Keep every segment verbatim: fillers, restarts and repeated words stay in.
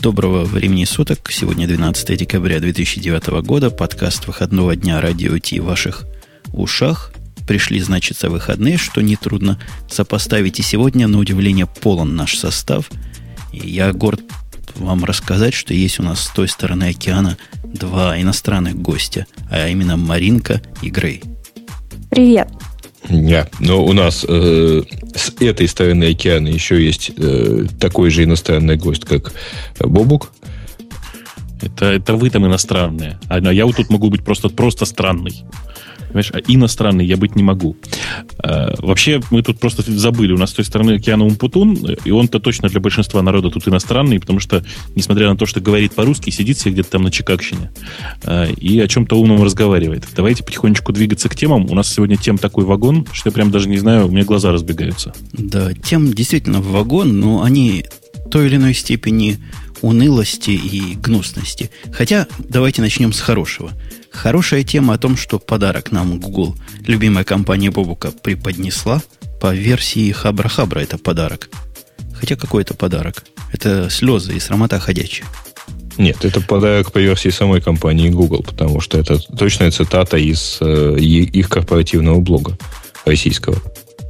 Доброго времени суток. Сегодня двенадцатое декабря две тысячи девятого года. Подкаст выходного дня Радио Ти в ваших ушах. Пришли, значится, выходные, что нетрудно сопоставить. И сегодня, на удивление, полон наш состав. И я горд вам рассказать, что есть у нас с той стороны океана два иностранных гостя, а именно Маринка и Грей. Привет. Yeah. Но у нас э, с этой стороны океана еще есть э, такой же иностранный гость, как Бобук. Это, это вы там иностранные. А я вот тут могу быть просто, просто странный. Понимаешь, а иностранный я быть не могу. А, вообще, мы тут просто забыли. У нас с той стороны океана Умпутун, и он-то точно для большинства народа тут иностранный, потому что, несмотря на то, что говорит по-русски, сидит себе где-то там на Чикагщине а, и о чем-то умном разговаривает. Давайте потихонечку двигаться к темам. У нас сегодня тем такой вагон, что я прям даже не знаю, у меня глаза разбегаются. Да, тем действительно вагон, но они в той или иной степени унылости и гнусности. Хотя, давайте начнем с хорошего. Хорошая тема о том, что подарок нам Google, любимая компания Бобука, преподнесла. По версии Хабра-Хабра это подарок. Хотя какой это подарок? Это слезы и срамота ходячая. Нет, это подарок по версии самой компании Google, потому что это точная цитата из э, их корпоративного блога российского.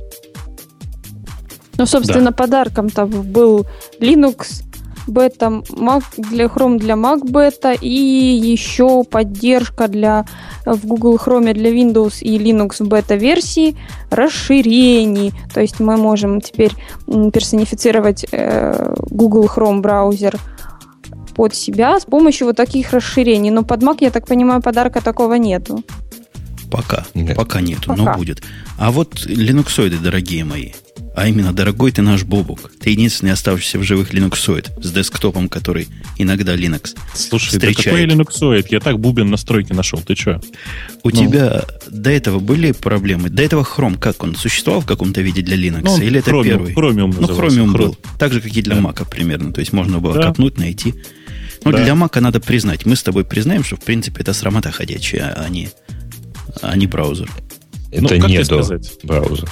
Ну, собственно, да. Подарком-то был Linux бета, Mac для Chrome для Mac бета и еще поддержка для в Google Chrome для Windows и Linux бета-версии расширений. То есть мы можем теперь персонифицировать э, Google Chrome браузер под себя с помощью вот таких расширений. Но под Mac, я так понимаю, подарка такого нету. Пока. Нет. Пока нету, Пока. но будет. А вот линуксоиды, дорогие мои, а именно, дорогой ты наш Бобук, ты единственный оставшийся в живых линуксоид с десктопом, который иногда Linux Слушай, встречает. Да какой линуксоид? Я так бубен настройки нашел. Ты что? У ну. тебя до этого были проблемы? До этого Chrome, как он, существовал в каком-то виде для Linux? Ну, Или это Chromium, первый? Chromium ну, Chromium Chrome. был. Так же, как и для да. Mac примерно. То есть можно было да. копнуть, найти. Но да. для Mac надо признать. Мы с тобой признаем, что в принципе это срамота ходячая, а не, а не браузер. Это ну, не до браузера.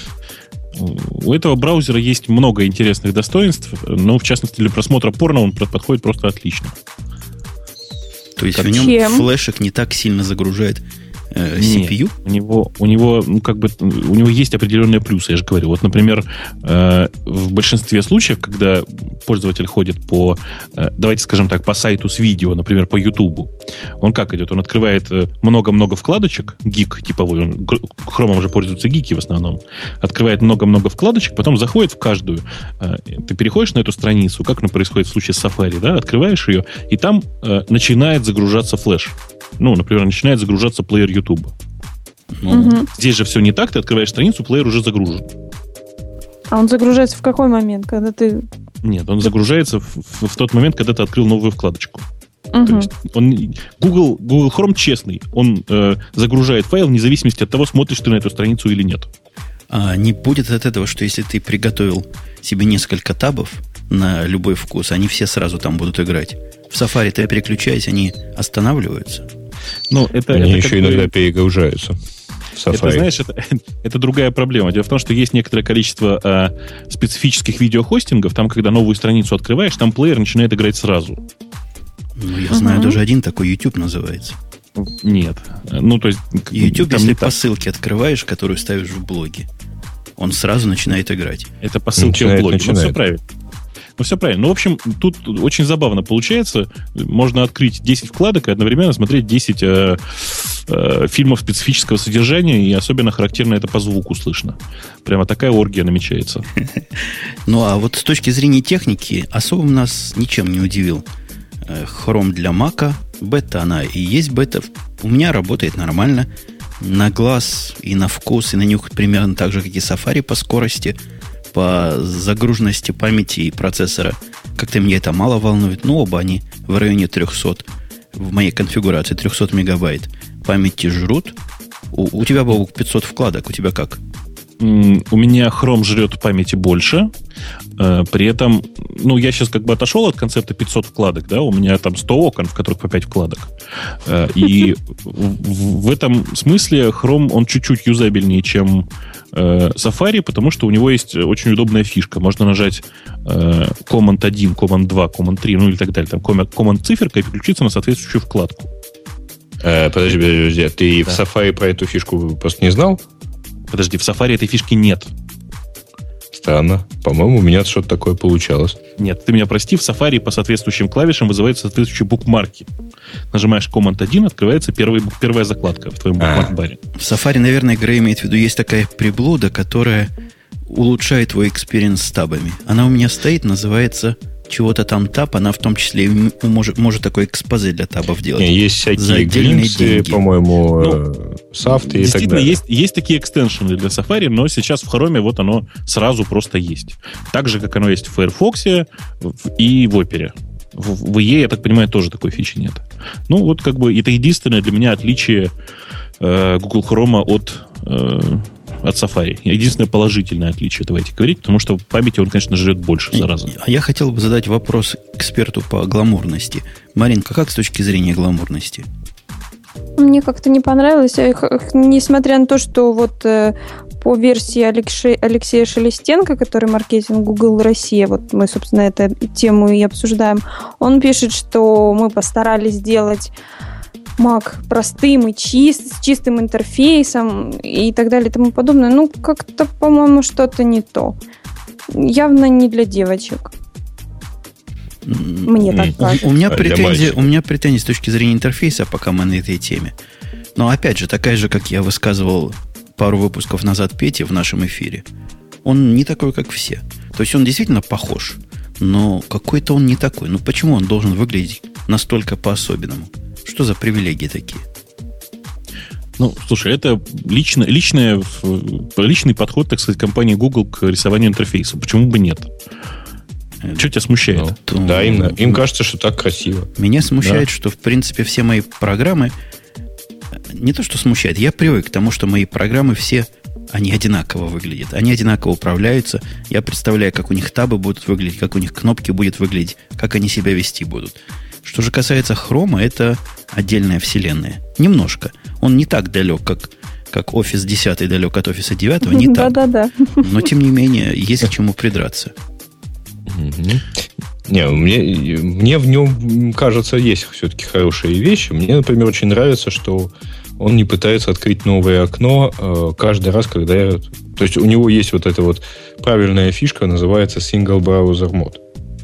У этого браузера есть много интересных достоинств, но, в частности, для просмотра порно он подходит просто отлично. То есть как в нем чем? флешек не так сильно загружает э, си пи ю? Нет, у него, у него, ну, как бы, у него есть определенные плюсы, я же говорю. Вот, например, э, в большинстве случаев, когда пользователь ходит по, э, давайте скажем так, по сайту с видео, например, по YouTube, он как идет? Он открывает много-много вкладочек, гик типовой, он, Chrome уже пользуются гики в основном, открывает много-много вкладочек, потом заходит в каждую. Э, ты переходишь на эту страницу, как это происходит в случае с Safari, да, открываешь ее, и там э, начинает загружаться флеш. Ну, например, начинает загружаться плеер YouTube. Ну, угу. Здесь же все не так, ты открываешь страницу, плеер уже загружен. А он загружается в какой момент, когда ты... Нет, он загружается в, в, в тот момент, когда ты открыл новую вкладочку. Угу. То есть он, Google, Google Chrome честный, он э, загружает файл вне зависимости от того, смотришь ты на эту страницу или нет. А не будет от этого, что если ты приготовил себе несколько табов на любой вкус, они все сразу там будут играть? В Safari ты переключаясь, они останавливаются? Ну, это, они это еще как иногда бы... перегружаются. Это, знаешь, это, это другая проблема. Дело в том, что есть некоторое количество э, специфических видеохостингов, там, когда новую страницу открываешь, там плеер начинает играть сразу. Ну, я знаю, uh-huh. даже один такой, YouTube называется. Нет. Ну, то есть... YouTube, если по ссылке открываешь, которую ставишь в блоге, он сразу начинает играть. Это по ссылке начинает, в блоге. Ну, все правильно. Ну, все правильно. Ну, в общем, тут очень забавно получается. Можно открыть десять вкладок и одновременно смотреть десять э, э, фильмов специфического содержания, и особенно характерно это по звуку слышно. Прямо такая оргия намечается. Ну, а вот с точки зрения техники особо нас ничем не удивил. Chrome для Mac, бета она и есть бета. У меня работает нормально. На глаз и на вкус, и на нюх примерно так же, как и Safari по скорости. По загруженности памяти и процессора как-то меня это мало волнует. Ну, оба они в районе триста. В моей конфигурации триста мегабайт памяти жрут. У, у тебя, Бобук, пятьсот вкладок. У тебя как? У меня Chrome жрет памяти больше. При этом, ну, я сейчас как бы отошел от концепта пятьсот вкладок, да, у меня там сто окон, в которых по пять вкладок. И в этом смысле Chrome, он чуть-чуть юзабельнее, чем Safari, потому что у него есть очень удобная фишка. Можно нажать команд один, команд два, команд три, ну или так далее. Там команд циферка и переключиться на соответствующую вкладку. Э, подожди, подожди, ты да. в Safari про эту фишку просто не знал? Подожди, в Safari этой фишки нет. Странно. По-моему, у меня что-то такое получалось. Нет, ты меня прости, в Safari по соответствующим клавишам вызываются соответствующие букмарки. Нажимаешь команд один, открывается первый, первая закладка в твоем букмарк-баре. В Safari, наверное, Грей имеет в виду, есть такая приблуда, которая улучшает твой экспириенс с табами. Она у меня стоит, называется чего-то там таб, она в том числе и может, может такой экспозе для табов делать. Не, есть всякие глимсы, по-моему, ну, софты и так далее. Есть, есть такие экстеншены для Safari, но сейчас в Chrome вот оно сразу просто есть. Так же, как оно есть в Firefox и в Opera. В, в и и, я так понимаю, тоже такой фичи нет. Ну, вот как бы это единственное для меня отличие э, Google Chrome от... Э, от Safari. Единственное положительное отличие, давайте говорить, потому что в памяти он, конечно, жрет больше, зараза. А я хотел бы задать вопрос эксперту по гламурности. Маринка, как с точки зрения гламурности? Мне как-то не понравилось, несмотря на то, что вот по версии Алексея, Алексея Шелестенко, который маркетинг Google Россия, вот мы, собственно, эту тему и обсуждаем, он пишет, что мы постарались сделать Mac простым и чист, с чистым интерфейсом и так далее и тому подобное. Ну, как-то, по-моему, что-то не то. Явно не для девочек. Мне так кажется. У меня, претензия, у меня претензии с точки зрения интерфейса, пока мы на этой теме. Но, опять же, такая же, как я высказывал пару выпусков назад Пете в нашем эфире. Он не такой, как все. То есть он действительно похож, но какой-то он не такой. Ну, почему он должен выглядеть настолько по-особенному? Что за привилегии такие? Ну, слушай, это лично, личное, личный подход, так сказать, компании Google к рисованию интерфейса. Почему бы нет? Что тебя смущает? Ну, да, им, им кажется, что так красиво. Меня смущает, да. что, в принципе, все мои программы... Не то, что смущает. Я привык к тому, что мои программы все... Они одинаково выглядят. Они одинаково управляются. Я представляю, как у них табы будут выглядеть, как у них кнопки будут выглядеть, как они себя вести будут. Что же касается Хрома, это отдельная вселенная. Немножко. Он не так далек, как, как Office десять далек от Office девять. Не так. Да-да-да. Но, тем не менее, есть к чему придраться. Не, мне, мне в нем, кажется, есть все-таки хорошие вещи. Мне, например, очень нравится, что он не пытается открыть новое окно э, каждый раз, когда я... То есть у него есть вот эта вот правильная фишка, называется Single Browser Mode.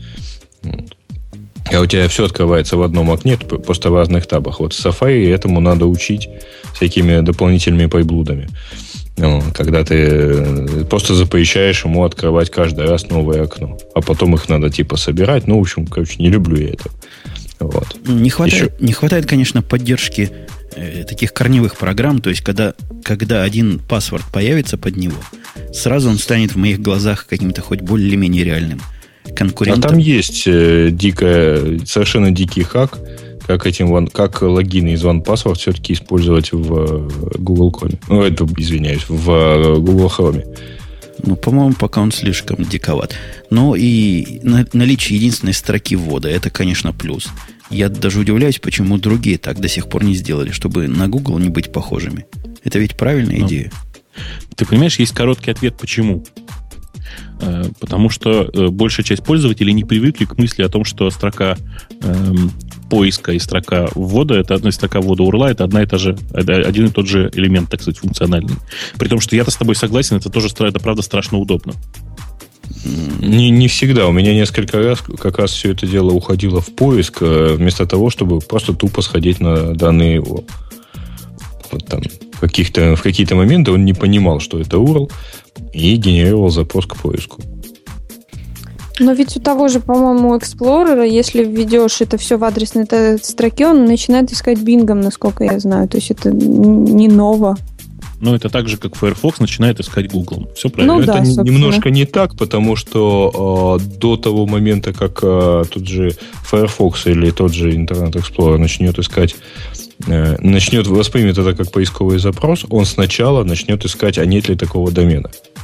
А у тебя все открывается в одном окне, просто в разных табах. Вот в Safari этому надо учить всякими дополнительными приблудами. Ну, когда ты просто запрещаешь ему открывать каждый раз новое окно. А потом их надо типа собирать. Ну, в общем, короче, не люблю я это. Вот. Не хватает, не хватает, конечно, поддержки э, таких корневых программ. То есть, когда, когда один паспорт появится под него, сразу он станет в моих глазах каким-то хоть более-менее реальным конкурентом. А там есть э, дикая, совершенно дикий хак, как этим, как логины из OnePassword все-таки использовать в Google Chrome. Ну, это, извиняюсь, в Google Chrome. Ну, по-моему, пока он слишком диковат. Но и наличие единственной строки ввода, это, конечно, плюс. Я даже удивляюсь, почему другие так до сих пор не сделали, чтобы на Google не быть похожими. Это ведь правильная ну, идея. Ты понимаешь, есть короткий ответ «почему?». Потому что большая часть пользователей не привыкли к мысли о том, что строка эм, поиска и строка ввода, это одна строка ввода урла, это одна и та же, один и тот же элемент, так сказать, функциональный. При том, что я-то с тобой согласен, это тоже, это правда страшно удобно. Не, не всегда. У меня несколько раз как раз все это дело уходило в поиск, вместо того, чтобы просто тупо сходить на данные урл. Вот там в, каких-то, в какие-то моменты он не понимал, что это урл, и генерировал запрос к поиску. Но ведь у того же, по-моему, Explorer, если введешь это все в адресной строке, он начинает искать бингом, насколько я знаю. То есть это не ново. Ну, это так же, как Firefox начинает искать Google. Все правильно. Ну, это да, не, немножко не так, потому что э, до того момента, как э, тот же Firefox или тот же Internet Explorer начнет искать, э, начнет воспримет это как поисковый запрос, он сначала начнет искать, а нет ли такого домена.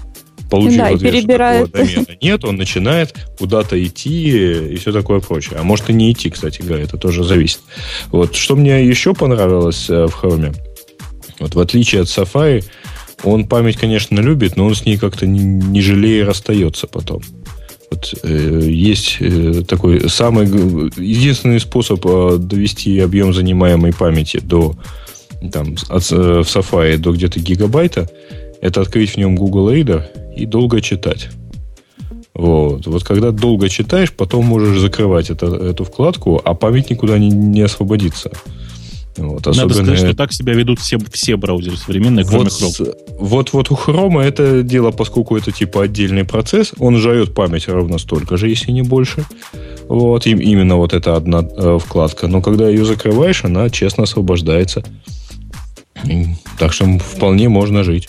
получив да, ответ, перебирает. что такого домена нет, он начинает куда-то идти и все такое прочее. А может и не идти, кстати говоря, это тоже зависит. Вот. Что мне еще понравилось в Chrome, вот в отличие от Safari, он память, конечно, любит, но он с ней как-то не, не жалея расстается потом. Вот, э, есть э, такой самый единственный способ э, довести объем занимаемой памяти до там, от, э, в Safari до где-то гигабайта, это открыть в нем Google Reader и долго читать. Вот. Вот когда долго читаешь, потом можешь закрывать это, эту вкладку, а память никуда не, не освободится. Вот, особенно... Надо сказать, что так себя ведут все, все браузеры современные, кроме вот, Chrome. Вот, вот у Chrome это дело, поскольку это типа отдельный процесс, он жрет память ровно столько же, если не больше. Вот, и, именно вот эта одна э, вкладка. Но когда ее закрываешь, она честно освобождается. И, так что вполне можно жить.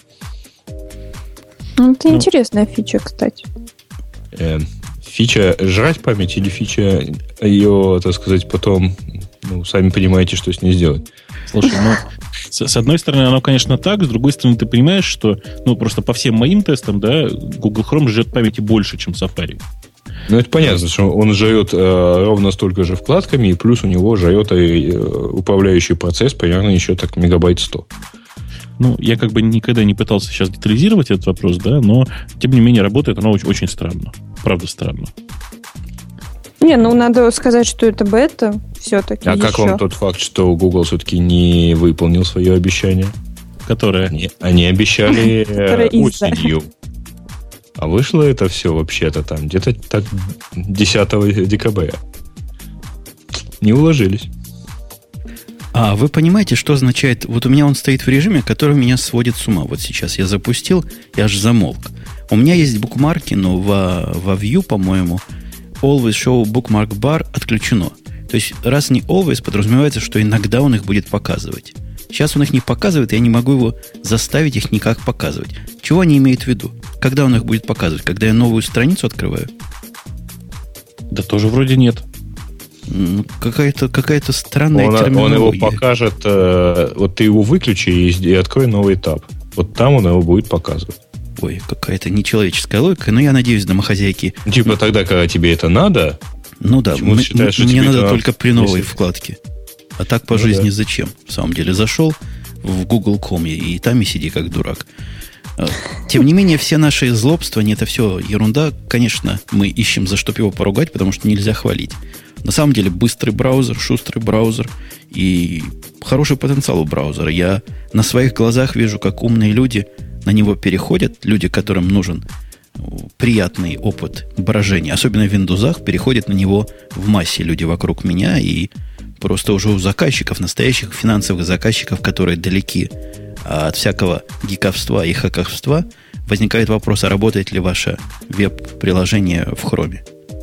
Ну, это ну, интересная фича, кстати. Э, фича жрать память или фича ее, так сказать, потом... Ну, сами понимаете, что с ней сделать. Слушай, ну, с, с одной стороны, оно, конечно, так, с другой стороны, ты понимаешь, что, ну, просто по всем моим тестам, да, Google Chrome жрет памяти больше, чем Safari. Ну, это понятно, что он жрет э, ровно столько же вкладками, и плюс у него жрет э, управляющий процесс примерно еще так мегабайт сто. Ну, я как бы никогда не пытался сейчас детализировать этот вопрос, да, но, тем не менее, работает оно очень, очень странно. Правда, странно. Не, ну, надо сказать, что это бета все-таки. А еще. как вам тот факт, что Google все-таки не выполнил свое обещание? Которое? Они, они обещали э, осенью. А вышло это все вообще-то там где-то так десятого декабря. Не уложились. А вы понимаете, что означает... Вот у меня он стоит в режиме, который меня сводит с ума. Вот сейчас я запустил, я аж замолк. У меня есть букмарки, но во, во View, по-моему, Always Show Bookmark Bar отключено. То есть, раз не always, подразумевается, что иногда он их будет показывать. Сейчас он их не показывает, я не могу его заставить их никак показывать. Чего они имеют в виду? Когда он их будет показывать? Когда я новую страницу открываю? Да тоже вроде нет. Ну, какая-то, какая-то странная он, терминология. Он его покажет... Э, вот ты его выключи и, и открой новый таб. Вот там он его будет показывать. Ой, какая-то нечеловеческая логика. Но я надеюсь, домохозяйки... Типа тогда, когда тебе это надо... Ну да, м- считаешь, что мне надо это только при новой если... вкладке. А так по ну, жизни да. зачем? В самом деле, зашел в Google точка ком и там и сиди как дурак. Тем не менее, все наши злобствования, это все ерунда. Конечно, мы ищем, за что его поругать, потому что нельзя хвалить. На самом деле, быстрый браузер, шустрый браузер и хороший потенциал у браузера. Я на своих глазах вижу, как умные люди на него переходят, люди, которым нужен приятный опыт брожения, особенно в Windows, переходят на него в массе люди вокруг меня, и просто уже у заказчиков, настоящих финансовых заказчиков, которые далеки от всякого гиковства и хаковства, возникает вопрос, а работает ли ваше веб-приложение в Chrome?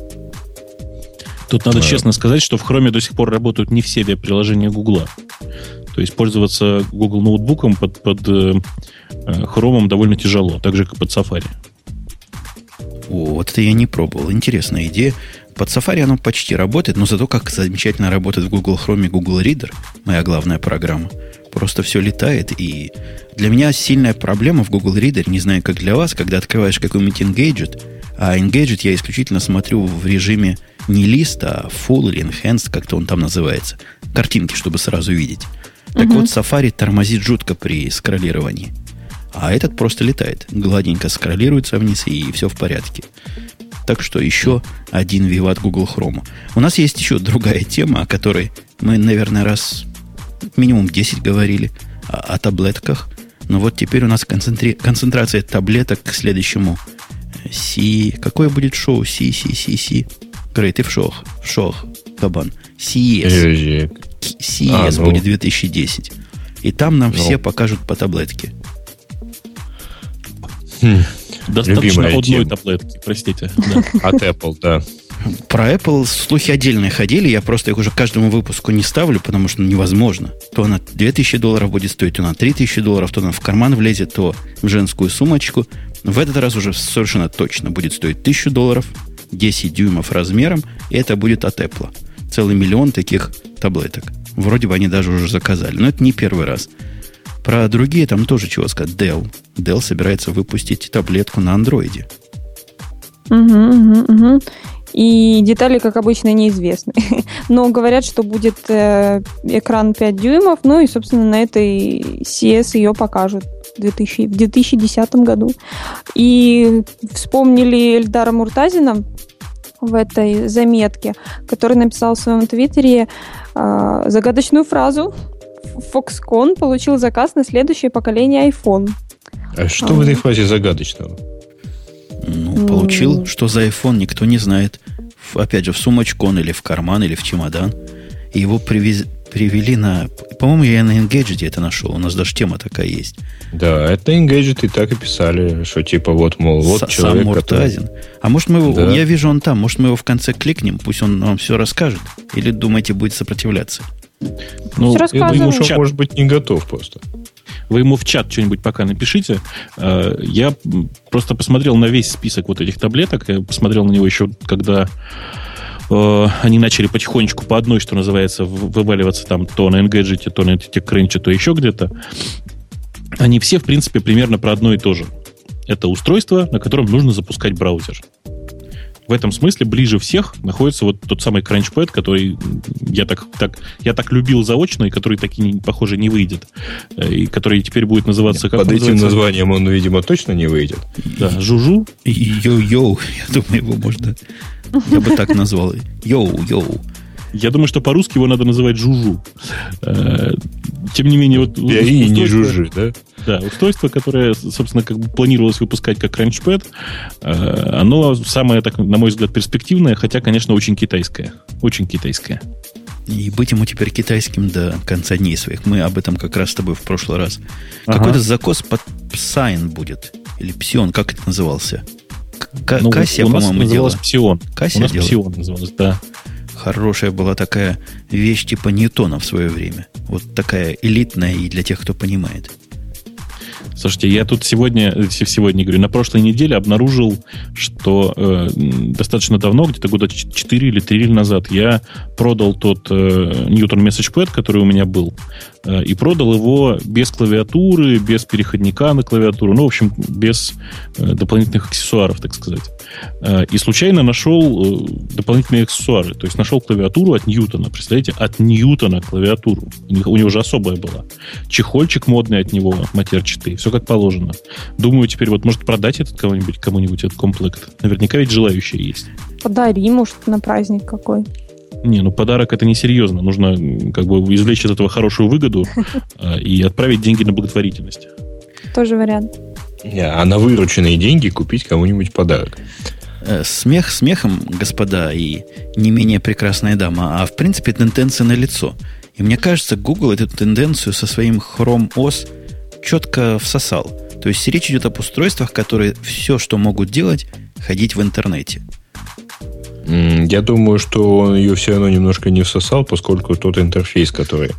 Тут надо да. честно сказать, что в Chrome до сих пор работают не все веб-приложения Google. То есть пользоваться Google ноутбуком под, под э, Chrome довольно тяжело, так же, как под Safari. О, вот это я не пробовал. Интересная идея. Под Safari оно почти работает, но зато как замечательно работает в Google Chrome и Google Reader, моя главная программа. Просто все летает. И для меня сильная проблема в Google Reader, не знаю, как для вас, когда открываешь какой-нибудь Engadget, а Engadget я исключительно смотрю в режиме не лист, а full или enhanced, как-то он там называется. Картинки, чтобы сразу видеть. Так Угу. вот, Safari тормозит жутко при скроллировании. А этот просто летает. Гладенько скроллируется вниз, и все в порядке. Так что еще один виват Google Chrome. У нас есть еще другая тема, о которой мы, наверное, раз минимум десять говорили. О, о таблетках. Но вот теперь у нас концентри... концентрация таблеток к следующему. Си... Какое будет шоу? Си, си, си, си. Грей, ты в шоу. В шоу, кабан. си эс. си эс а, ну. будет две тысячи десять. И там нам ну. все покажут по таблетке. Хм. Достаточно Любимая одной тема. таблетки, простите. Да. От Apple, да. Про Apple слухи отдельные ходили. Я просто их уже к каждому выпуску не ставлю, потому что невозможно. То она две тысячи долларов будет стоить, то она три тысячи долларов, то она в карман влезет, то в женскую сумочку. В этот раз уже совершенно точно будет стоить тысячу долларов, десять дюймов размером, и это будет от Apple. Целый миллион таких таблеток. Вроде бы они даже уже заказали. Но это не первый раз. Про другие там тоже чего сказать. Dell. Dell собирается выпустить таблетку на андроиде. Угу, угу, угу. И детали, как обычно, неизвестны. Но говорят, что будет э, экран пять дюймов, ну и, собственно, на этой си эс ее покажут в две тысячи десятом году. И вспомнили Эльдара Муртазина в этой заметке, который написал в своем твиттере э, загадочную фразу: Foxconn получил заказ на следующее поколение iPhone. А что а, в этой фразе загадочного? Ну, получил, mm. что за iPhone никто не знает. Опять же, в сумочку он или в карман, или в чемодан. И его привез, привели на... По-моему, я на Engadget это нашел. У нас даже тема такая есть. Да, это Engadget и так и писали, что типа вот, мол, вот С- человек... Сам Муртазин. Который... А может мы его... Да. Я вижу, он там. Может мы его в конце кликнем? Пусть он нам все расскажет. Или, думаете, будет сопротивляться? Ну, я думаю, что он, может быть, не готов просто. Вы ему в чат что-нибудь пока напишите. Я просто посмотрел на весь список вот этих таблеток. Я посмотрел на него еще, когда э, они начали потихонечку по одной, что называется, вываливаться там то на Engadget, то на TechCrunch, то еще где-то. Они все, в принципе, примерно про одно и то же. Это устройство, на котором нужно запускать браузер. В этом смысле ближе всех находится вот тот самый CrunchPad, который я так, так, я так любил заочно, и который так и, похоже, не выйдет. И который теперь будет называться... Нет, как под этим называется? Названием он, видимо, точно не выйдет. Да, Жужу. Йоу-йоу. Я думаю, его можно... Я бы так назвал. Йоу-йоу. Я думаю, что по-русски его надо называть Жужу. Тем не менее... вот я и не Жужи, да? Да, устройство, которое, собственно, как бы планировалось выпускать как CrunchPad, оно самое, так, на мой взгляд, перспективное, хотя, конечно, очень китайское. Очень китайское. И быть ему теперь китайским до конца дней своих. Мы об этом как раз с тобой в прошлый раз. Ага. Какой-то закос под Psion будет. Или Psion, как это назывался? К- ну, Кассия, по-моему, делала. Psion. Кассия у нас делала? Psion называлась, да. Хорошая была такая вещь типа Ньютона в свое время. Вот такая элитная и для тех, кто понимает. Слушайте, я тут сегодня, сегодня говорю, на прошлой неделе обнаружил, что э, достаточно давно, где-то года четыре или три назад, я продал тот э, Newton MessagePad, который у меня был, э, и продал его без клавиатуры, без переходника на клавиатуру, ну, в общем, без э, дополнительных аксессуаров, так сказать. Э, и случайно нашел э, дополнительные аксессуары, то есть нашел клавиатуру от Ньютона, представляете, от Ньютона клавиатуру. У него, у него же особая была. Чехольчик модный от него, матерчатый, все как положено. Думаю, теперь вот может продать этот кому-нибудь, кому-нибудь этот комплект. Наверняка ведь желающие есть. Подари, может, на праздник какой. Не, ну подарок это несерьезно. Нужно как бы извлечь из этого хорошую выгоду и отправить деньги на благотворительность. Тоже вариант. А на вырученные деньги купить кому-нибудь подарок. Смех смехом, господа, и не менее прекрасная дама. А в принципе тенденция налицо. И мне кажется, Google эту тенденцию со своим Chrome о эс четко всосал. То есть речь идет об устройствах, которые все, что могут делать, ходить в интернете. Я думаю, что он ее все равно немножко не всосал, поскольку тот интерфейс, который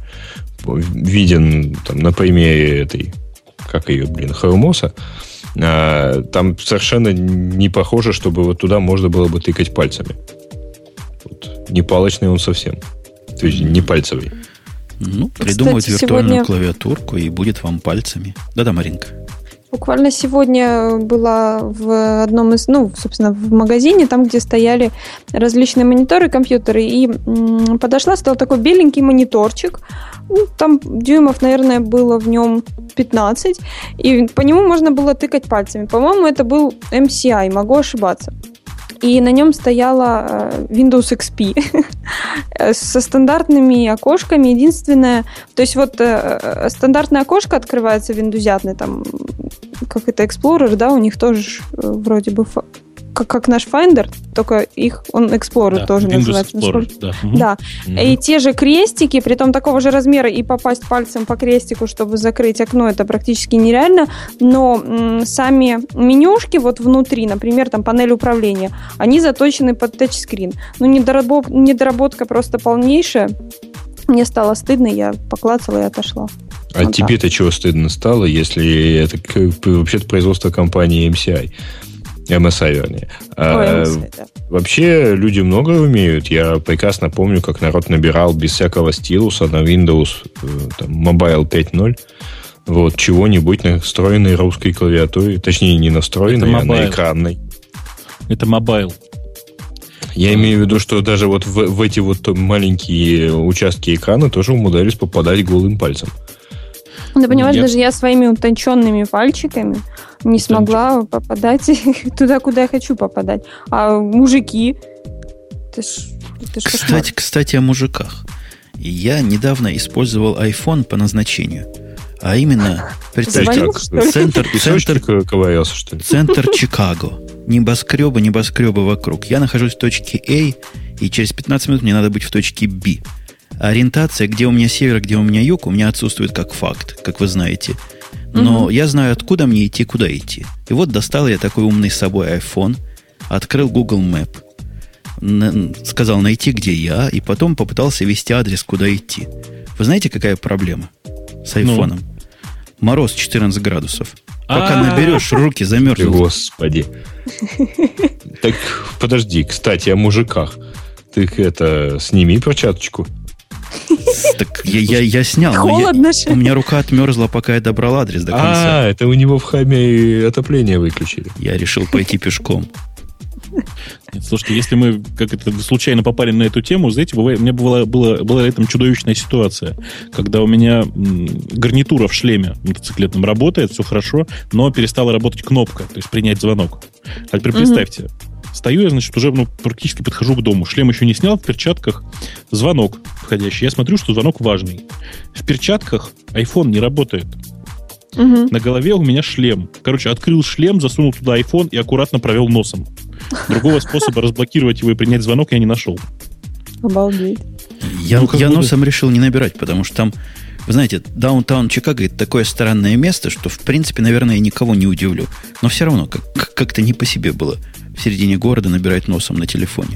виден там, на примере этой, как ее, блин, Chrome о эс, там совершенно не похоже, чтобы вот туда можно было бы тыкать пальцами. Вот. Не палочный он совсем. То есть не пальцевый. Ну, придумают Кстати, виртуальную сегодня... клавиатурку, и будет вам пальцами. Да-да, Маринка. Буквально сегодня была в одном из, ну, собственно, в магазине, там, где стояли различные мониторы, компьютеры, и м- подошла, стал такой беленький мониторчик. Ну, там дюймов, наверное, было в нем пятнадцать, и по нему можно было тыкать пальцами. По-моему, это был эм си ай, могу ошибаться. И на нем стояла Windows икс пи со стандартными окошками. Единственное, то есть вот стандартное окошко открывается виндузятное, там, как это Explorer, да, у них тоже вроде бы как, как наш Finder, только их он Explorer да, тоже Windows называется. Explorer, да. да. Угу. И те же крестики, притом такого же размера, и попасть пальцем по крестику, чтобы закрыть окно, это практически нереально. Но м, сами менюшки вот внутри, например, там панель управления, они заточены под тачскрин. Ну, недоработ, недоработка просто полнейшая. Мне стало стыдно, я поклацала и отошла. А вот тебе-то так. Чего стыдно стало, если это вообще-то производство компании эм си ай? эм эс ай, вернее. Ой, а, эм эс ай, да. Вообще люди много умеют. Я прекрасно помню, как народ набирал без всякого стилуса на Windows там, Mobile пять ноль вот, чего-нибудь на встроенной русской клавиатуре. Точнее, не настроенной, а на экранной. Это мобайл. Я имею в виду, что даже вот в, в эти вот маленькие участки экрана тоже умудрились попадать голым пальцем. Ну, понимаешь, я... даже я своими утонченными пальчиками не смогла попадать туда, куда я хочу попадать. А мужики... Это ж, это ж кстати, кстати, о мужиках. Я недавно использовал iPhone по назначению. А именно, представьте, центр, центр, ковырялся, что ли? Центр Чикаго. Небоскребы, небоскребы вокруг. Я нахожусь в точке A, и через пятнадцать минут мне надо быть в точке B. Ориентация, где у меня север, где у меня юг, у меня отсутствует как факт, как вы знаете. Но угу. я знаю, откуда мне идти, куда идти. И вот достал я такой умный с собой iPhone, открыл Google Map, сказал найти, где я, и потом попытался ввести адрес, куда идти. Вы знаете, какая проблема с айфоном? Ну. Мороз четырнадцать градусов. Пока А-а-а. наберешь, руки замерзнут. Господи. Так, подожди, кстати, о мужиках. Ты это, сними перчаточку. Так я, я, я снял. Холодно же. У меня рука отмерзла, пока я добрал адрес до конца. А, это у него в хаме отопление выключили. Я решил пойти пешком. Нет, слушайте, если мы как это случайно попали на эту тему, знаете, бывает, у меня была, была, была этом чудовищная ситуация, когда у меня м, гарнитура в шлеме мотоциклетном работает, все хорошо, но перестала работать кнопка, то есть принять звонок. А теперь представьте, mm-hmm. стою я, значит, уже ну, практически подхожу к дому, шлем еще не снял, в перчатках звонок входящий. Я смотрю, что звонок важный. В перчатках iPhone не работает. Угу. На голове у меня шлем. Короче, открыл шлем, засунул туда iPhone и аккуратно провел носом. Другого способа разблокировать его и принять звонок я не нашел. Обалдеть. Я, ну, я носом решил не набирать, потому что там, вы знаете, даунтаун Чикаго — это такое странное место, что, в принципе, наверное, я никого не удивлю. Но все равно как- как-то не по себе было в середине города набирать носом на телефоне.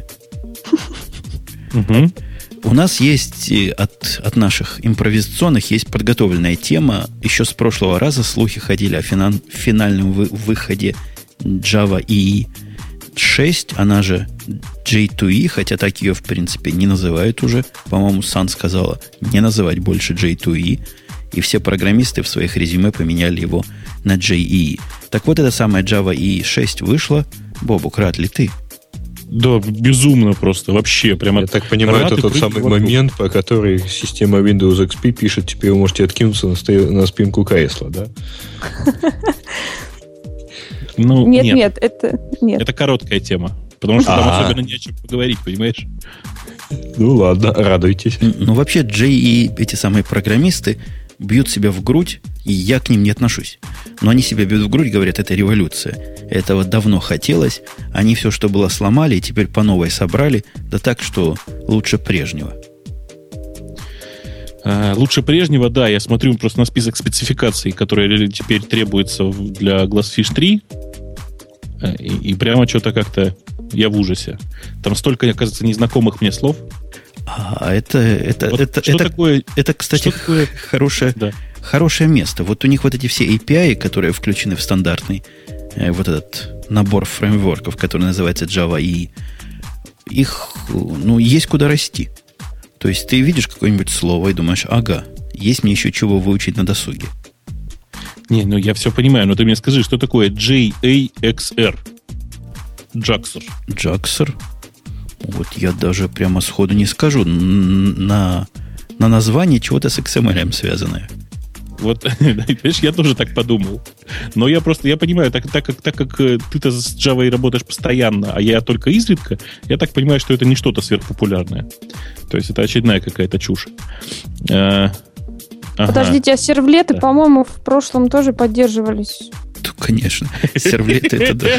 Угу. У нас есть от, от наших импровизационных есть подготовленная тема. Еще с прошлого раза слухи ходили о финан, финальном вы, выходе Java и и шесть, она же джей ту и, хотя так ее, в принципе, не называют уже. По-моему, Сан сказала не называть больше джей ту и. И все программисты в своих резюме поменяли его на джей и и. Так вот, эта самая Java и и шесть вышла. Бобук, рад ли ты? Да, безумно просто, вообще. Прямо я так понимаю, это тот самый вокруг. момент, по который система Windows икс пи пишет, теперь вы можете откинуться на, сто... на спинку кресла, да? Ну, нет, нет, нет, это нет. Это короткая тема, потому что там особенно не о чем поговорить, понимаешь? Ну ладно, радуйтесь. Ну вообще джей и и, эти самые программисты, бьют себя в грудь, и я к ним не отношусь. Но они себя бьют в грудь, говорят, это революция. Этого давно хотелось. Они все, что было, сломали, и теперь по новой собрали. Да так, что лучше прежнего. А, лучше прежнего, да. Я смотрю просто на список спецификаций, которые теперь требуются для Glassfish три. И, и прямо что-то как-то я в ужасе. Там столько, оказывается, незнакомых мне слов. А это, это, вот это, что это, такое, это, кстати, что такое? Хорошее, да. хорошее место. Вот у них вот эти все эй пи ай, которые включены в стандартный э, вот этот набор фреймворков, который называется Java и и, их, ну, есть куда расти. То есть ты видишь какое-нибудь слово и думаешь, ага, есть мне еще чего выучить на досуге. Не, ну я все понимаю, но ты мне скажи, что такое джей эй экс ар? Jaxer. Jaxer? Вот я даже прямо сходу не скажу. На, на название чего-то с икс эм эл связанное. Вот, понимаешь, я тоже так подумал. Но я просто, я понимаю, так, так, как, так как ты-то с Java работаешь постоянно, а я только изредка, я так понимаю, что это не что-то сверхпопулярное. То есть это очередная какая-то чушь. А, ага. Подождите, а сервлеты, да. по-моему, в прошлом тоже поддерживались. Ну, конечно. Сервлеты это да.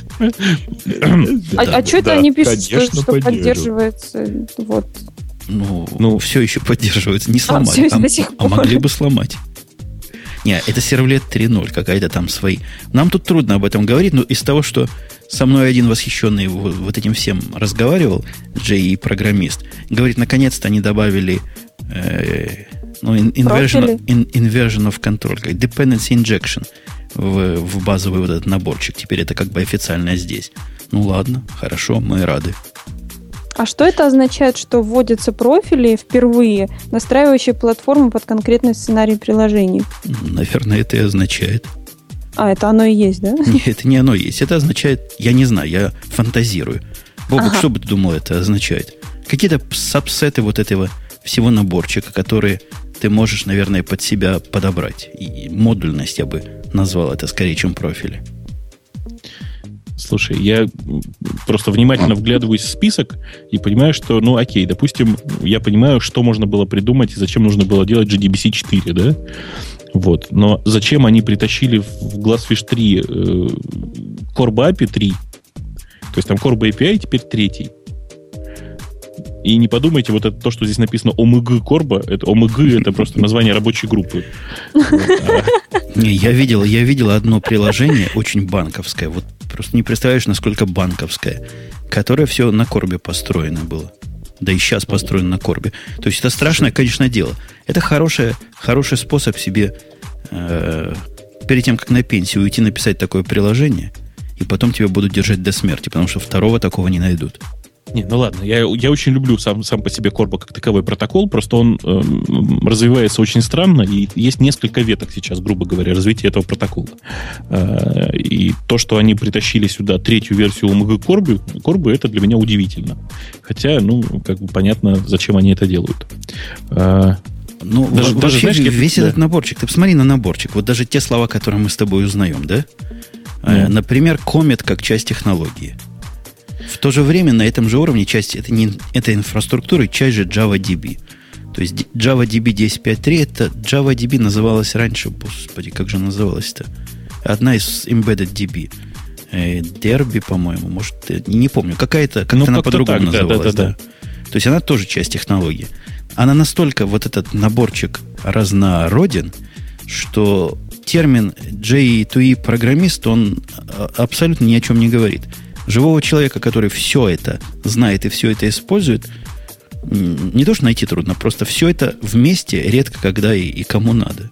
А что это они пишут, что поддерживается? Вот. Ну, все еще поддерживается. Не сломать, а могли бы сломать. Не, это сервлет три ноль, какая-то там свои. Нам тут трудно об этом говорить, но из того, что со мной один восхищенный вот этим всем разговаривал, джей и программист, говорит, наконец-то они добавили э, ну, inversion, in, inversion of control, как dependency injection в, в базовый вот этот наборчик. Теперь это как бы официально здесь. Ну ладно, хорошо, мы рады. А что это означает, что вводятся профили впервые, настраивающие платформу под конкретный сценарий приложений? Наверное, это и означает. А, это оно и есть, да? Нет, это не оно и есть. Это означает, я не знаю, я фантазирую. Бобок, ага. Что бы ты думал, это означает? Какие-то сабсеты вот этого всего наборчика, которые ты можешь, наверное, под себя подобрать. И модульность я бы назвал это скорее, чем профили. Слушай, я просто внимательно вглядываюсь в список и понимаю, что, ну, окей, допустим, я понимаю, что можно было придумать и зачем нужно было делать джей ди би си четыре, да? Вот. Но зачем они притащили в Glassfish три э, Corba эй пи ай три? То есть там Corba эй пи ай теперь третий. И не подумайте, вот это то, что здесь написано о эм джи Corba, это о эм джи это просто название рабочей группы. Не, я видел, я видел одно приложение, очень банковское, вот просто не представляешь, насколько банковское, которое все на Корбе построено было. Да и сейчас построено на Корбе. То есть это страшное, конечно, дело. Это хорошее, хороший способ себе э, перед тем, как на пенсию уйти, написать такое приложение, и потом тебя будут держать до смерти, потому что второго такого не найдут. Не, ну ладно, я, я очень люблю сам, сам по себе Corba как таковой протокол, просто он э, развивается очень странно, и есть несколько веток сейчас, грубо говоря, развития этого протокола. Э, и то, что они притащили сюда третью версию о эм джи Corby, Corby, это для меня удивительно. Хотя, ну, как бы понятно, зачем они это делают. Э, ну, даже, вообще даже, знаешь, весь этот да. наборчик, ты посмотри на наборчик, вот даже те слова, которые мы с тобой узнаем, да? Mm. Э, например, Comet как часть технологии. В то же время на этом же уровне часть это не, этой инфраструктуры, часть же JavaDB. То есть JavaDB десять точка пять точка три это JavaDB называлась раньше, господи, как же называлась-то? Одна из Embedded ди би. Э, Derby, по-моему, может, не помню. Какая-то, как-то ну, она по-другому так, называлась. Да, да, да, да. То есть она тоже часть технологии. Она настолько, вот этот наборчик разнороден, что термин джей ту и-программист, он абсолютно ни о чем не говорит. Живого человека, который все это знает и все это использует, не то что найти трудно, просто все это вместе редко когда и, и кому надо.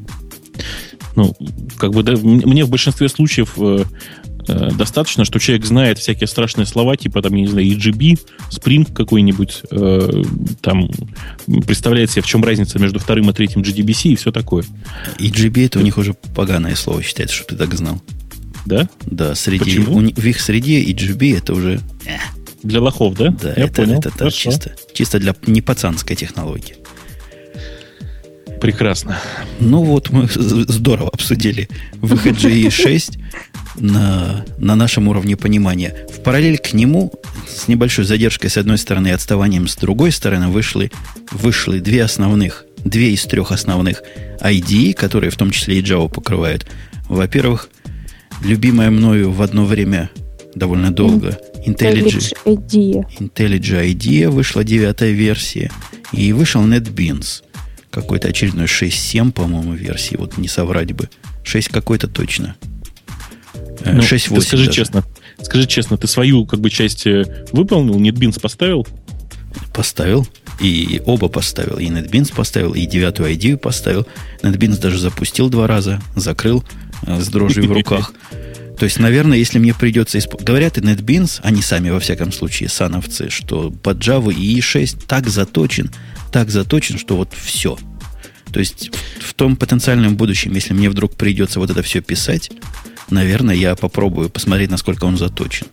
Ну, как бы да, мне в большинстве случаев э, э, достаточно, что человек знает всякие страшные слова, типа там, я не знаю, и джи би, Spring какой-нибудь, э, там представляет себе, в чем разница между вторым и третьим джей ди би си и все такое. и джи би это у них уже поганое слово считается, чтобы ты так знал. Да? Да, среди, у, в их среде и джи би это уже... Для лохов, да? Да, Я это, понял. это, это чисто, чисто для непацанской технологии. Прекрасно. Ну вот, мы здорово обсудили выход джей и шесть на, на нашем уровне понимания. В параллель к нему, с небольшой задержкой с одной стороны и отставанием с другой стороны, вышли, вышли две основных, две из трех основных ай ди и, которые в том числе и Java покрывают. Во-первых, любимая мною в одно время довольно долго IntelliJ IntelliJ IDEA вышла девятая версия, и вышел NetBeans. Какой-то очередной шесть семь, по-моему, версии. Вот не соврать бы. шесть какой-то точно. Ну, шесть восемь скажи даже. честно, скажи честно, ты свою как бы часть выполнил, NetBeans поставил? Поставил. И оба поставил. И NetBeans поставил, и девятую IDEA поставил. NetBeans даже запустил два раза, закрыл с дрожью в руках. То есть, наверное, если мне придется... Исп... Говорят и NetBeans, они сами, во всяком случае, сановцы, что под Java и и шесть так заточен, так заточен, что вот все. То есть, в, в том потенциальном будущем, если мне вдруг придется вот это все писать, наверное, я попробую посмотреть, насколько он заточен.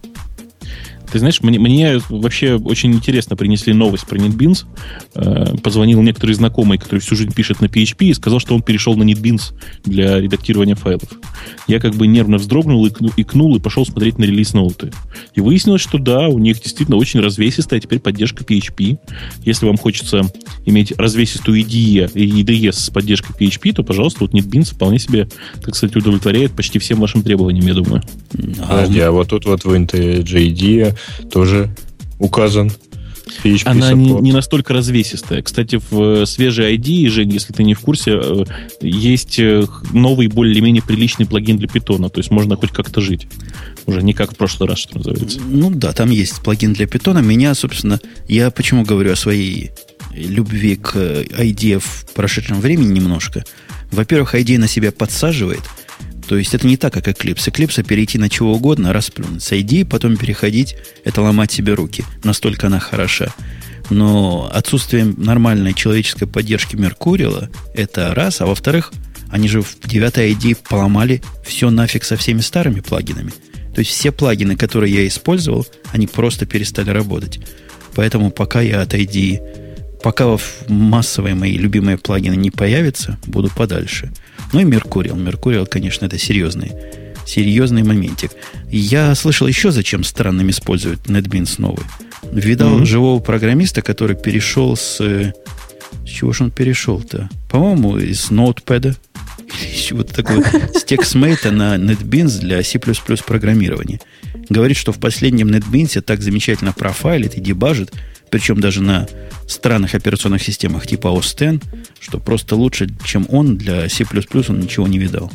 Ты знаешь, мне, мне вообще очень интересно принесли новость про NetBeans. Э, позвонил некоторый знакомый, который всю жизнь пишет на пи эйч пи, и сказал, что он перешел на NetBeans для редактирования файлов. Я как бы нервно вздрогнул, икнул, икнул и пошел смотреть на релиз-ноуты. И выяснилось, что да, у них действительно очень развесистая теперь поддержка пи эйч пи. Если вам хочется иметь развесистую ай ди и и ай ди эс с поддержкой пи эйч пи, то, пожалуйста, вот NetBeans вполне себе, так сказать, удовлетворяет почти всем вашим требованиям, я думаю. Подожди, а вот тут вот в IntelliJ IDEA тоже указан пи эйч пи Она не, не настолько развесистая. Кстати, в свежей ай ди, Жень, если ты не в курсе, есть новый, более-менее приличный плагин для Python. То есть можно хоть как-то жить. Уже не как в прошлый раз, что называется. Ну да, там есть плагин для Python. Меня, собственно, я почему говорю о своей любви к ай ди в прошедшем времени немножко. Во-первых, ай ди на себя подсаживает. То есть это не так, как Eclipse. Eclipse перейти на чего угодно, расплюнуть с ай ди, потом переходить, это ломать себе руки. Настолько она хороша. Но отсутствие нормальной человеческой поддержки Меркурила это раз, а во-вторых, они же в девятой ай ди поломали все нафиг со всеми старыми плагинами. То есть все плагины, которые я использовал, они просто перестали работать. Поэтому пока я от ай ди, пока массовые мои любимые плагины не появятся, буду подальше. Ну и Меркурил. Меркурил, конечно, это серьезный, серьезный моментик. Я слышал еще, зачем странным используют NetBeans новый. Видал mm-hmm. живого программиста, который перешел с... С чего же он перешел-то? По-моему, из Notepad. Или вот такой, с TextMate на NetBeans для C++ программирования. Говорит, что в последнем NetBeans так замечательно профайлит и дебажит, причем даже на странных операционных системах типа о эс десять, что просто лучше, чем он, для C++ он ничего не видал.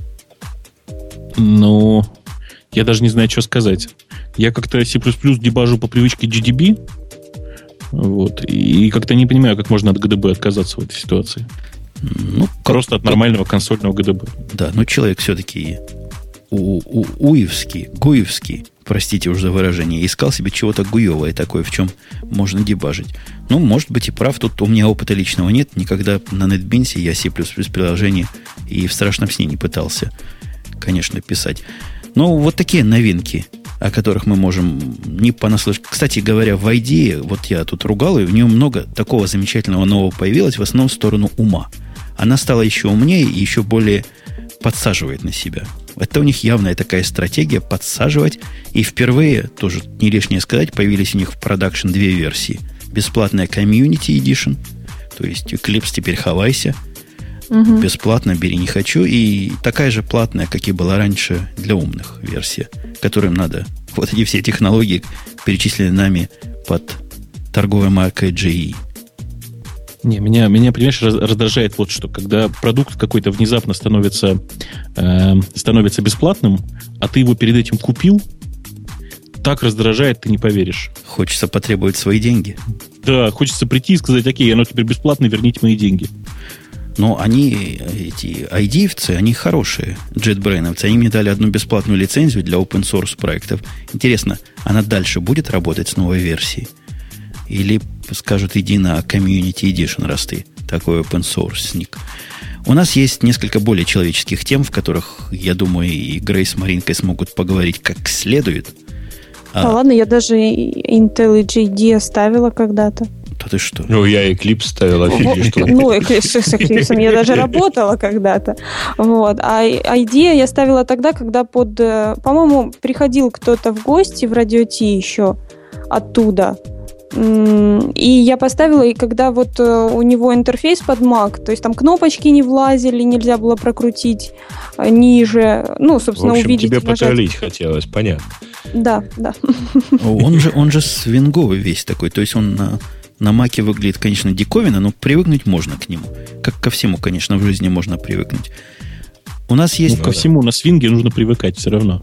Ну, я даже не знаю, что сказать. Я как-то C++ дебажу по привычке джи ди би, вот, и как-то не понимаю, как можно от джи ди би отказаться в этой ситуации. Ну, Просто как, от нормального консольного джи ди би. Да, но человек все-таки у, у, уевский, гуевский, простите уж за выражение, искал себе чего-то гуевое такое, в чем можно дебажить. Ну, может быть и прав, тут у меня опыта личного нет, никогда на NetBeans я C++ приложение и в страшном сне не пытался, конечно, писать. Но вот такие новинки, о которых мы можем не понаслышать. Кстати говоря, в ай ди и, вот я тут ругал, и в нем много такого замечательного нового появилось, в основном в сторону ума. Она стала еще умнее и еще более подсаживает на себя. Это у них явная такая стратегия подсаживать. И впервые, тоже не лишнее сказать, появились у них в продакшн две версии. Бесплатная Community Edition, то есть Eclipse теперь хавайся. Угу. Бесплатно бери не хочу. И такая же платная, как и была раньше для умных версия, которым надо вот эти все технологии, перечисленные нами под торговой маркой джей и. Не, меня, меня, понимаешь, раздражает вот что. Когда продукт какой-то внезапно становится, э, становится бесплатным, а ты его перед этим купил, так раздражает, ты не поверишь. Хочется потребовать свои деньги. Да, хочется прийти и сказать, окей, оно теперь бесплатно, верните мои деньги. Но они, эти ай ди и-вцы, они хорошие, JetBrains-овцы. Они мне дали одну бесплатную лицензию для open-source проектов. Интересно, она дальше будет работать с новой версией? Или скажут, иди на Community Edition, раз ты такой open-source-ник. У нас есть несколько более человеческих тем, в которых, я думаю, и Грей с Маринкой смогут поговорить как следует. А, а ладно, я даже Intel и джей ди оставила когда-то. Да ты что? Ну, я Eclipse ставил, офигеть, что... Ну, Eclipse, с Eclipse я даже работала когда-то. Вот. А ай ди я ставила тогда, когда под... По-моему, приходил кто-то в гости в Радио Ти еще оттуда. И я поставила, и когда вот у него интерфейс под Mac, то есть там кнопочки не влазили, нельзя было прокрутить ниже, ну, собственно, в общем, увидеть. тебе нажать. покалить хотелось, понятно. Да, да. Он же, он же свинговый весь такой, то есть он на, на Маке выглядит, конечно, диковинно, но привыкнуть можно к нему. Как ко всему, конечно, в жизни можно привыкнуть. У нас есть... Ну, ко всему на свинге нужно привыкать все равно.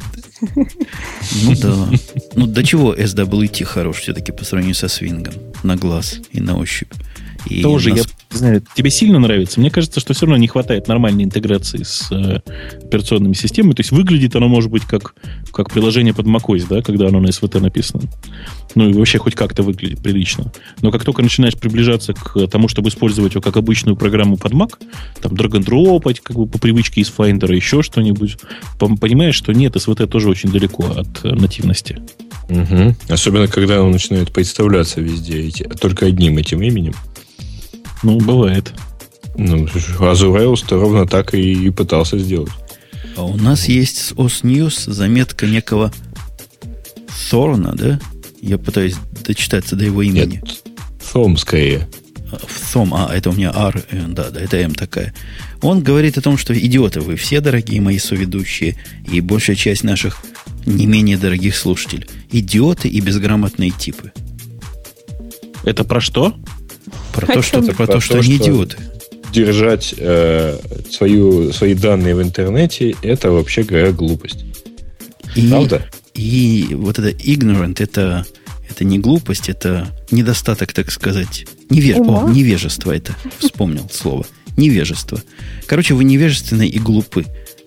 Ну да. Ну до чего эс дабл ю ти хорош все-таки по сравнению со свингом? На глаз и на ощупь. И Тоже, на... я знаю, тебе сильно нравится? Мне кажется, что все равно не хватает нормальной интеграции с э, операционными системами. То есть выглядит оно, может быть, как, как приложение под macOS, да, когда оно на эс ви ти написано. Ну и вообще хоть как-то выглядит прилично. Но как только начинаешь приближаться к тому, чтобы использовать его как обычную программу под Mac, там драг-н-дропать как бы по привычке из Finder, еще что-нибудь, понимаешь, что нет, эс ви ти тоже очень далеко от нативности. Угу. Особенно, когда он начинает представляться везде эти, только одним этим именем. Ну, бывает. Ну, Azure Rails-то ровно так и, и пытался сделать. А у нас есть с о эс News заметка некого Thorna, да? Я пытаюсь дочитаться до его имени. Нет, Thom скорее. Thom, а, это у меня R, да, да, это M такая. Он говорит о том, что идиоты вы все, дорогие мои соведущие, и большая часть наших не менее дорогих слушателей. Идиоты и безграмотные типы. Это про что? Про то, что, про, про то, что они идиоты. Держать э, свою, свои данные в интернете, это, вообще говоря, глупость. И, Правда? И вот это ignorant, это, это не глупость, это недостаток, так сказать, невеж... О, невежество это, вспомнил слово. Невежество. Короче, вы невежественны и глупы.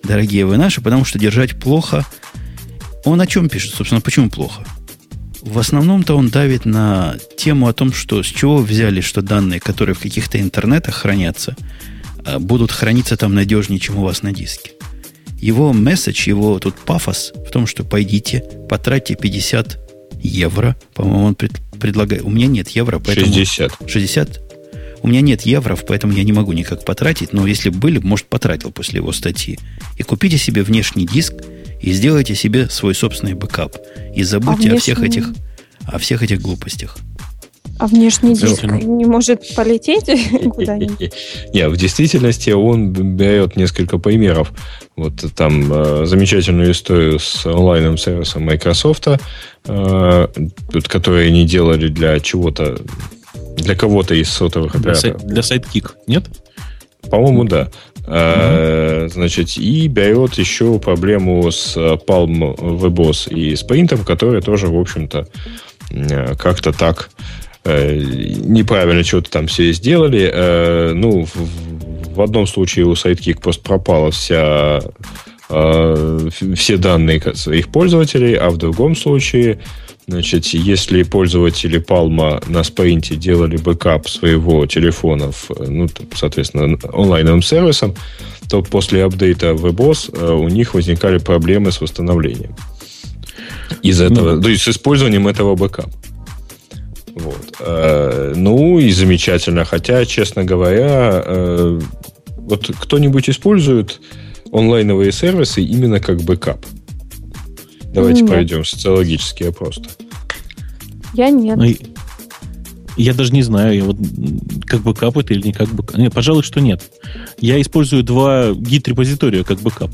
дорогие вы наши, потому что держать плохо. Он о чем пишет, собственно, почему плохо? В основном-то он давит на тему о том, что с чего взяли, что данные, которые в каких-то интернетах хранятся, будут храниться там надежнее, чем у вас на диске. Его месседж, его тут пафос в том, что пойдите, потратьте пятьдесят евро. По-моему, он пред, предлагает... У меня нет евро, поэтому... шестьдесят. шестьдесят? У меня нет евро, поэтому я не могу никак потратить, но если бы были, может, потратил после его статьи. И купите себе внешний диск и сделайте себе свой собственный бэкап. И забудьте а внешний... о всех этих, о всех этих глупостях. А внешний диск не может полететь куда-нибудь? Нет, в действительности он берет несколько примеров. Вот там э, замечательную историю с онлайновым сервисом Microsoft, э, который они делали для чего-то, для кого-то из сотовых операторов. Для Sidekick, нет? По-моему, да. Mm-hmm. Значит, и берет еще проблему с Palm WebOS и с принтом, которые тоже, в общем-то, как-то так неправильно что-то там все сделали. Ну, в одном случае у Sidekick просто пропала вся, все данные своих пользователей, а в другом случае, значит, если пользователи Palm на спринте делали бэкап своего телефона, ну, соответственно, онлайновым сервисом, то после апдейта WebOS у них возникали проблемы с восстановлением. Из этого, то есть с использованием этого бэкапа. Вот. Ну и замечательно. Хотя, честно говоря, вот кто-нибудь использует онлайновые сервисы именно как бэкап? Давайте нет. Пройдем социологический опрос-то. Я нет. Ну, я даже не знаю, я вот как бэкап это или не как бэкап. Нет, пожалуй, что нет. Я использую два гид-репозитория как бэкап.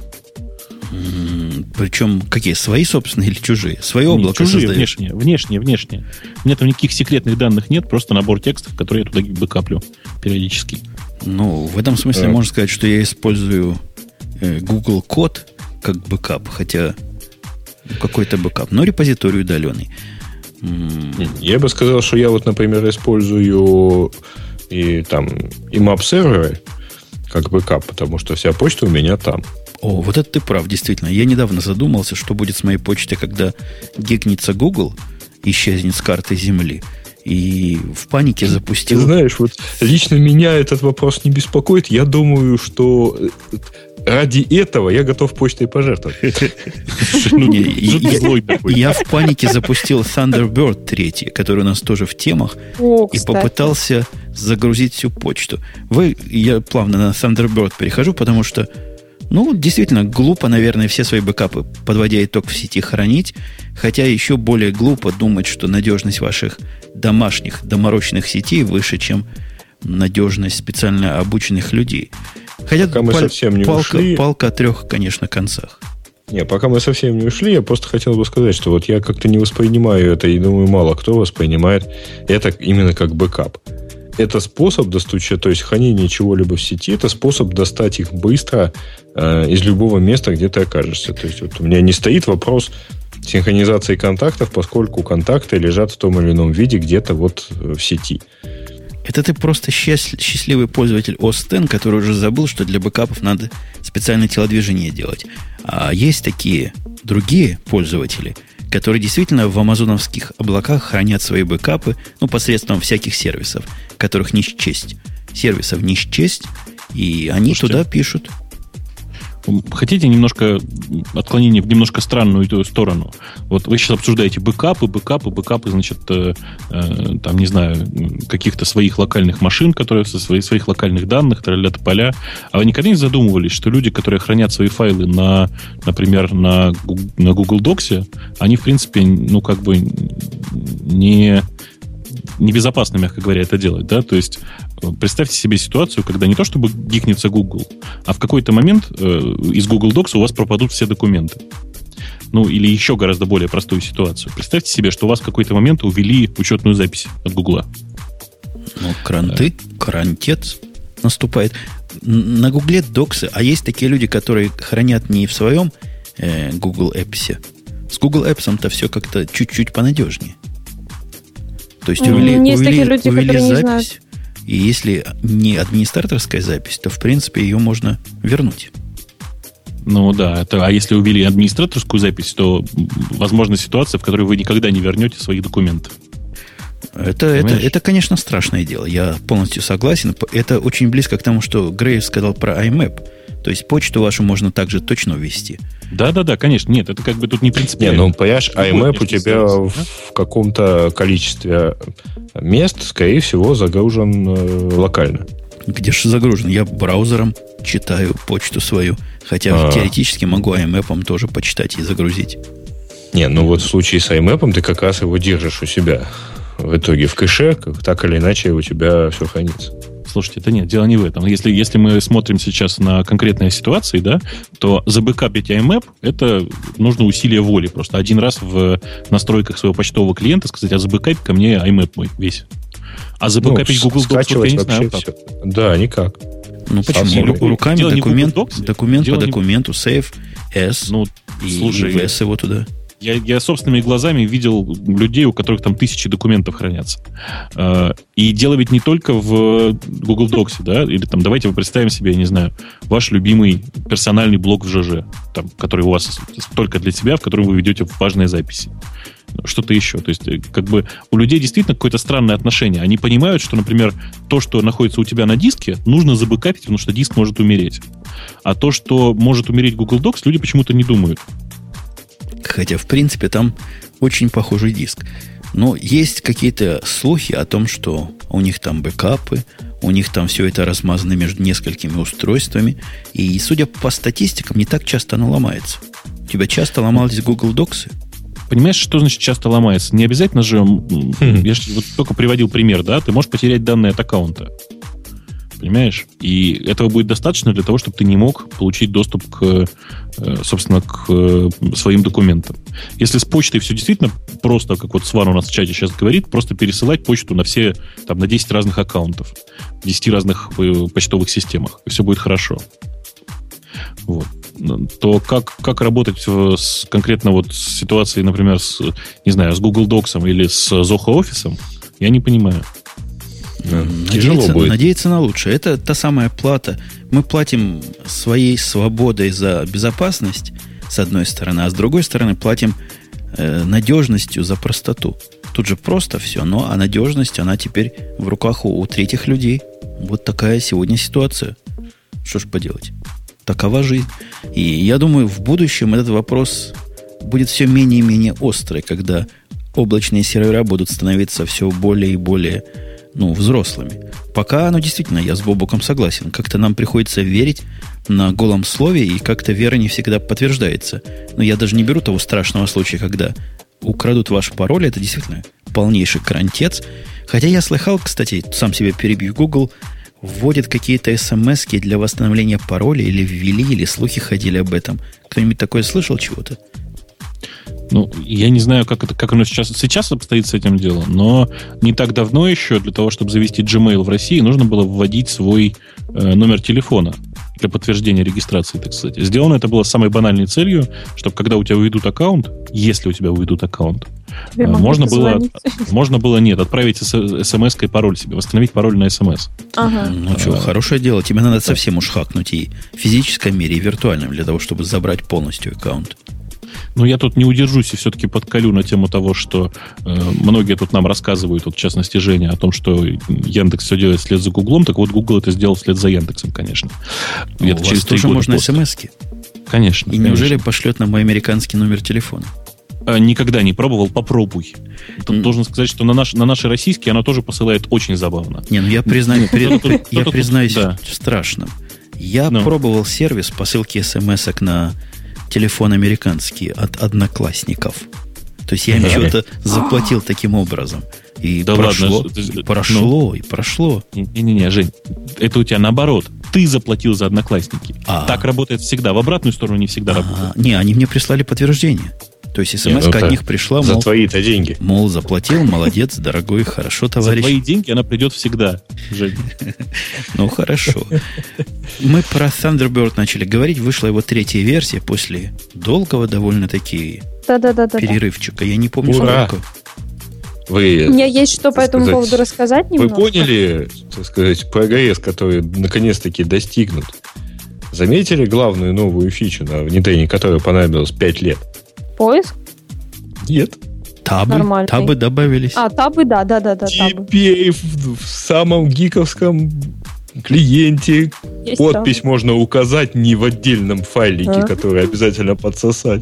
Причем какие? Свои собственные или чужие? Свое облако чужие, создаешь? Внешние, внешние, внешние. У меня там никаких секретных данных нет, просто набор текстов, которые я туда бэкаплю периодически. Ну, в этом смысле а. можно сказать, что я использую э, Google код как бэкап, хотя какой-то бэкап, но репозиторий удаленный. Я бы сказал, что я вот, например, использую и там и мап-серверы как бэкап, потому что вся почта у меня там. О, вот это ты прав, действительно. Я недавно задумался, что будет с моей почтой, когда гикнется Google, исчезнет с карты Земли, и в панике запустил... Ты знаешь, вот лично меня этот вопрос не беспокоит. Я думаю, что ради этого я готов почтой пожертвовать. Я в панике запустил Thunderbird три, который у нас тоже в темах, и попытался загрузить всю почту. Вы, я плавно на Thunderbird перехожу, потому что ну, действительно, глупо, наверное, все свои бэкапы, подводя итог, в сети хранить. Хотя еще более глупо думать, что надежность ваших домашних, доморощенных сетей выше, чем надежность специально обученных людей. Хотя пока мы паль, совсем не палка, ушли... палка о трех, конечно, концах. Не, пока мы совсем не ушли, я просто хотел бы сказать, что вот я как-то не воспринимаю это, и думаю, мало кто воспринимает это именно как бэкап. Это способ достучать, то есть хранение чего-либо в сети, это способ достать их быстро э, из любого места, где ты окажешься. То есть вот у меня не стоит вопрос синхронизации контактов, поскольку контакты лежат в том или ином виде где-то вот в сети. Это ты просто счастливый пользователь о эс икс, который уже забыл, что для бэкапов надо специальное телодвижение делать. А есть такие другие пользователи, которые действительно в амазоновских облаках хранят свои бэкапы, ну, посредством всяких сервисов, которых не счесть. Сервисов не счесть, и они Слушайте, туда пишут. Хотите немножко отклонение в немножко странную сторону? Вот вы сейчас обсуждаете бэкапы, бэкапы, бэкапы, значит, э, э, там, не знаю, каких-то своих локальных машин, которые со своих, своих локальных данных, тролля тополя. А вы никогда не задумывались, что люди, которые хранят свои файлы на, например, на, на Google Docs, они, в принципе, ну, как бы не... небезопасно, мягко говоря, это делать, да, то есть представьте себе ситуацию, когда не то чтобы гикнется Google, а в какой-то момент э, из Google Docs у вас пропадут все документы. Ну, или еще гораздо более простую ситуацию. Представьте себе, что у вас в какой-то момент увели учетную запись от Гугла. Ну, кранты, да. Крантец наступает. На Гугле Docs, а есть такие люди, которые хранят не в своем э, Google Apps. С Google Apps-то все как-то чуть-чуть понадежнее. То есть увели, mm, увели, люди, увели запись, и если не администраторская запись, то, в принципе, ее можно вернуть. Ну да, это, а если убили администраторскую запись, то возможна ситуация, в которой вы никогда не вернете свои документы. Это, это, это, конечно, страшное дело. Я полностью согласен. Это очень близко к тому, что Грейв сказал про IMAP. То есть почту вашу можно также точно ввести. Да-да-да, конечно. Нет, это как бы тут не принципиально. Не, ну, понимаешь, IMAP у тебя в, да? в каком-то количестве мест, скорее всего, загружен э, локально. Где же загружен? Я браузером читаю почту свою. Хотя А-а-а. теоретически могу IMAP тоже почитать и загрузить. Не, ну вот в случае с IMAP ты как раз его держишь у себя. В итоге в кэше, так или иначе, у тебя все хранится. Слушайте, это нет, дело не в этом. Если, если мы смотрим сейчас на конкретные ситуации, да, то забэкапить IMAP — это нужно усилие воли. Просто один раз в настройках своего почтового клиента сказать, а забэкапь ко мне IMAP мой весь. А забэкапить ну, Google Docs, вот я не знаю как. Да, никак. Ну почему? Ру- руками дело документ, документ дело по документу, save, S, ну, и, слушай, и в S его туда. Я, я собственными глазами видел людей, у которых там тысячи документов хранятся. И дело ведь не только в Google Docs, да, или там, давайте вы представим себе, я не знаю, ваш любимый персональный блог в ЖЖ, там, который у вас только для себя, в котором вы ведете важные записи. Что-то еще. То есть, как бы у людей действительно какое-то странное отношение. Они понимают, что, например, то, что находится у тебя на диске, нужно забэкапить, потому что диск может умереть. А то, что может умереть Google Docs, люди почему-то не думают. Хотя, в принципе, там очень похожий диск. Но есть какие-то слухи о том, что у них там бэкапы, у них там все это размазано между несколькими устройствами. И, судя по статистикам, не так часто оно ломается. У тебя часто ломались Google Docs? Понимаешь, что значит часто ломается? Не обязательно же... Mm-hmm. Я же вот только приводил пример, да? Ты можешь потерять данные от аккаунта. Понимаешь? И этого будет достаточно для того, чтобы ты не мог получить доступ к, собственно, к своим документам. Если с почтой все действительно просто, как вот Сван у нас в чате сейчас говорит, просто пересылать почту на все, там, на десять разных аккаунтов, в десяти разных почтовых системах, и все будет хорошо. Вот. То как, как работать с, конкретно вот с ситуацией, например, с, не знаю, с Google Docs или с Zoho Office, я не понимаю. Надеяться, надеяться на лучшее. Это та самая плата. Мы платим своей свободой за безопасность, с одной стороны, а с другой стороны платим э, надежностью за простоту. Тут же просто все, но а надежность, она теперь в руках у, у третьих людей. Вот такая сегодня ситуация. Что ж поделать? Такова жизнь. И я думаю, в будущем этот вопрос будет все менее и менее острый, когда облачные сервера будут становиться все более и более ну, взрослыми. Пока, ну, действительно, я с Бобуком согласен. Как-то нам приходится верить на голом слове, и как-то вера не всегда подтверждается. Но я даже не беру того страшного случая, когда украдут ваш пароль. Это действительно полнейший крантец. Хотя я слыхал, кстати, сам себе перебью, Google вводит какие-то смс-ки для восстановления пароля, или ввели, или слухи ходили об этом. Кто-нибудь такое слышал чего-то? Ну, я не знаю, как это, как оно сейчас, сейчас обстоит с этим делом, но не так давно еще для того, чтобы завести Gmail в России, нужно было вводить свой э, номер телефона для подтверждения регистрации, так сказать. Сделано это было с самой банальной целью, чтобы когда у тебя выведут аккаунт, если у тебя выведут аккаунт, э, можно было, можно было, нет, отправить смс-кой пароль себе, восстановить пароль на смс. Ага. Ну а, что, хорошее дело. Тебе надо совсем уж хакнуть и в физическом мире, и в виртуальном, для того, чтобы забрать полностью аккаунт. Но я тут не удержусь и все-таки подколю на тему того, что э, многие тут нам рассказывают, вот, в частности, Женя, о том, что Яндекс все делает вслед за Гуглом. Так вот, Google это сделал вслед за Яндексом, конечно. У вас через тоже можно смс-ки? Конечно. И конечно. Неужели пошлет на мой американский номер телефона? А, никогда не пробовал, попробуй. Тут mm. должен сказать, что на, наш, на наши российские оно тоже посылает очень забавно. Не, ну я признаю, я признаюсь страшным. Я пробовал сервис посылки смс-ок на телефон американский от одноклассников. То есть я им что-то заплатил таким образом. И да прошло, ладно, и прошло, и прошло. Не-не-не, Жень, это у тебя наоборот. Ты заплатил за одноклассники. А-а. Так работает всегда. В обратную сторону не всегда А-а. работает. Не, они мне прислали подтверждение. То есть смс-ка ну, от них пришла, за мол, твои-то деньги. Мол, заплатил, молодец, дорогой, хорошо, товарищ. За твои деньги она придет всегда, Жень. Ну, хорошо. Мы про Thunderbird начали говорить. Вышла его третья версия после долгого довольно-таки перерывчика. Я не помню, сколько. Вы, У меня есть что по этому сказать, поводу рассказать немного. Вы поняли, так сказать, прогресс, который наконец-таки достигнут Заметили главную новую фичу на внедрении, которая понадобилась пять лет? Поиск? Нет. Табы, Нормальный. табы добавились. А, табы, да, да, да, да, табы. Теперь в, в самом гиковском клиенте Есть подпись табы. можно указать не в отдельном файлике, А. который обязательно подсосать.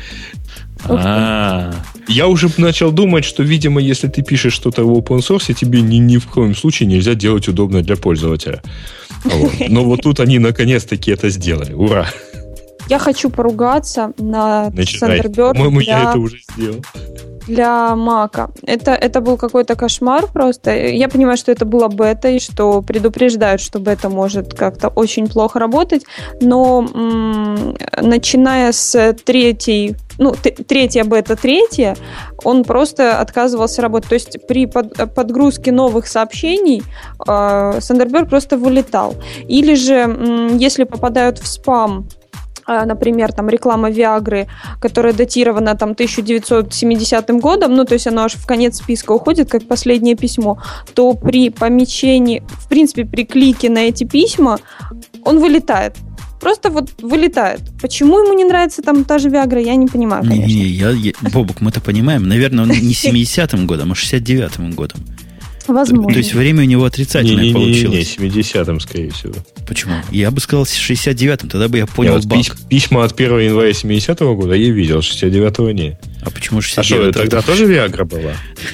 А, Я уже начал думать, что, видимо, если ты пишешь что-то в open source, тебе ни, ни в коем случае нельзя делать удобно для пользователя. Вот. Но вот тут они наконец-таки это сделали. Ура! Я хочу поругаться на Начинай. Thunderbird По-моему, я для, это уже сделал. для Мака. Это, это был какой-то кошмар просто. Я понимаю, что это была бета, и что предупреждают, что бета может как-то очень плохо работать, но м- начиная с третьей, ну, т- третья бета, третья, он просто отказывался работать. То есть при под- подгрузке новых сообщений э, Thunderbird просто вылетал. Или же, м- если попадают в спам, например, там реклама Виагры, которая датирована там тысяча девятьсот семидесятым годом, ну, то есть она аж в конец списка уходит, как последнее письмо, то при помещении, в принципе, при клике на эти письма он вылетает. Просто вот вылетает. Почему ему не нравится там та же Виагра, я не понимаю, конечно. Не-не-не, я, я, Бобук, мы-то понимаем. Наверное, он не семидесятым годом, а шестьдесят девятым годом. Возможно. То есть время у него отрицательное Не-не-не, получилось. семидесятым, скорее всего. Почему? Я бы сказал шестьдесят девятым, тогда бы я Не, понял вот баг. пись- письма от первого января семидесятого года я видел, шестьдесят девятого не. А почему А что, шестьдесят девятый? тогда тоже Виагра была?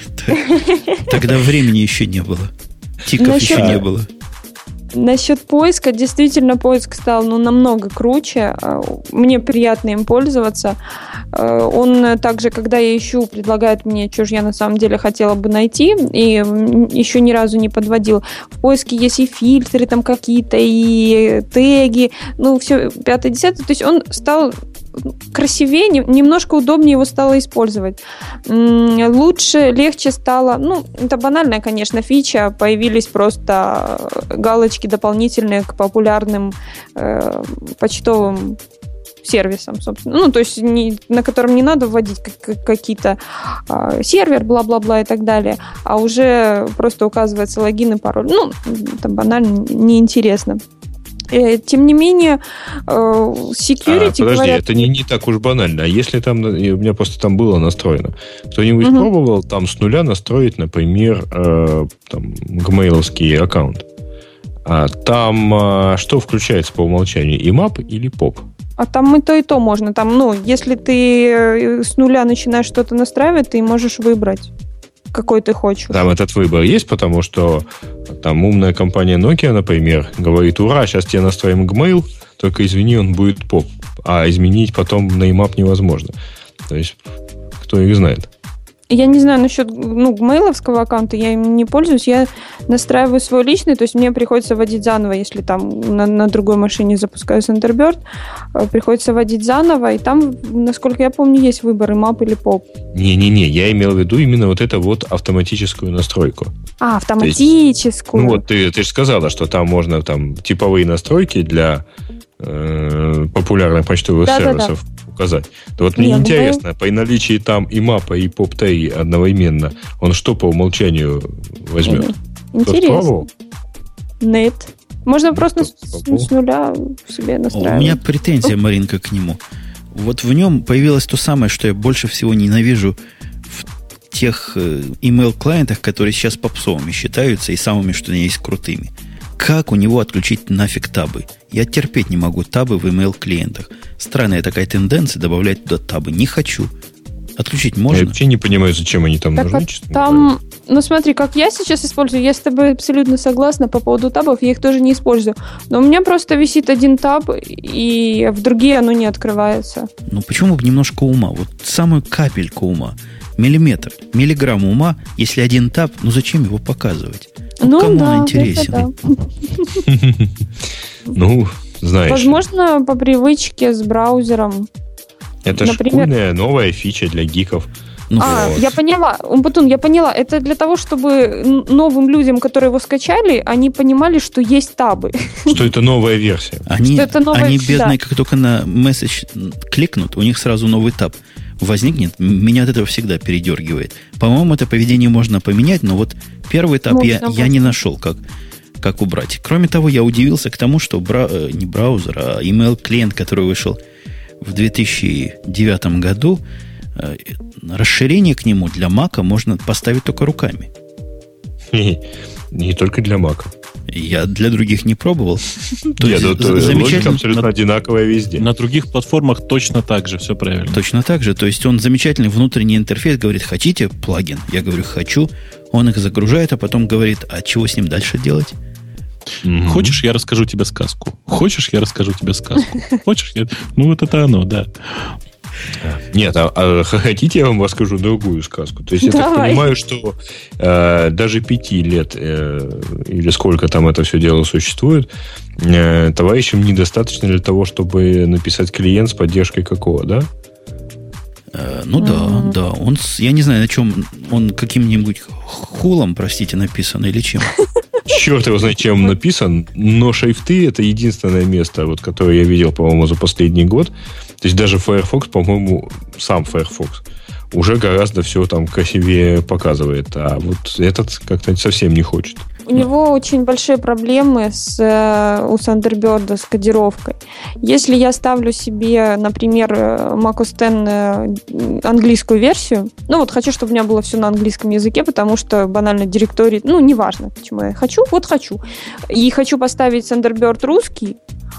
Тогда времени еще не было. Тиков Насчет- еще не было. Насчет поиска, действительно, поиск стал ну, намного круче. Мне приятно им пользоваться. Он также, когда я ищу, предлагает мне, что же я на самом деле хотела бы найти, и еще ни разу не подводил. В поиске есть и фильтры там какие-то, и теги, ну, все, пятое-десятое. То есть он стал красивее, немножко удобнее его стало использовать. Лучше, легче стало. Ну, это банальная, конечно, фича. Появились просто галочки дополнительные к популярным э, почтовым сервисам, собственно. Ну, то есть, не, на котором не надо вводить как, какие-то э, сервер, бла-бла-бла и так далее, а уже просто указывается логин и пароль. Ну, это банально неинтересно. Тем не менее, security... А, подожди, говорят, это не, не так уж банально. А если там, у меня просто там было настроено, кто-нибудь угу. пробовал там с нуля настроить, например, э, там, гмейловский аккаунт? А там а, что включается по умолчанию? имап или поп? А там и то, и то можно. Там, ну, если ты с нуля начинаешь что-то настраивать, ты можешь выбрать, какой ты хочешь. Там этот выбор есть, потому что там умная компания Nokia, например, говорит: ура, сейчас тебе настроим Gmail, только извини, он будет поп. А изменить потом на имап невозможно. То есть, кто их знает. Я не знаю насчет ну, гмейловского аккаунта, я им не пользуюсь, я настраиваю свой личный, то есть мне приходится вводить заново, если там на, на другой машине запускаю Thunderbird, приходится вводить заново, и там, насколько я помню, есть выбор имап или поп. Не-не-не, я имел в виду именно вот эту вот автоматическую настройку. А, автоматическую. Есть, ну вот ты, ты же сказала, что там можно там типовые настройки для э, популярных почтовых да, сервисов. Да, да. Указать. Да вот мне Нет, интересно, ну, при наличии там имапа и поп-теги одновременно, он что по умолчанию возьмет? Интересно. Нет. Можно ну, просто с, с нуля себе настраивать. У меня претензия, Маринка, к нему. Вот в нем появилось то самое, что я больше всего ненавижу в тех email-клиентах, которые сейчас попсовыми считаются и самыми, что есть, крутыми. Как у него отключить нафиг табы? Я терпеть не могу табы в email-клиентах. Странная такая тенденция добавлять туда табы. Не хочу. Отключить можно? Я вообще не понимаю, зачем они там так нужны. А там, ну смотри, как я сейчас использую, я с тобой абсолютно согласна по поводу табов, я их тоже не использую. Но у меня просто висит один таб, и в другие оно не открывается. Ну почему бы немножко ума? Вот самую капельку ума. Миллиметр, миллиграмм ума, если один таб, ну зачем его показывать? Ну, ну кому да, он интересен? Ну, знаешь. Возможно, по привычке с браузером. Это школьная новая фича для гиков. Ну, а, вот. я поняла, Умпутун, я поняла. Это для того, чтобы новым людям, которые его скачали, они понимали, что есть табы. Что это новая версия. Они, что это новая... они бедные, да. как только на месседж кликнут, у них сразу новый таб возникнет. Меня от этого всегда передергивает. По-моему, это поведение можно поменять, но вот первый таб я, я не нашел, как как убрать. Кроме того, я удивился к тому, что бра... не браузер, а email-клиент, который вышел в две тысячи девятом году, расширение к нему для Mac можно поставить только руками. Не, не только для Mac. Я для других не пробовал. То Нет, есть, ну, замечательно. Абсолютно на, одинаковая везде. На других платформах точно так же, все правильно. Точно так же. То есть он замечательный внутренний интерфейс, говорит, хотите плагин? Я говорю, хочу. Он их загружает, а потом говорит, а чего с ним дальше делать? Mm-hmm. Хочешь, я расскажу тебе сказку? Хочешь, я расскажу тебе сказку? Хочешь, я... Ну, вот это оно, да. Нет, а, а хотите, я вам расскажу другую сказку? То есть я Давай. так понимаю, что э, даже пяти лет э, или сколько там это все дело существует, э, товарищам недостаточно для того, чтобы написать клиент с поддержкой какого, да? Э, ну mm-hmm. да, да. Он, я не знаю, на чем он каким-нибудь хулом, простите, написан или чем. Черт его знает, чем написан, но шрифты — это единственное место, вот, которое я видел, по-моему, за последний год. То есть даже Firefox, по-моему, сам Firefox уже гораздо все там красивее показывает, а вот этот как-то совсем не хочет. У него очень большие проблемы с, у Thunderbird с кодировкой. Если я ставлю себе, например, macOS X английскую версию, ну вот хочу, чтобы у меня было все на английском языке, потому что банально директорий, ну неважно, почему я хочу, вот хочу. И хочу поставить Thunderbird русский,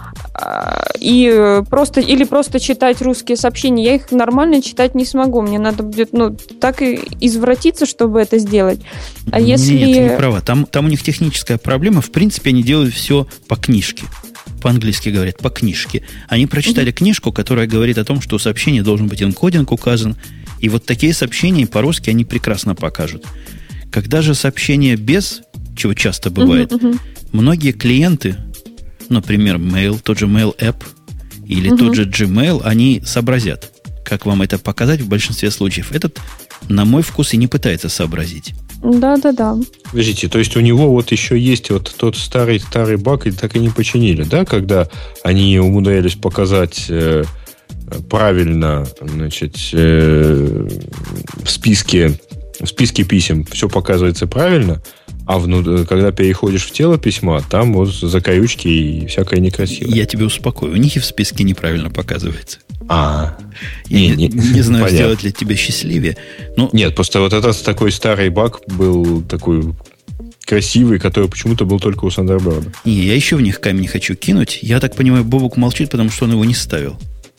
и просто, или просто читать русские сообщения, я их нормально читать не смогу. Мне надо будет, ну, так и извратиться, чтобы это сделать. А если... Нет, ты не права. Там, там у них техническая проблема. В принципе, они делают все по книжке. По-английски говорят, по книжке. Они прочитали mm-hmm. книжку, которая говорит о том, что у сообщения должен быть энкодинг указан. И вот такие сообщения по-русски они прекрасно покажут. Когда же сообщение без, чего часто бывает, mm-hmm. многие клиенты, например, Mail, тот же Mail App или угу. тот же Gmail, они сообразят, как вам это показать в большинстве случаев. Этот, на мой вкус, и не пытается сообразить. Да-да-да. Подождите, то есть у него вот еще есть вот тот старый-старый баг, и так и не починили, да? Когда они умудрялись показать э, правильно, значит, э, в списке, в списке писем все показывается правильно, а вну... когда переходишь в тело письма, там вот закорючки и всякое некрасивое. Я тебя успокою. У них и в списке неправильно показывается. А, Я не, не, не знаю, понятно. Сделать ли тебя счастливее. Но... Нет, просто вот этот такой старый баг был такой красивый, который почему-то был только у Thunderbird. Не, я еще в них камень не хочу кинуть. Я так понимаю, Бобук молчит, потому что он его не ставил.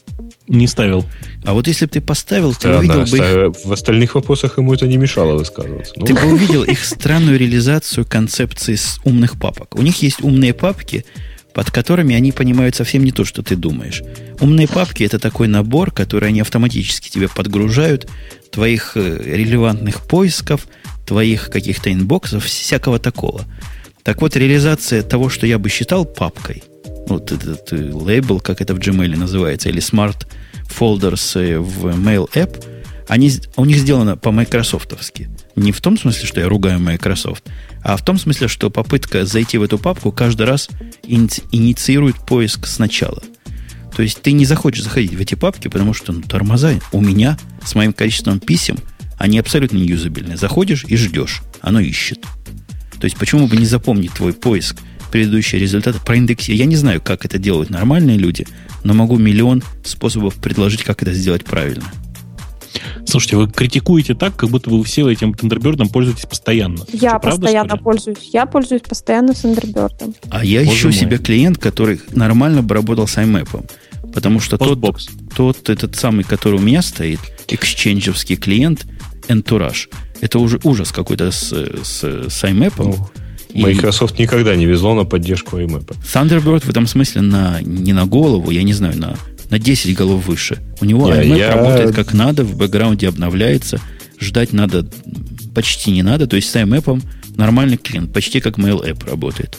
Не ставил. А вот если бы ты поставил, Странно, ты увидел бы их... В остальных вопросах ему это не мешало высказываться. Ну. Ты бы увидел их странную реализацию концепции с умных папок. У них есть умные папки, под которыми они понимают совсем не то, что ты думаешь. Умные папки — это такой набор, который они автоматически тебе подгружают, твоих релевантных поисков, твоих каких-то инбоксов, всякого такого. Так вот, реализация того, что я бы считал папкой, вот этот лейбл, как это в Gmail называется, или Smart Folders в Mail App, они, у них сделано по-майкрософтовски. Не в том смысле, что я ругаю Microsoft, а в том смысле, что попытка зайти в эту папку каждый раз ини- инициирует поиск сначала. То есть ты не захочешь заходить в эти папки, потому что ну, тормоза у меня с моим количеством писем, они абсолютно не юзабельны. Заходишь и ждешь, оно ищет. То есть почему бы не запомнить твой поиск, предыдущие результаты, проиндексировать? Я не знаю, как это делают нормальные люди, но могу миллион способов предложить, как это сделать правильно. Слушайте, вы критикуете так, как будто вы все этим Thunderbird пользуетесь постоянно. Я Что, постоянно правда, пользуюсь. Я пользуюсь постоянно Thunderbird. А я Боже ищу мой. себе клиент, который нормально бы работал с IMAP. Потому что тот, тот, этот самый, который у меня стоит, эксченджевский клиент, Entourage, это уже ужас какой-то с, с, с IMAP. Ну, Microsoft и никогда не везло на поддержку IMAP. Thunderbird в этом смысле на, не на голову, я не знаю, на... на десять голов выше. У него я, IMAP я... работает как надо, в бэкграунде обновляется, ждать надо почти не надо, то есть с IMAP нормальный клиент, почти как Mail App работает.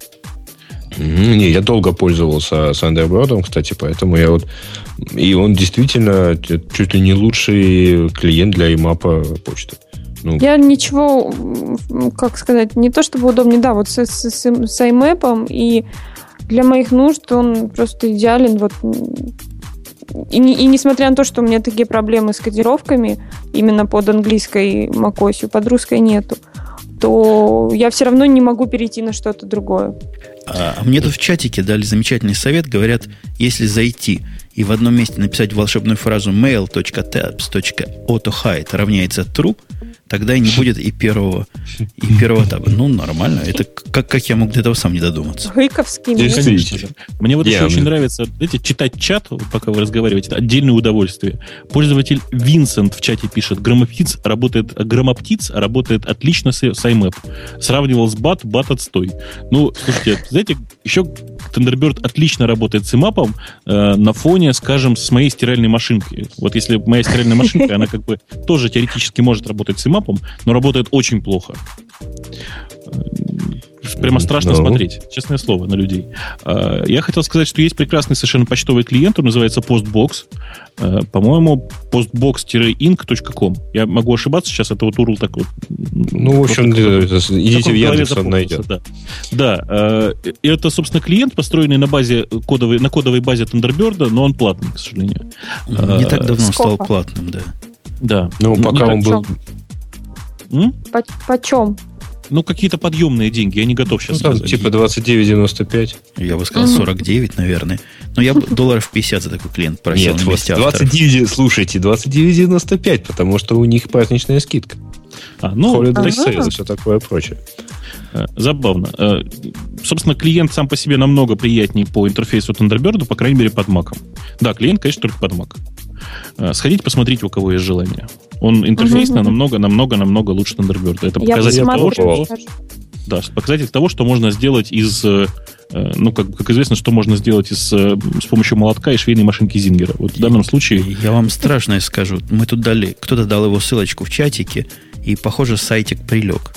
Mm-hmm. Не, я долго пользовался Thunderbird, кстати, поэтому я вот... И он действительно чуть ли не лучший клиент для IMAP почты. Ну. Я ничего, как сказать, не то чтобы удобнее, да, вот с, с, с IMAP и для моих нужд он просто идеален. Вот. И, и несмотря на то, что у меня такие проблемы с кодировками именно под английской macOS, под русской нету, то я все равно не могу перейти на что-то другое. А, а мне тут в чатике дали замечательный совет. Говорят, если зайти и в одном месте написать волшебную фразу mail.tabs.autohide равняется true, тогда и не будет и первого, и первого таба. Ну, нормально. Это как, как я мог до этого сам не додуматься? Гыковский. Действительно. Мне вот Я еще мы... очень нравится, знаете, читать чат, пока вы разговариваете, это отдельное удовольствие. Пользователь Винсент в чате пишет: Громоптиц работает, Громоптиц работает отлично с IMAP. Сравнивал с бат, бат отстой. Ну, слушайте, знаете, еще Thunderbird отлично работает с IMAP э, на фоне, скажем, с моей стиральной машинкой. Вот если моя стиральная машинка, она как бы тоже теоретически может работать с IMAP, но работает очень плохо. Прямо страшно no. смотреть, честное слово, на людей. Я хотел сказать, что есть прекрасный совершенно почтовый клиент, он называется Postbox. По-моему, postbox-inc точка ком. Я могу ошибаться, сейчас это вот урл такой. Ну, в общем, идите в Яндекс, он найдет. Да. да. И это, собственно, клиент, построенный на базе кодовой, на кодовой базе Thunderbird, но он платный, к сожалению. Не так давно Сколько? стал платным, да. Да. Ну, пока он был... По, почем? Ну, какие-то подъемные деньги, я не готов сейчас ну, там, сказать. Типа двадцать девять девяносто пять. Я бы сказал сорок девять, наверное. Но я бы долларов пятьдесят за такой клиент просил. Нет, вот двадцать девять, слушайте, двадцать девять девяносто пять, потому что у них праздничная скидка. А, ну, Holiday Sale и все такое прочее. Забавно. Собственно, клиент сам по себе намного приятнее по интерфейсу Thunderbird, по крайней мере, под Mac. Да, клиент, конечно, только под Mac. Сходите, посмотрите, у кого есть желание. Он интерфейсно uh-huh. намного, намного, намного лучше Thunderbird. Это показатель того, что, да, показатель того, что можно сделать из, ну, как, как известно, что можно сделать из, с помощью молотка и швейной машинки Зингера. Вот в данном случае... Я вам страшное скажу. Мы тут дали, кто-то дал его ссылочку в чатике, и, похоже, сайтик прилег.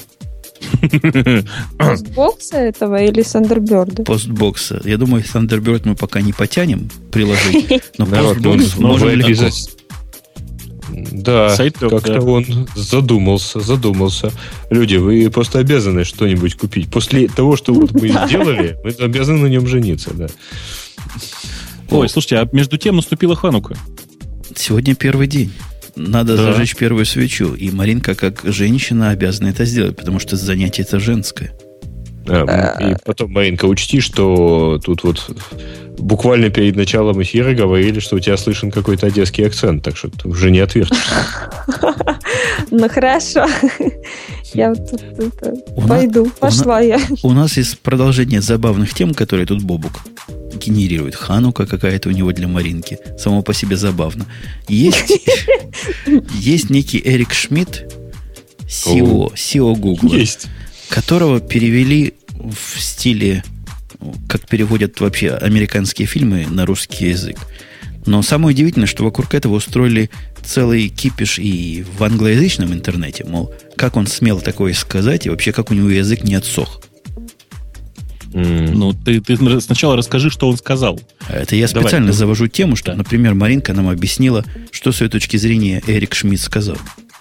Постбокса этого или Thunderbird? Постбокса. Я думаю, Thunderbird мы пока не потянем приложить, но Постбокс можем легко. Да, Сайт, как-то да. он задумался, задумался. Люди, вы просто обязаны что-нибудь купить. После того, что вот мы сделали, мы обязаны на нем жениться, да. Ой, слушайте, а между тем наступила Ханука. Сегодня первый день. Надо да. зажечь первую свечу. И Маринка, как женщина, обязана это сделать, потому что занятие это женское. А, и потом, Маринка, учти, что тут вот буквально перед началом эфира говорили, что у тебя слышен какой-то одесский акцент, так что ты уже не отвертишься. Ну, хорошо. Я тут пойду. Пошла я. У нас есть продолжение забавных тем, которые тут Бобук генерирует. Ханука какая-то у него для Маринки. Само по себе забавно. Есть, есть некий Эрик Шмидт, си и о, си и о Google, есть. Которого перевели в стиле, как переводят вообще американские фильмы на русский язык. Но самое удивительное, что вокруг этого устроили целый кипиш и в англоязычном интернете. Мол, как он смел такое сказать, и вообще как у него язык не отсох. Mm. Ну, ты, ты сначала расскажи, что он сказал. Это я специально Давай. завожу тему, что, да. например, Маринка нам объяснила, что с ее точки зрения Эрик Шмидт сказал.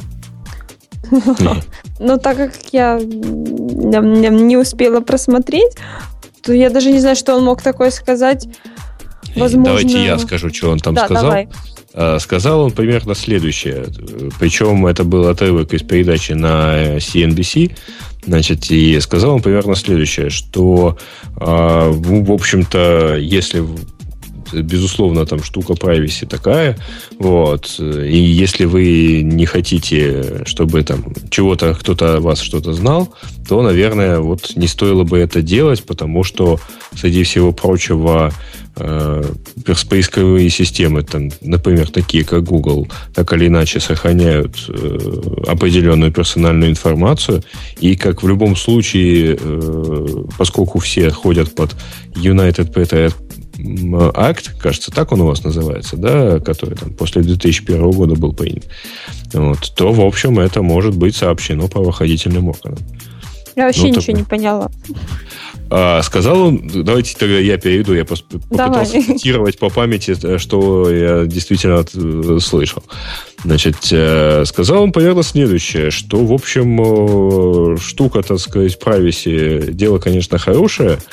Но так как я не успела просмотреть, то я даже не знаю, что он мог такое сказать. Возможно... Давайте я скажу, что он там да, сказал. Давай. Сказал он примерно следующее. Причем это был отрывок из передачи на си эн би си. Значит, и сказал он примерно следующее, что, в общем-то, если... безусловно, там штука privacy такая, вот, и если вы не хотите, чтобы там чего-то, кто-то о вас что-то знал, то, наверное, вот не стоило бы это делать, потому что, среди всего прочего, э, поисковые системы, там, например, такие как Google, так или иначе сохраняют э, определенную персональную информацию, и как в любом случае, э, поскольку все ходят под United Patriot Акт, кажется, так он у вас называется, да, который там после две тысячи первого года был принят, вот, то, в общем, это может быть сообщено правоохранительным органам. Я вообще ну, ничего так... не поняла. А, сказал он, давайте тогда я перейду, я попытался цитировать по памяти, что я действительно слышал. Значит, сказал он примерно следующее, что, в общем, штука, так сказать, privacy, дело, конечно, хорошее,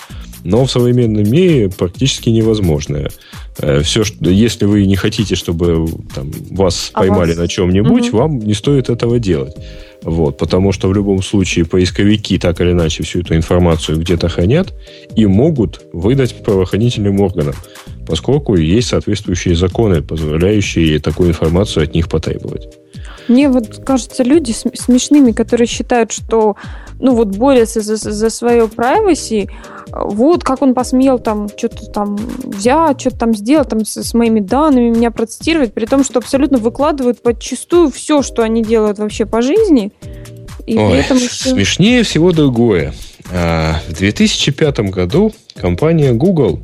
но в современном мире практически невозможное. Все, что, если вы не хотите, чтобы там, вас а поймали вас... на чем-нибудь, угу. вам не стоит этого делать. Вот, потому что в любом случае поисковики так или иначе всю эту информацию где-то хранят и могут выдать правоохранительным органам, поскольку есть соответствующие законы, позволяющие такую информацию от них потребовать. Мне вот кажется, люди смешными, которые считают, что ну вот борются за, за свое privacy, вот как он посмел там что-то там взять, что-то там сделать там с, с моими данными, меня процитировать, при том, что абсолютно выкладывают подчистую все, что они делают вообще по жизни. И Ой, при этом еще... смешнее всего другое. В две тысячи пятом году компания Google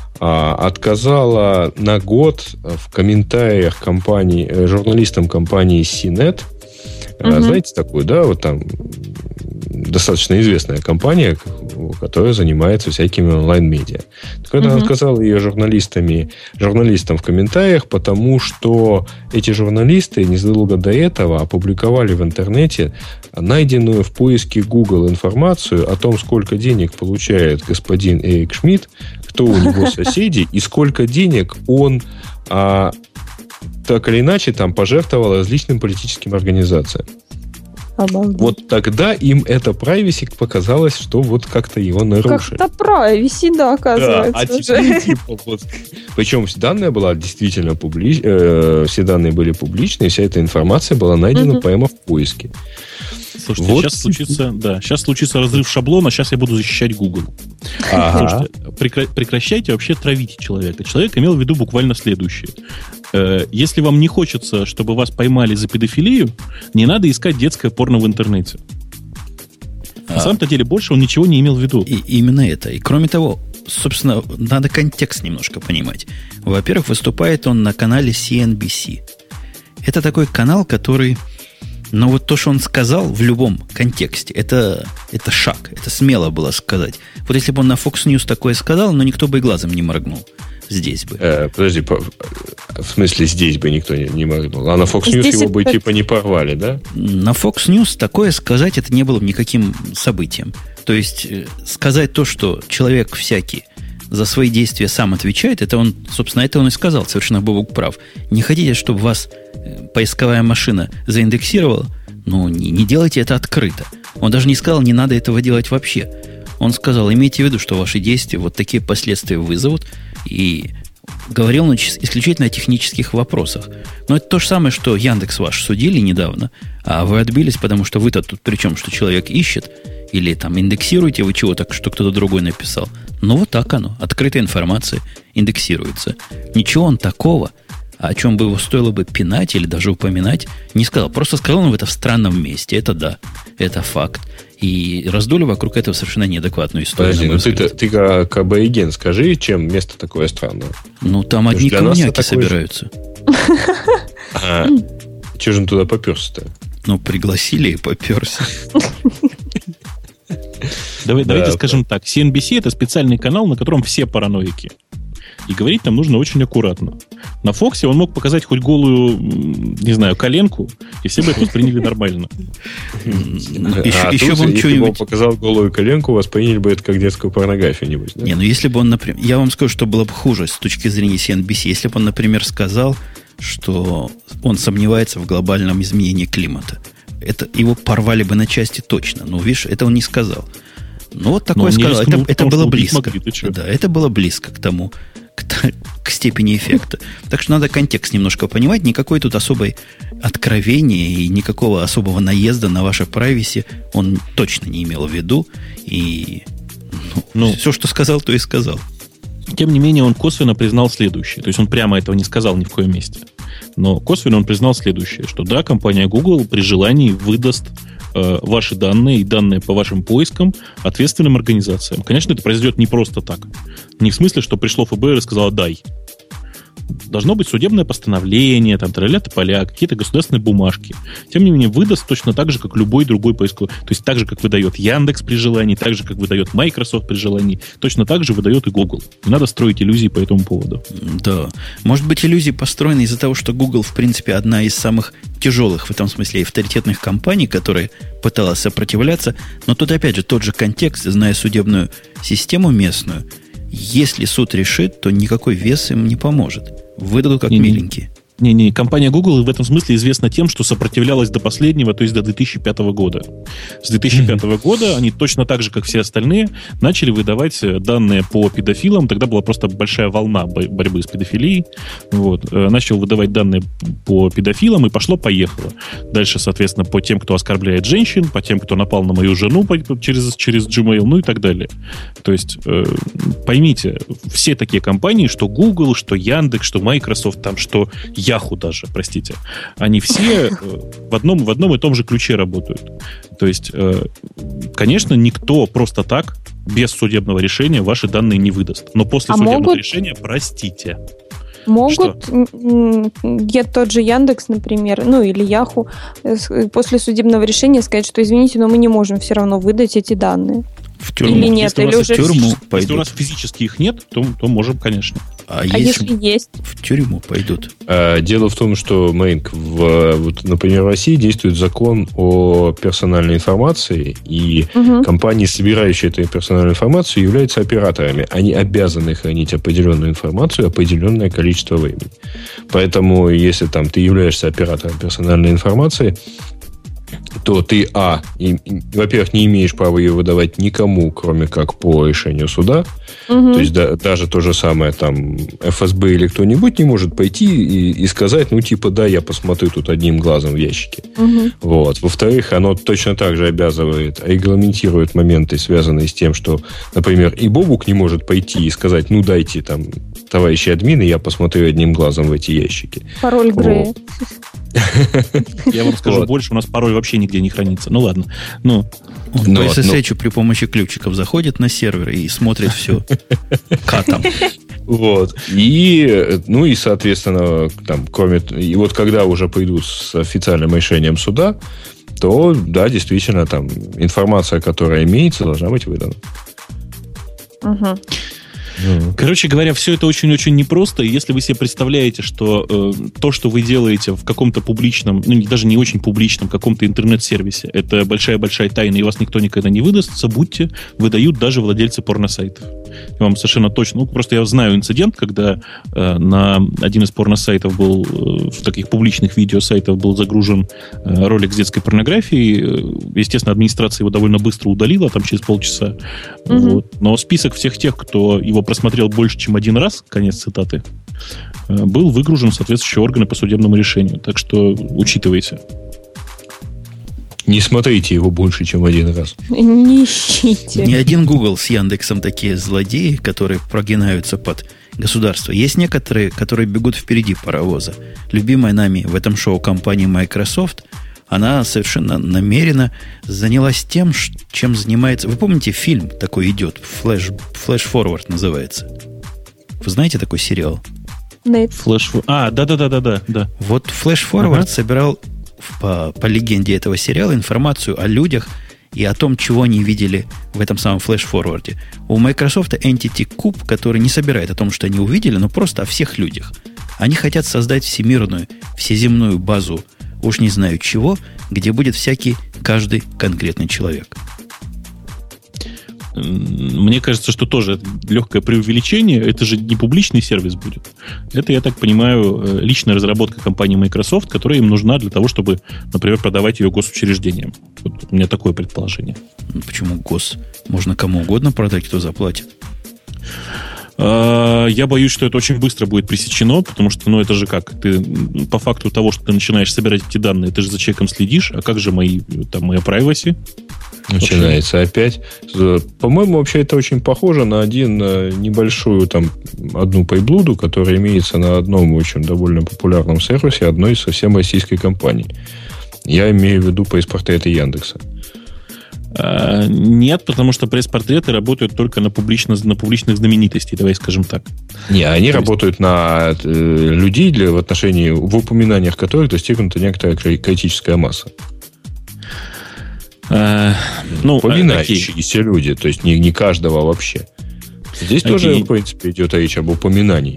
отказала на год в комментариях компании, журналистам компании си нет. Угу. Знаете такую, да, вот там достаточно известная компания, которая занимается всякими онлайн-медиа. Так вот, угу. она отказала ее журналистами, журналистам в комментариях, потому что эти журналисты незадолго до этого опубликовали в интернете найденную в поиске Google информацию о том, сколько денег получает господин Эрик Шмидт, кто у него соседи и сколько денег он а, так или иначе там пожертвовал различным политическим организациям. Обалдеть. Вот тогда им это privacy показалось, что вот как-то его нарушили. Как-то privacy, да, оказывается. Да, а теперь, типа, вот, причем данные была действительно публич... э, все данные были публичные, вся эта информация была найдена угу. прямо в поиске. Слушайте, вот. сейчас, случится, да, сейчас случится разрыв шаблона, сейчас я буду защищать Google. Ага. Слушайте, прекра- прекращайте вообще травить человека. Человек имел в виду буквально следующее. Э, если вам не хочется, чтобы вас поймали за педофилию, не надо искать детское порно в интернете. А. На самом-то деле больше он ничего не имел в виду. И именно это. И кроме того, собственно, надо контекст немножко понимать. Во-первых, выступает он на канале си эн би си. Это такой канал, который... Но вот то, что он сказал в любом контексте, это, это шаг. Это смело было сказать. Вот если бы он на Fox News такое сказал, но никто бы и глазом не моргнул. Здесь бы. Э, подожди, по, в смысле здесь бы никто не, не моргнул? А на Fox News здесь его бы это... типа не порвали, да? На Fox News такое сказать, это не было бы никаким событием. То есть сказать то, что человек всякий за свои действия сам отвечает, это он, собственно, это он и сказал, совершенно Бобук прав. Не хотите, чтобы вас поисковая машина заиндексировала? Ну, не, не делайте это открыто. Он даже не сказал, не надо этого делать вообще. Он сказал, имейте в виду, что ваши действия вот такие последствия вызовут, и говорил он исключительно о технических вопросах. Но это то же самое, что Яндекс ваш судили недавно, а вы отбились, потому что вы-то тут при чем, что человек ищет, или там индексируете вы чего-то, что кто-то другой написал. Ну, вот так оно. Открытая информация индексируется. Ничего он такого, о чем бы его стоило бы пинать или даже упоминать, не сказал. Просто сказал он в это в странном месте. Это да. Это факт. И раздули вокруг этого совершенно неадекватную историю. Подожди, ну ты, ты как абориген скажи, чем место такое странное? Ну, там одни коммуняки собираются. А, чего же он туда поперся-то? Ну, пригласили и поперся. Давай, да, давайте да. скажем так. си эн би си это специальный канал, на котором все параноики. И говорить там нужно очень аккуратно. На Фоксе он мог показать хоть голую, не знаю, коленку, и все бы это восприняли нормально. Еще бы он если бы он показал голую коленку, восприняли бы это как детскую порнографию-нибудь. Не, ну если бы он, например... Я вам скажу, что было бы хуже с точки зрения си эн би си. Если бы он, например, сказал, что он сомневается в глобальном изменении климата. Это его порвали бы на части точно. Но, видишь, это он не сказал. Ну, вот такое сказал. Это, это было близко. Могли, да, это было близко к тому, к, к степени эффекта. Так что надо контекст немножко понимать. Никакой тут особой откровения и никакого особого наезда на ваше privacy он точно не имел в виду. И ну, ну, все, что сказал, то и сказал. Тем не менее, он косвенно признал следующее. То есть он прямо этого не сказал ни в коем месте. Но косвенно он признал следующее, что да, компания Google при желании выдаст э, ваши данные и данные по вашим поискам ответственным организациям. Конечно, это произойдет не просто так. Не в смысле, что пришло эф бэ эр и сказало «дай». должно быть судебное постановление, там, тролля-тополя, какие-то государственные бумажки. Тем не менее, выдаст точно так же, как любой другой поисковый. То есть так же, как выдает Яндекс при желании, так же, как выдает Microsoft при желании, точно так же выдает и Google. Не надо строить иллюзии по этому поводу. Да. Может быть, иллюзии построены из-за того, что Google, в принципе, одна из самых тяжелых в этом смысле авторитетных компаний, которая пыталась сопротивляться. Но тут, опять же, тот же контекст, зная судебную систему местную, если суд решит, то никакой вес им не поможет. Выдадут как не, миленькие. Не-не, компания Google в этом смысле известна тем, что сопротивлялась до последнего, то есть до две тысячи пятого года. С две тысячи пятого mm-hmm. года они точно так же, как все остальные, начали выдавать данные по педофилам. Тогда была просто большая волна борьбы с педофилией. Вот. Начал выдавать данные по педофилам, и пошло-поехало. Дальше, соответственно, по тем, кто оскорбляет женщин, по тем, кто напал на мою жену через, через Gmail, ну и так далее. То есть, э, поймите, все такие компании, что Google, что Яндекс, что Microsoft, там, что Yahoo даже, простите, они все в одном, в одном и том же ключе работают. То есть, конечно, никто просто так, без судебного решения, ваши данные не выдаст. Но после а судебного могут... решения, простите. Могут я тот же Яндекс, например, ну или Yahoo, после судебного решения сказать, что извините, но мы не можем все равно выдать эти данные. В тюрьму. Или нет, если или уже в тюрьму пойдут. Если у нас физически их нет, то, то можем, конечно. А, а если, если есть? В тюрьму пойдут. А, дело в том, что, Маринк, в, вот, например, в России действует закон о персональной информации, и угу. компании, собирающие эту персональную информацию, являются операторами. Они обязаны хранить определенную информацию определенное количество времени. Поэтому, если там ты являешься оператором персональной информации, то ты, а, и, и, во-первых, не имеешь права ее выдавать никому, кроме как по решению суда. Угу. То есть да, даже то же самое там эф эс бэ или кто-нибудь не может пойти и, и сказать, ну, типа, да, я посмотрю тут одним глазом в ящике. Угу. Вот. Во-вторых, оно точно так же обязывает, регламентирует моменты, связанные с тем, что, например, и Бобук не может пойти и сказать, ну, дайте там, товарищи админы, я посмотрю одним глазом в эти ящики. Пароль Грея. Вот. Я вам скажу вот. больше, у нас пароль вообще нигде не хранится. Ну ладно. Ну. Он по эс эс эйч при помощи ключиков заходит на сервер и смотрит все катом. Вот. И, ну и, соответственно, там, кроме... И вот когда уже пойдут с официальным решением суда, то, да, действительно, там информация, которая имеется, должна быть выдана. Угу. Короче говоря, все это очень-очень непросто. И если вы себе представляете, что э, то, что вы делаете в каком-то публичном, ну, даже не очень публичном, каком-то интернет-сервисе, это большая-большая тайна, и вас никто никогда не выдаст, забудьте, выдают даже владельцы порносайтов. Я вам совершенно точно... Ну, просто я знаю инцидент, когда э, на один из порносайтов был, э, в таких публичных видеосайтов был загружен э, ролик с детской порнографией. Естественно, администрация его довольно быстро удалила, там через полчаса. Mm-hmm. Вот. Но список всех тех, кто его просмотрел больше, чем один раз, конец цитаты, был выгружен в соответствующие органы по судебному решению. Так что учитывайте. Не смотрите его больше, чем один раз. Не ищите. Не один Google с Яндексом такие злодеи, которые прогинаются под государство. Есть некоторые, которые бегут впереди паровоза. Любимая нами в этом шоу компания Microsoft, она совершенно намеренно занялась тем, чем занимается... Вы помните, фильм такой идет, Flash, Flash Forward называется. Вы знаете такой сериал? Нет. Flash... А, да-да-да-да. да. Вот Flash Forward ага. собирал по, по легенде этого сериала информацию о людях и о том, чего они видели в этом самом Flash Forward. У Microsoft Entity Cube, который не собирает о том, что они увидели, но просто о всех людях. Они хотят создать всемирную, всеземную базу, уж не знаю чего, где будет всякий, каждый конкретный человек. Мне кажется, что тоже легкое преувеличение. Это же не публичный сервис будет. Это, я так понимаю, личная разработка компании Microsoft, которая им нужна для того, чтобы, например, продавать ее госучреждениям. Вот у меня такое предположение. Почему гос? Можно кому угодно продать, кто заплатит. Я боюсь, что это очень быстро будет пресечено, потому что, ну, это же как? Ты по факту того, что ты начинаешь собирать эти данные, ты же за человеком следишь, а как же мои, там, моя privacy? Начинается вообще. Опять. По-моему, вообще это очень похоже на один небольшую, там, одну пайблуду, которая имеется на одном очень довольно популярном сервисе одной совсем российской компании. Я имею в виду поиск-портрета Яндекса. А, нет, потому что пресс-портреты работают только на, публично, на публичных знаменитостей, давай скажем так. Не, они То работают есть... на э, людей, для, в отношении, в упоминаниях которых достигнута некоторая критическая масса. А, ну, упоминающиеся а, люди, то есть не, не каждого вообще. Здесь окей. тоже, в принципе, идет речь об упоминании.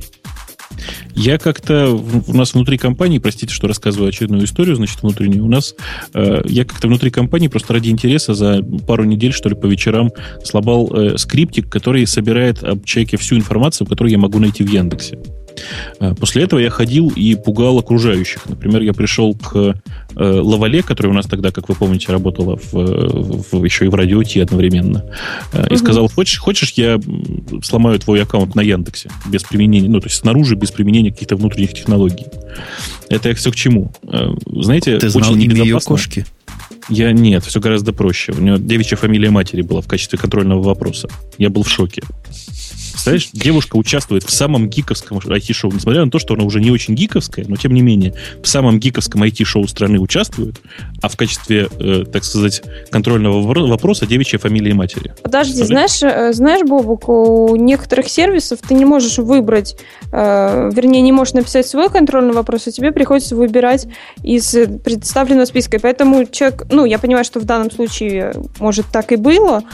Я как-то... У нас внутри компании, простите, что рассказываю очередную историю, значит, внутреннюю, у нас... Э, я как-то внутри компании просто ради интереса за пару недель, что ли, по вечерам слабал э, скриптик, который собирает об человеке всю информацию, которую я могу найти в Яндексе. После этого я ходил и пугал окружающих. Например, я пришел к э, Лавале, которая у нас тогда, как вы помните, работала в, в, еще и в Радио Ти одновременно, э, и сказал, хочешь, хочешь, я сломаю твой аккаунт на Яндексе без применения, ну, то есть снаружи, без применения каких-то внутренних технологий. Это я все к чему? Э, знаете, ты знал очень имя ее кошки? Я нет, все гораздо проще. У нее девичья фамилия матери была в качестве контрольного вопроса. Я был в шоке. Представляешь, девушка участвует в самом гиковском ай ти-шоу, несмотря на то, что она уже не очень гиковская, но тем не менее, в самом гиковском ай ти-шоу страны участвует, а в качестве, э, так сказать, контрольного вопроса девичья фамилия матери. Подожди, знаешь, знаешь, Бобук, у некоторых сервисов ты не можешь выбрать, э, вернее, не можешь написать свой контрольный вопрос, а тебе приходится выбирать из представленного списка. И поэтому человек, ну, я понимаю, что в данном случае, может, так и было,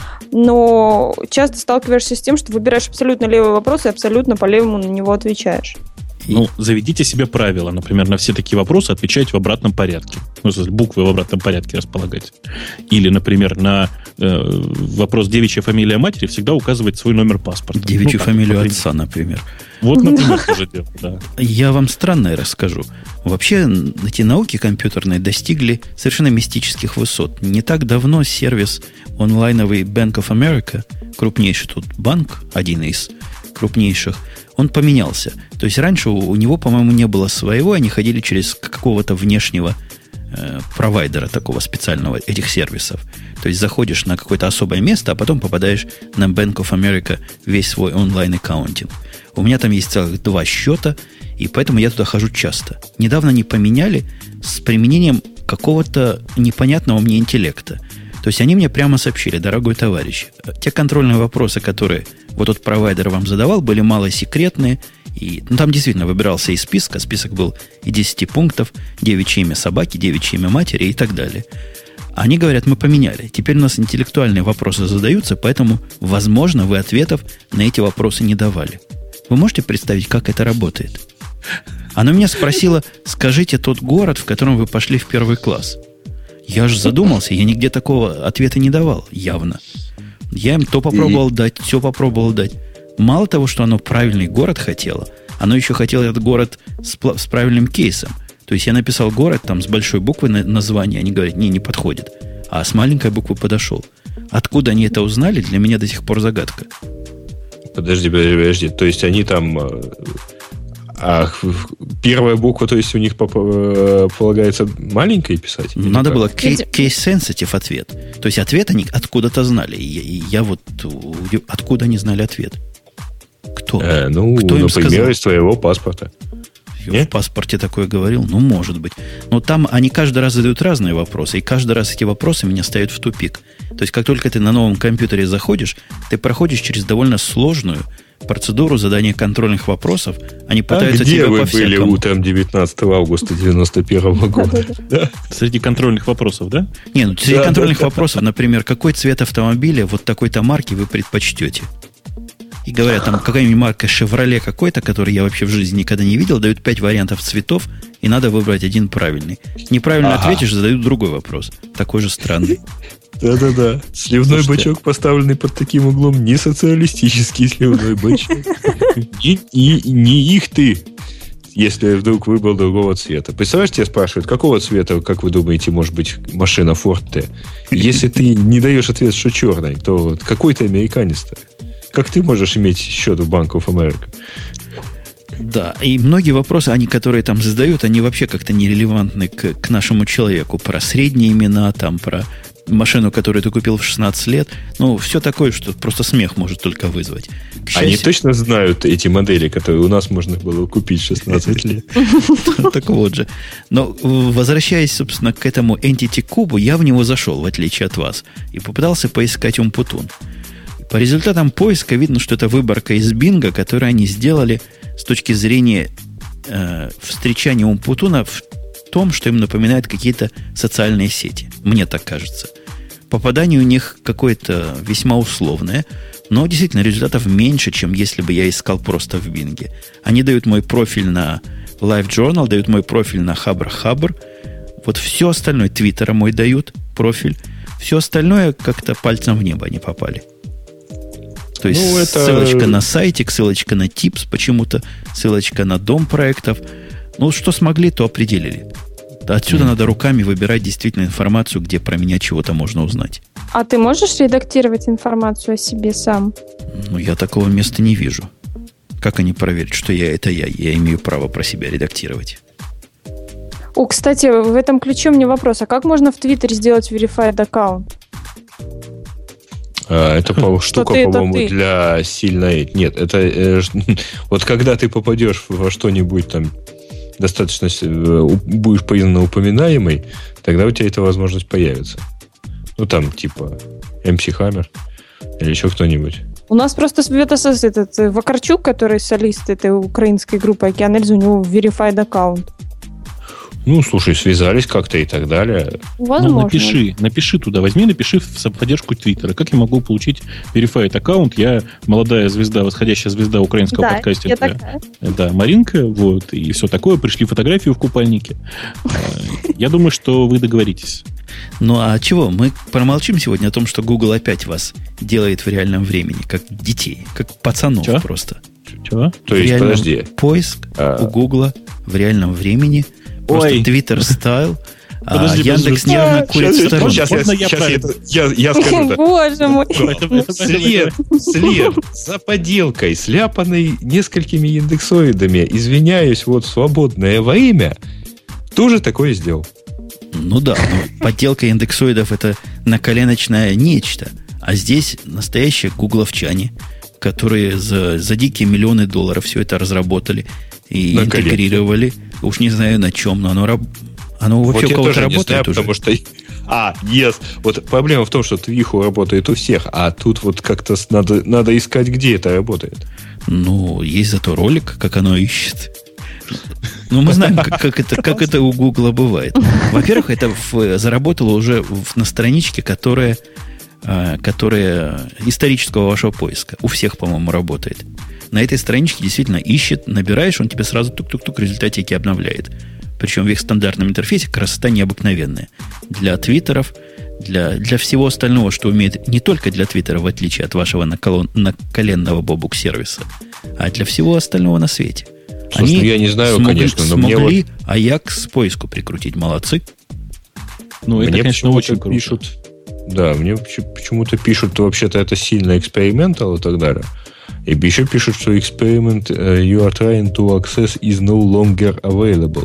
но часто сталкиваешься с тем, что выбираешь абсолютно левый вопрос и абсолютно по-левому на него отвечаешь. Ну, заведите себе правило, например, на все такие вопросы отвечать в обратном порядке. Ну, буквы в обратном порядке располагать. Или, например, на э, вопрос девичья фамилия матери всегда указывать свой номер паспорта. Девичью ну, фамилию например. отца, например. Вот, например, тоже дело, да. Я вам странное расскажу. Вообще, эти науки компьютерные достигли совершенно мистических высот. Не так давно сервис онлайновый Bank of America, крупнейший тут банк, один из крупнейших, он поменялся. То есть раньше у, у него, по-моему, не было своего, они ходили через какого-то внешнего э, провайдера такого специального этих сервисов. То есть заходишь на какое-то особое место, а потом попадаешь на Bank of America весь свой онлайн-аккаунтинг. У меня там есть целых два счета, и поэтому я туда хожу часто. Недавно они поменяли с применением какого-то непонятного мне интеллекта. То есть они мне прямо сообщили, дорогой товарищ, те контрольные вопросы, которые вот тот провайдер вам задавал, были малосекретные. И, ну, там действительно выбирался из списка. Список был и десять пунктов, девичье имя собаки, девичье имя матери и так далее. Они говорят, мы поменяли. Теперь у нас интеллектуальные вопросы задаются, поэтому, возможно, вы ответов на эти вопросы не давали. Вы можете представить, как это работает? Она меня спросила, скажите тот город, в котором вы пошли в первый класс. Я же задумался, я нигде такого ответа не давал, явно. Я им то попробовал дать, все попробовал дать. Мало того, что оно правильный город хотело, оно еще хотело этот город с, с правильным кейсом. То есть я написал город там с большой буквы на название, они говорят, не, не подходит. А с маленькой буквы подошел. Откуда они это узнали, для меня до сих пор загадка. Подожди, подожди, подожди. То есть они там... А первая буква, то есть у них полагается маленькой писать? Надо было case-sensitive ответ. То есть ответ они откуда-то знали. И я, и я вот... Откуда они знали ответ? Кто? Э, ну, Кто им например, сказал? Из твоего паспорта. Я Нет? в паспорте такое говорил? Ну, может быть. Но там они каждый раз задают разные вопросы, и каждый раз эти вопросы меня ставят в тупик. То есть, как только ты на новом компьютере заходишь, ты проходишь через довольно сложную процедуру задания контрольных вопросов. Они пытаются а где тебя вы по-всякому. были утром девятнадцатого августа девяносто первого года? Среди контрольных вопросов, да? Не, ну среди контрольных вопросов, например, какой цвет автомобиля вот такой-то марки вы предпочтете? И говорят, там какая-нибудь марка Chevrolet какой-то, который я вообще в жизни никогда не видел, дают пять вариантов цветов, и надо выбрать один правильный. Неправильно ага. ответишь, задают другой вопрос. Такой же странный. Да-да-да. Сливной Слушайте. бачок, поставленный под таким углом, не социалистический сливной бачок. Не их ты, если вдруг выбрал другого цвета. Представляешь, тебя спрашивают, какого цвета, как вы думаете, может быть машина Ford T? Если ты не даешь ответ, что черный, то какой ты американец-то? Как ты можешь иметь счет в Bank of America? Да, и многие вопросы, они, которые там задают, они вообще как-то нерелевантны к, к нашему человеку. Про средние имена, там, про машину, которую ты купил в шестнадцать лет. Ну, все такое, что просто смех может только вызвать. Они точно знают эти модели, которые у нас можно было купить в шестнадцать лет. Так вот же. Но возвращаясь, собственно, к этому Entity Cube, я в него зашел, в отличие от вас, и попытался поискать Умпутун. По результатам поиска видно, что это выборка из Бинга, которую они сделали с точки зрения э, встречания Умпутуна в том, что им напоминает какие-то социальные сети. Мне так кажется. Попадание у них какое-то весьма условное, но действительно результатов меньше, чем если бы я искал просто в Бинге. Они дают мой профиль на LiveJournal, дают мой профиль на Хабр-Хабр. Вот все остальное, Твиттера мой дают, профиль. Все остальное как-то пальцем в небо не попали. То есть ну, это... ссылочка на сайтик, ссылочка на типс, почему-то ссылочка на дом проектов. Ну, что смогли, то определили. Отсюда mm. надо руками выбирать действительно информацию, где про меня чего-то можно узнать. А ты можешь редактировать информацию о себе сам? Ну, я такого места не вижу. Как они проверят, что я это я? Я имею право про себя редактировать. О, кстати, в этом ключе у меня вопрос. А как можно в Твиттере сделать verified аккаунт? А, это по, штука, ты, по-моему, ты. для сильной... Нет, это э, вот когда ты попадешь во что-нибудь там достаточно будешь признанно упоминаемый, тогда у тебя эта возможность появится. Ну, там, типа, эм си Hammer или еще кто-нибудь. У нас просто этот, этот Вакарчук, который солист этой украинской группы Океан Эльзы, у него verified аккаунт. Ну, слушай, связались как-то и так далее. Возможно. Ну, напиши, напиши туда, возьми, напиши в поддержку Твиттера. Как я могу получить verified аккаунт? Я молодая звезда, восходящая звезда украинского да, подкастинга. Я такая. Да, Маринка, вот, и все такое. Пришли фотографию в купальнике. Я думаю, что вы договоритесь. Ну, а чего? Мы промолчим сегодня о том, что Google опять вас делает в реальном времени, как детей, как пацанов Чего? просто. Чего? То есть, подожди. Поиск а... у Google в реальном времени. Просто Twitter стайл, а подожди, Яндекс подожди. нервно курит в сторону. Сейчас, Можно я, я, сейчас я, я, я скажу. Боже мой. След, след за поделкой, сляпанной несколькими индексоидами, извиняюсь, вот свободное во имя, тоже такое сделал. Ну да, но подделка индексоидов это наколеночное нечто. А здесь настоящие гугловчане, которые за, за дикие миллионы долларов все это разработали и на интегрировали. Коленке. Уж не знаю на чем, но оно, оно вообще вот у кого-то работает знаю, уже. Потому что... А, yes. Вот проблема в том, что Твиху работает у всех, а тут вот как-то надо, надо искать, где это работает. Ну, есть зато ролик, как оно ищет. Ну, мы знаем, как, как, это, как это у Гугла бывает. Во-первых, это в, заработало уже в, на страничке, которая, которая исторического вашего поиска. У всех, по-моему, работает. На этой страничке действительно ищет, набираешь, он тебе сразу тук-тук-тук результатики обновляет. Причем в их стандартном интерфейсе красота необыкновенная. Для твиттеров, для, для всего остального, что умеет не только для твиттера, в отличие от вашего наколон, наколенного бобук-сервиса, а для всего остального на свете. Слушай, Они ну я не знаю, смогли, конечно, но смогли мне вот... Аякс поиску прикрутить. Молодцы. Ну, это, мне конечно, очень круто. Пишут, да, мне почему-то пишут, что вообще-то это сильно экспериментал и так далее. И еще пишут, что experiment uh, you are trying to access is no longer available.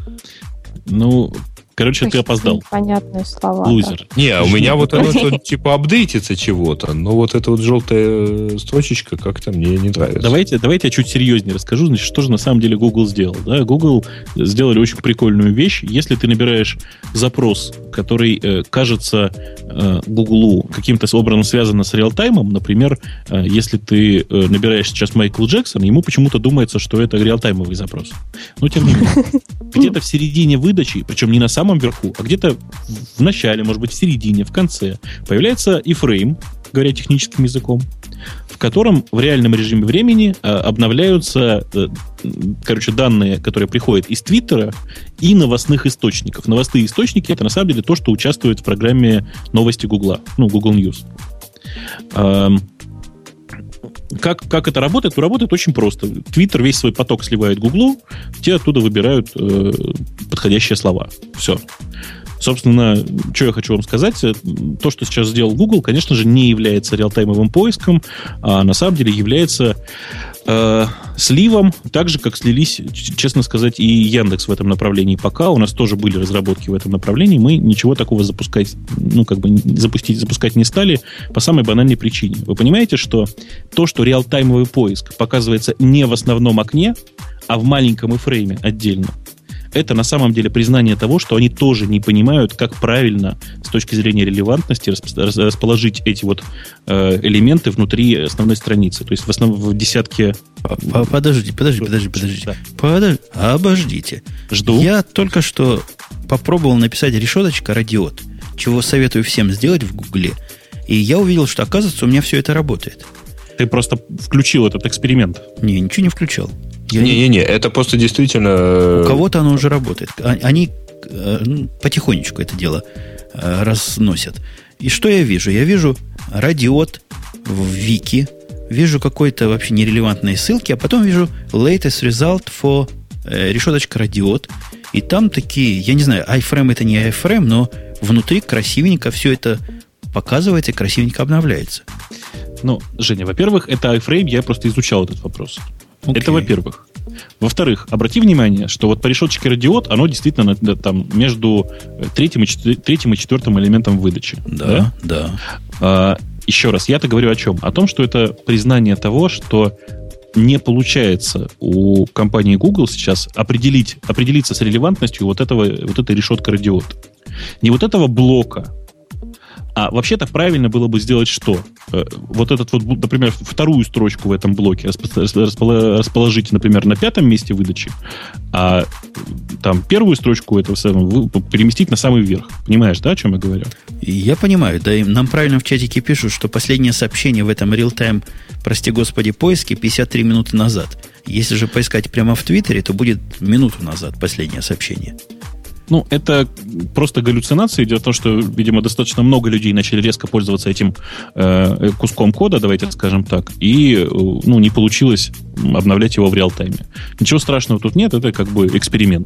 Ну, короче, ты опоздал. Понятные слова. Лузер. Да. Не, у меня вот оно что, типа апдейтится чего-то, но вот эта вот желтая строчечка как-то мне не нравится. Давайте, давайте я чуть серьезнее расскажу, значит, что же на самом деле Google сделал. Да? Google сделали очень прикольную вещь. Если ты набираешь запрос, который э, кажется э, Google каким-то образом связан с реалтаймом, например, э, если ты э, набираешь сейчас Майкл Джексон, ему почему-то думается, что это реалтаймовый запрос. Но тем не менее, где-то в середине выдачи, причем не на самом верху, а где-то в начале, может быть, в середине, в конце, появляется iframe, говоря техническим языком, в котором в реальном режиме времени э, обновляются э, короче, данные, которые приходят из Твиттера и новостных источников. Новостные источники — это на самом деле то, что участвует в программе новости Гугла, ну, Google News. Э, Как, как это работает? Ну, работает очень просто. Твиттер весь свой поток сливает Гуглу, те оттуда выбирают э, подходящие слова. Все. Собственно, что я хочу вам сказать, то, что сейчас сделал Google, конечно же, не является реалтаймовым поиском, а на самом деле является э, сливом, так же, как слились, честно сказать, и Яндекс в этом направлении. Пока у нас тоже были разработки в этом направлении, мы ничего такого запускать, ну, как бы запустить, запускать не стали по самой банальной причине. Вы понимаете, что то, что реалтаймовый поиск показывается не в основном окне, а в маленьком эфрейме отдельно, это на самом деле признание того, что они тоже не понимают, как правильно с точки зрения релевантности расположить эти вот э, элементы внутри основной страницы. То есть в основном в десятке... Подождите, подождите, подождите, подождите. Да. Подож... Обождите. Жду. Я только что попробовал написать решеточка радиот, чего советую всем сделать в Гугле. И я увидел, что, оказывается, у меня все это работает. Ты просто включил этот эксперимент. Не, ничего не включал. Не-не-не, это просто действительно... У кого-то оно уже работает. Они ну, потихонечку это дело разносят. И что я вижу? Я вижу радиот в Вики, вижу какой-то вообще нерелевантные ссылки, а потом вижу latest result for решеточка радиот. И там такие, я не знаю, iFrame это не iFrame, но внутри красивенько все это показывается и красивенько обновляется. Ну, Женя, во-первых, это iFrame, я просто изучал этот вопрос. Okay. Это во-первых. Во-вторых, обрати внимание, что вот по решеточке радиот, оно действительно там между третьим и, четвер... третьим и четвертым элементом выдачи. Да, да. да. А, еще раз, я-то говорю о чем? О том, что это признание того, что не получается у компании Google сейчас определить, определиться с релевантностью вот, этого, вот этой решетки радиот. Не вот этого блока, а вообще-то правильно было бы сделать что? Вот этот вот, например, вторую строчку в этом блоке расположить, например, на пятом месте выдачи, а там первую строчку этого самого переместить на самый верх. Понимаешь, да, о чем я говорю? Я понимаю, да, и нам правильно в чатике пишут, что последнее сообщение в этом реал-тайм, прости господи, поиске пятьдесят три минуты назад. Если же поискать прямо в Твиттере, то будет минуту назад последнее сообщение. Ну, это просто галлюцинации. Дело в том, что, видимо, достаточно много людей начали резко пользоваться этим э, куском кода, давайте скажем так, и ну, не получилось обновлять его в реал-тайме. Ничего страшного тут нет, это как бы эксперимент.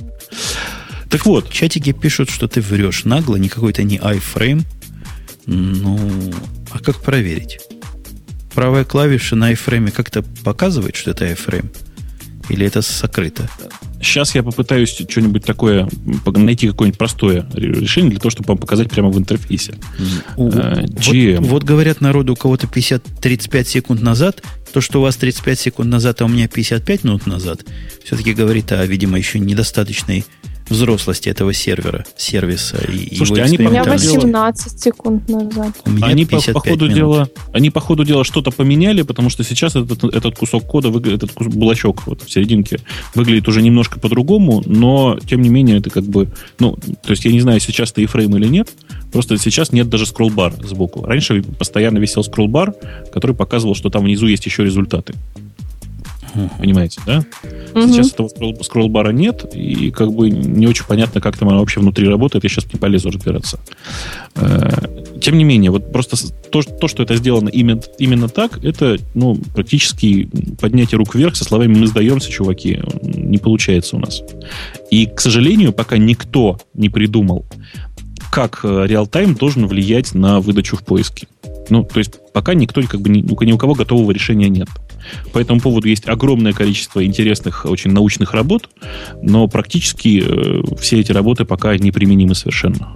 Так вот. Чатики пишут, что ты врешь нагло, никакой это не iFrame. Ну, а как проверить? Правая клавиша на iFrame как-то показывает, что это iFrame? Или это сокрыто? Сейчас я попытаюсь что-нибудь такое, найти какое-нибудь простое решение для того, чтобы вам показать прямо в интерфейсе. У, вот, вот говорят народу, у кого-то пятьдесят тридцать пять секунд назад, то, что у вас тридцать пять секунд назад, а у меня пятьдесят пять минут назад, все-таки говорит о, видимо, еще недостаточной взрослости этого сервера, сервиса. И слушайте, они у меня восемнадцать секунд назад. У меня они по, по ходу дела, они по ходу дела что-то поменяли, потому что сейчас этот, этот кусок кода, этот кусок, блочок вот в серединке выглядит уже немножко по-другому, но тем не менее это как бы, ну, то есть я не знаю, сейчас это iframe или нет, просто сейчас нет даже скролл-бара сбоку. Раньше постоянно висел скролл-бар, который показывал, что там внизу есть еще результаты. Понимаете, да? Uh-huh. Сейчас этого скролл- скролл-бара нет, и как бы не очень понятно, как там оно вообще внутри работает. Я сейчас не полезу разбираться. Тем не менее, вот просто то, то что это сделано именно, именно так, это ну, практически поднятие рук вверх со словами «мы сдаемся, чуваки». Не получается у нас. И, к сожалению, пока никто не придумал, как реал-тайм должен влиять на выдачу в поиске. Ну, то есть пока никто, как бы, ни, ни у кого готового решения нет. По этому поводу есть огромное количество интересных, очень научных работ, но практически э, все эти работы пока неприменимы совершенно.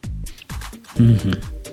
Угу.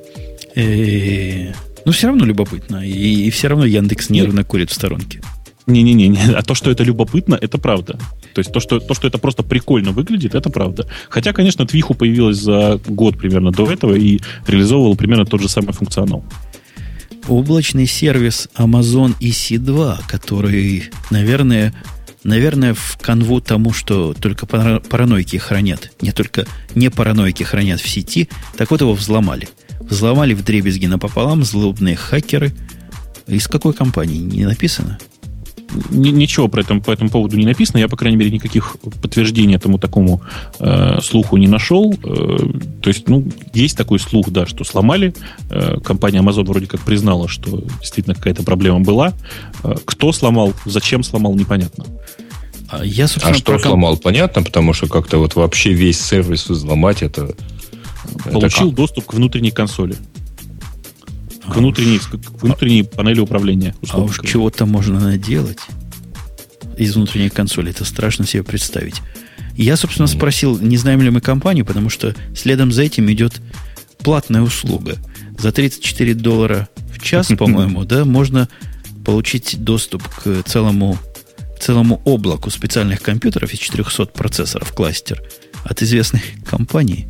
Ну, все равно любопытно. И, и все равно Яндекс нервно курит в сторонке. Не-не-не, а то, что это любопытно, это правда. То есть то что, то, что это просто прикольно выглядит, это правда. Хотя, конечно, Твиху появилась за год примерно до этого и реализовывала примерно тот же самый функционал. Облачный сервис Amazon и си два, который, наверное, наверное, в канву тому, что только паранойки хранят, не только не паранойки хранят в сети, так вот его взломали. Взломали вдребезги напополам злобные хакеры. Из какой компании? Не написано? Ничего про это, по этому поводу не написано. Я, по крайней мере, никаких подтверждений этому такому э, слуху не нашел. Э, то есть, ну, есть такой слух, да, что сломали. Э, компания Amazon вроде как признала, что действительно какая-то проблема была. Э, кто сломал, зачем сломал, непонятно. А, я, а что про... сломал, понятно, потому что как-то вот вообще весь сервис взломать, это... Получил это доступ к внутренней консоли. К к внутренней, а к внутренней а, панели управления. А уж говоря. Чего-то можно наделать из внутренней консоли. Это страшно себе представить. Я, собственно, спросил, не знаем ли мы компанию, потому что следом за этим идет платная услуга. За тридцать четыре доллара в час, по-моему, да, можно получить доступ к целому, целому облаку специальных компьютеров из четырехсот процессоров кластер от известной компании.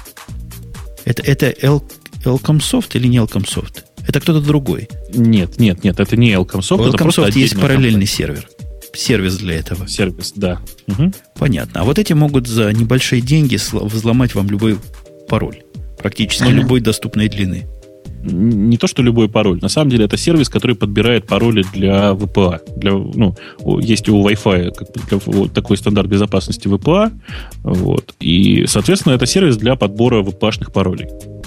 Это, это Elcomsoft или не Elcomsoft? Это кто-то другой? Нет, нет, нет, это не Elcomsoft. У Elcomsoft есть параллельный компания. сервер. Сервис для этого. Сервис, да. Угу. Понятно. А вот эти могут за небольшие деньги взломать вам любой пароль. Практически mm-hmm. любой доступной длины. Не то, что любой пароль. На самом деле это сервис, который подбирает пароли для ви пи эй. Для, ну, есть у Wi-Fi как бы, для, вот, такой стандарт безопасности ви пи эй. Вот. И, соответственно, это сервис для подбора ви пи эй-шных паролей.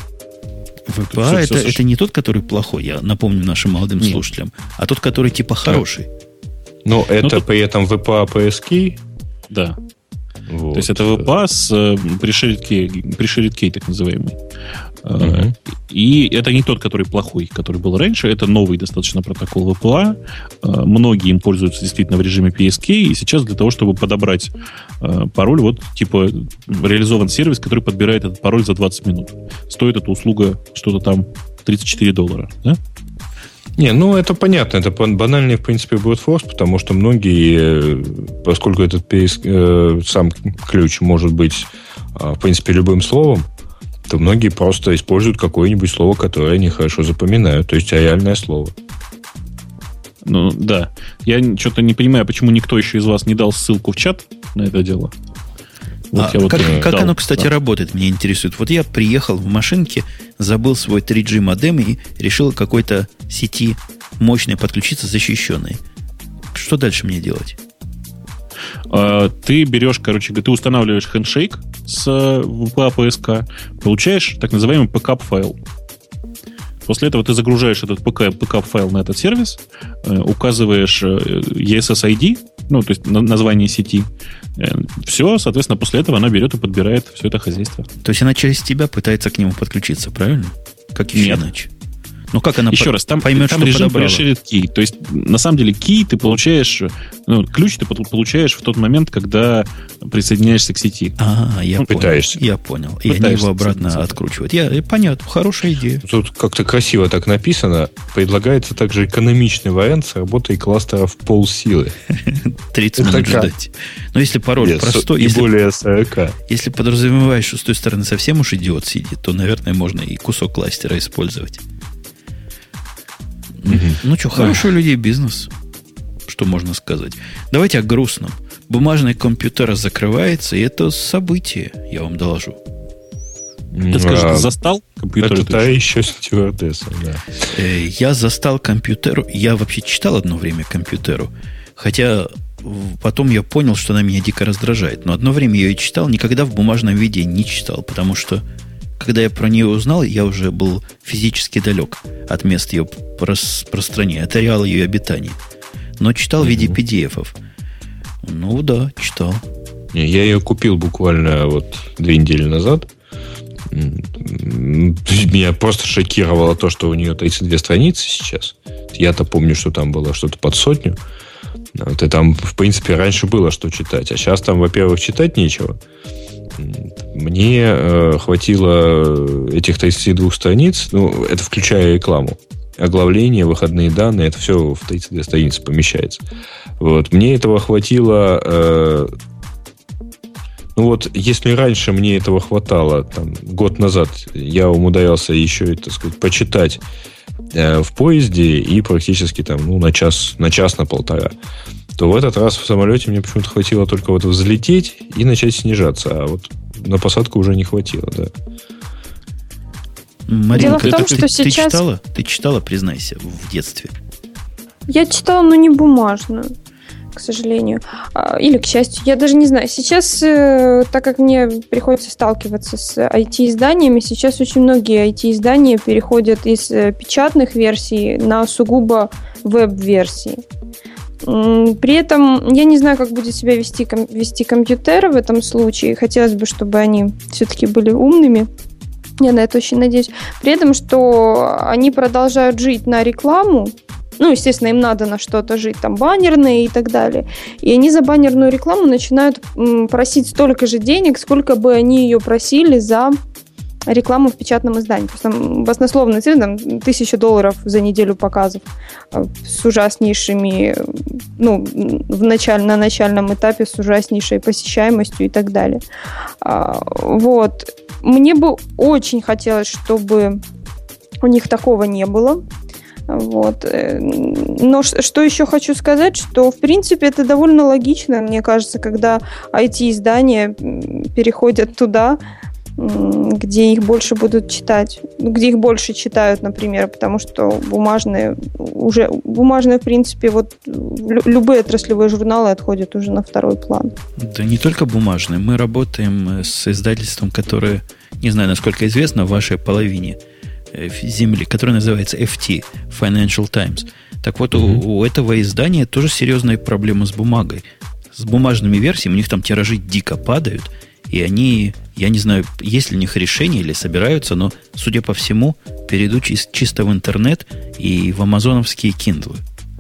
ви пи эй это, это, это не тот, который плохой, я напомню нашим молодым Нет. слушателям, а тот, который типа хороший. Но это ну, тут... при этом ви пи эй пи эс кей? Да. Вот. То есть это ви пи эй с э, pre-shared key, так называемый. Uh-huh. И это не тот, который плохой, который был раньше. Это новый достаточно протокол ви пи эй. Многие им пользуются действительно в режиме пи эс кей. И сейчас для того, чтобы подобрать э, пароль, вот типа реализован сервис, который подбирает этот пароль за двадцать минут. Стоит эта услуга что-то там тридцать четыре доллара. Да? Не, ну это понятно, это банальный, в принципе, брутфорс, потому что многие, поскольку этот пи эс, э, сам ключ может быть, э, в принципе, любым словом, то многие просто используют какое-нибудь слово, которое они хорошо запоминают, то есть реальное слово. Ну, да. Я что-то не понимаю, почему никто еще из вас не дал ссылку в чат на это дело. Вот а вот как, как оно, кстати, да. работает, меня интересует. Вот я приехал в машинке, забыл свой три джи модем и решил к какой-то сети мощной подключиться, защищенной. Что дальше мне делать? А, ты берешь, короче, ты устанавливаешь хендшейк с ви пи эй пи эс кей, получаешь так называемый пэкап-файл. После этого ты загружаешь этот пэкап-файл на этот сервис, указываешь и эс эс ай ди, ну, то есть название сети. Все, соответственно, после этого она берет и подбирает все это хозяйство. То есть она через тебя пытается к нему подключиться, правильно? Как еще Нет. иначе? Ну, как она Еще по- раз, там, поймет, там что режим подобрала? pre-shared key. То есть, на самом деле, key ты получаешь, ну, ключ ты получаешь в тот момент, когда присоединяешься к сети. А, я ну, понял. Пытаешься. Я понял. И они его обратно откручивают. Я, понятно, хорошая идея. Тут как-то красиво так написано. Предлагается также экономичный вариант с работой кластера в полсилы. тридцать минут ждать. Но если пароль Нет, простой... И если, более сорок. Если подразумеваешь, что с той стороны совсем уж идиот сидит, то, наверное, можно и кусок кластера использовать. Mm-hmm. Ну что, хороший у людей бизнес. Что можно сказать? Давайте о грустном. Бумажный компьютер закрывается, и это событие, я вам доложу. Ты скажешь, ты застал компьютер? Это та еще стюардесса, да. Я застал компьютер. Я вообще читал одно время компьютеру. Хотя потом я понял, что она меня дико раздражает. Но одно время я ее читал, никогда в бумажном виде не читал, потому что когда я про нее узнал, я уже был физически далек от мест ее распространения, от ареала ее обитания. Но читал mm-hmm. в виде пи ди эф-ов. Ну да, читал. Не, я ее купил буквально вот две недели назад. Меня просто шокировало то, что у нее тридцать две страницы сейчас. Я-то помню, что там было что-то под сотню. Вот, и там, в принципе, раньше было что читать. А сейчас там, во-первых, читать нечего. Мне э, хватило этих тридцати двух страниц, ну, это включая рекламу. Оглавление, выходные данные, это все в тридцать две страницы помещается. Вот. Мне этого хватило... Э, ну вот, если раньше мне этого хватало, там, год назад, я умудрялся еще, так сказать, почитать э, в поезде и практически там, ну, на час, на час, на полтора, то в этот раз в самолете мне почему-то хватило только вот взлететь и начать снижаться, а вот на посадку уже не хватило, да. Маринка, Дело в том, ты, что ты, сейчас... ты читала? Ты читала, признайся, в детстве? Я читала, но не бумажную, к сожалению. Или, к счастью, я даже не знаю. Сейчас, так как мне приходится сталкиваться с ай ти-изданиями, сейчас очень многие ай ти-издания переходят из печатных версий на сугубо веб-версии. При этом я не знаю, как будет себя вести, вести компьютер в этом случае. Хотелось бы, чтобы они все-таки были умными. Я на это очень надеюсь. При этом, что они продолжают жить на рекламу. Ну, естественно, им надо на что-то жить, там, баннерные и так далее. И они за баннерную рекламу начинают м, просить столько же денег, сколько бы они ее просили за рекламу в печатном издании. То есть там баснословная цена, там, тысяча долларов за неделю показов с ужаснейшими, ну, в началь, на начальном этапе с ужаснейшей посещаемостью и так далее. Вот. Мне бы очень хотелось, чтобы у них такого не было. Вот. Но что еще хочу сказать, что в принципе это довольно логично, мне кажется, когда ай ти-издания переходят туда, где их больше будут читать, где их больше читают, например, потому что бумажные уже бумажные, в принципе, вот любые отраслевые журналы отходят уже на второй план. Да не только бумажные. Мы работаем с издательством, которое, не знаю, насколько известно, в вашей половине земли, которое называется эф ти, Financial Times. Так вот, mm-hmm. у, у этого издания тоже серьезная проблема с бумагой. С бумажными версиями у них там тиражи дико падают, и они, я не знаю, есть ли у них решение или собираются, но, судя по всему, перейдут чисто в интернет и в амазоновские Kindle.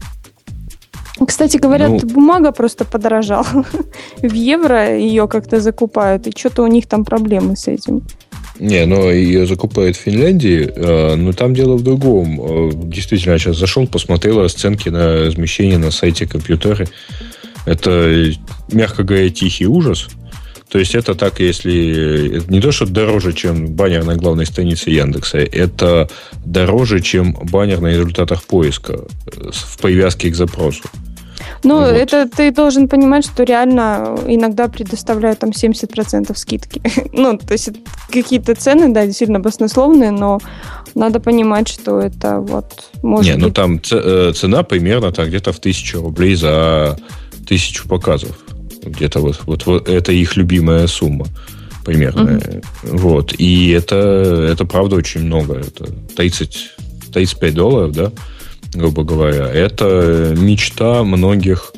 Кстати, говорят, ну, бумага просто подорожала. В евро ее как-то закупают, и что-то у них там проблемы с этим. Не, но ее закупают в Финляндии, но там дело в другом. Действительно, я сейчас зашел, посмотрел расценки на размещение на сайте компьютера. Это, мягко говоря, тихий ужас. То есть это так, если... Это не то, что дороже, чем баннер на главной странице Яндекса. Это дороже, чем баннер на результатах поиска в привязке к запросу. Ну, вот. Это ты должен понимать, что реально иногда предоставляют там семьдесят процентов скидки. Ну, то есть какие-то цены, да, действительно баснословные, но надо понимать, что это вот может Не, быть... ну там цена примерно так, где-то в тысячу рублей за тысячу показов. Где-то вот, вот, вот это их любимая сумма примерно. Uh-huh. Вот. И это, это правда очень много. Это тридцать, тридцать пять долларов, да, грубо говоря. Это мечта многих,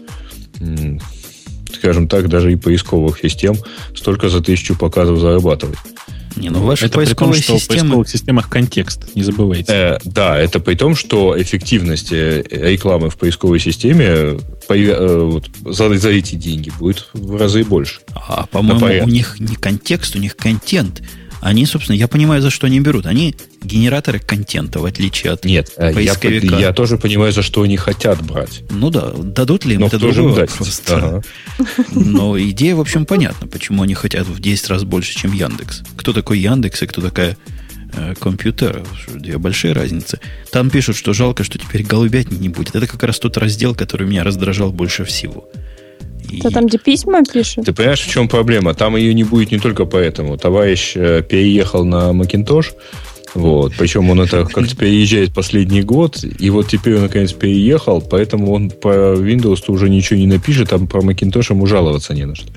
скажем так, даже и поисковых систем столько за тысячу показов зарабатывать. Не, ну ваши это при том, что системы... в поисковых системах контекст, не забывайте. Э, да, это при том, что эффективность рекламы в поисковой системе по, э, вот, за, за эти деньги будет в разы больше. А, по-моему, у них не контекст, у них контент. Они, собственно, я понимаю, за что они берут. Они генераторы контента, в отличие от Нет, поисковика. Я, я тоже понимаю, за что они хотят брать. Ну да, дадут ли им, но это другой вопрос. Ага. Но идея, в общем, понятна, почему они хотят в десять раз больше, чем Яндекс. Кто такой Яндекс и кто такая э, компьютер? Две большие разницы. Там пишут, что жалко, что теперь голубятни не будет. Это как раз тот раздел, который меня раздражал больше всего. Это там, где письма пишут? Ты понимаешь, в чем проблема? Там ее не будет не только поэтому. Товарищ переехал на Macintosh, вот, причем он это как-то переезжает последний год, и вот теперь он наконец переехал, поэтому он по Windows уже ничего не напишет, а про Macintosh ему жаловаться не на что.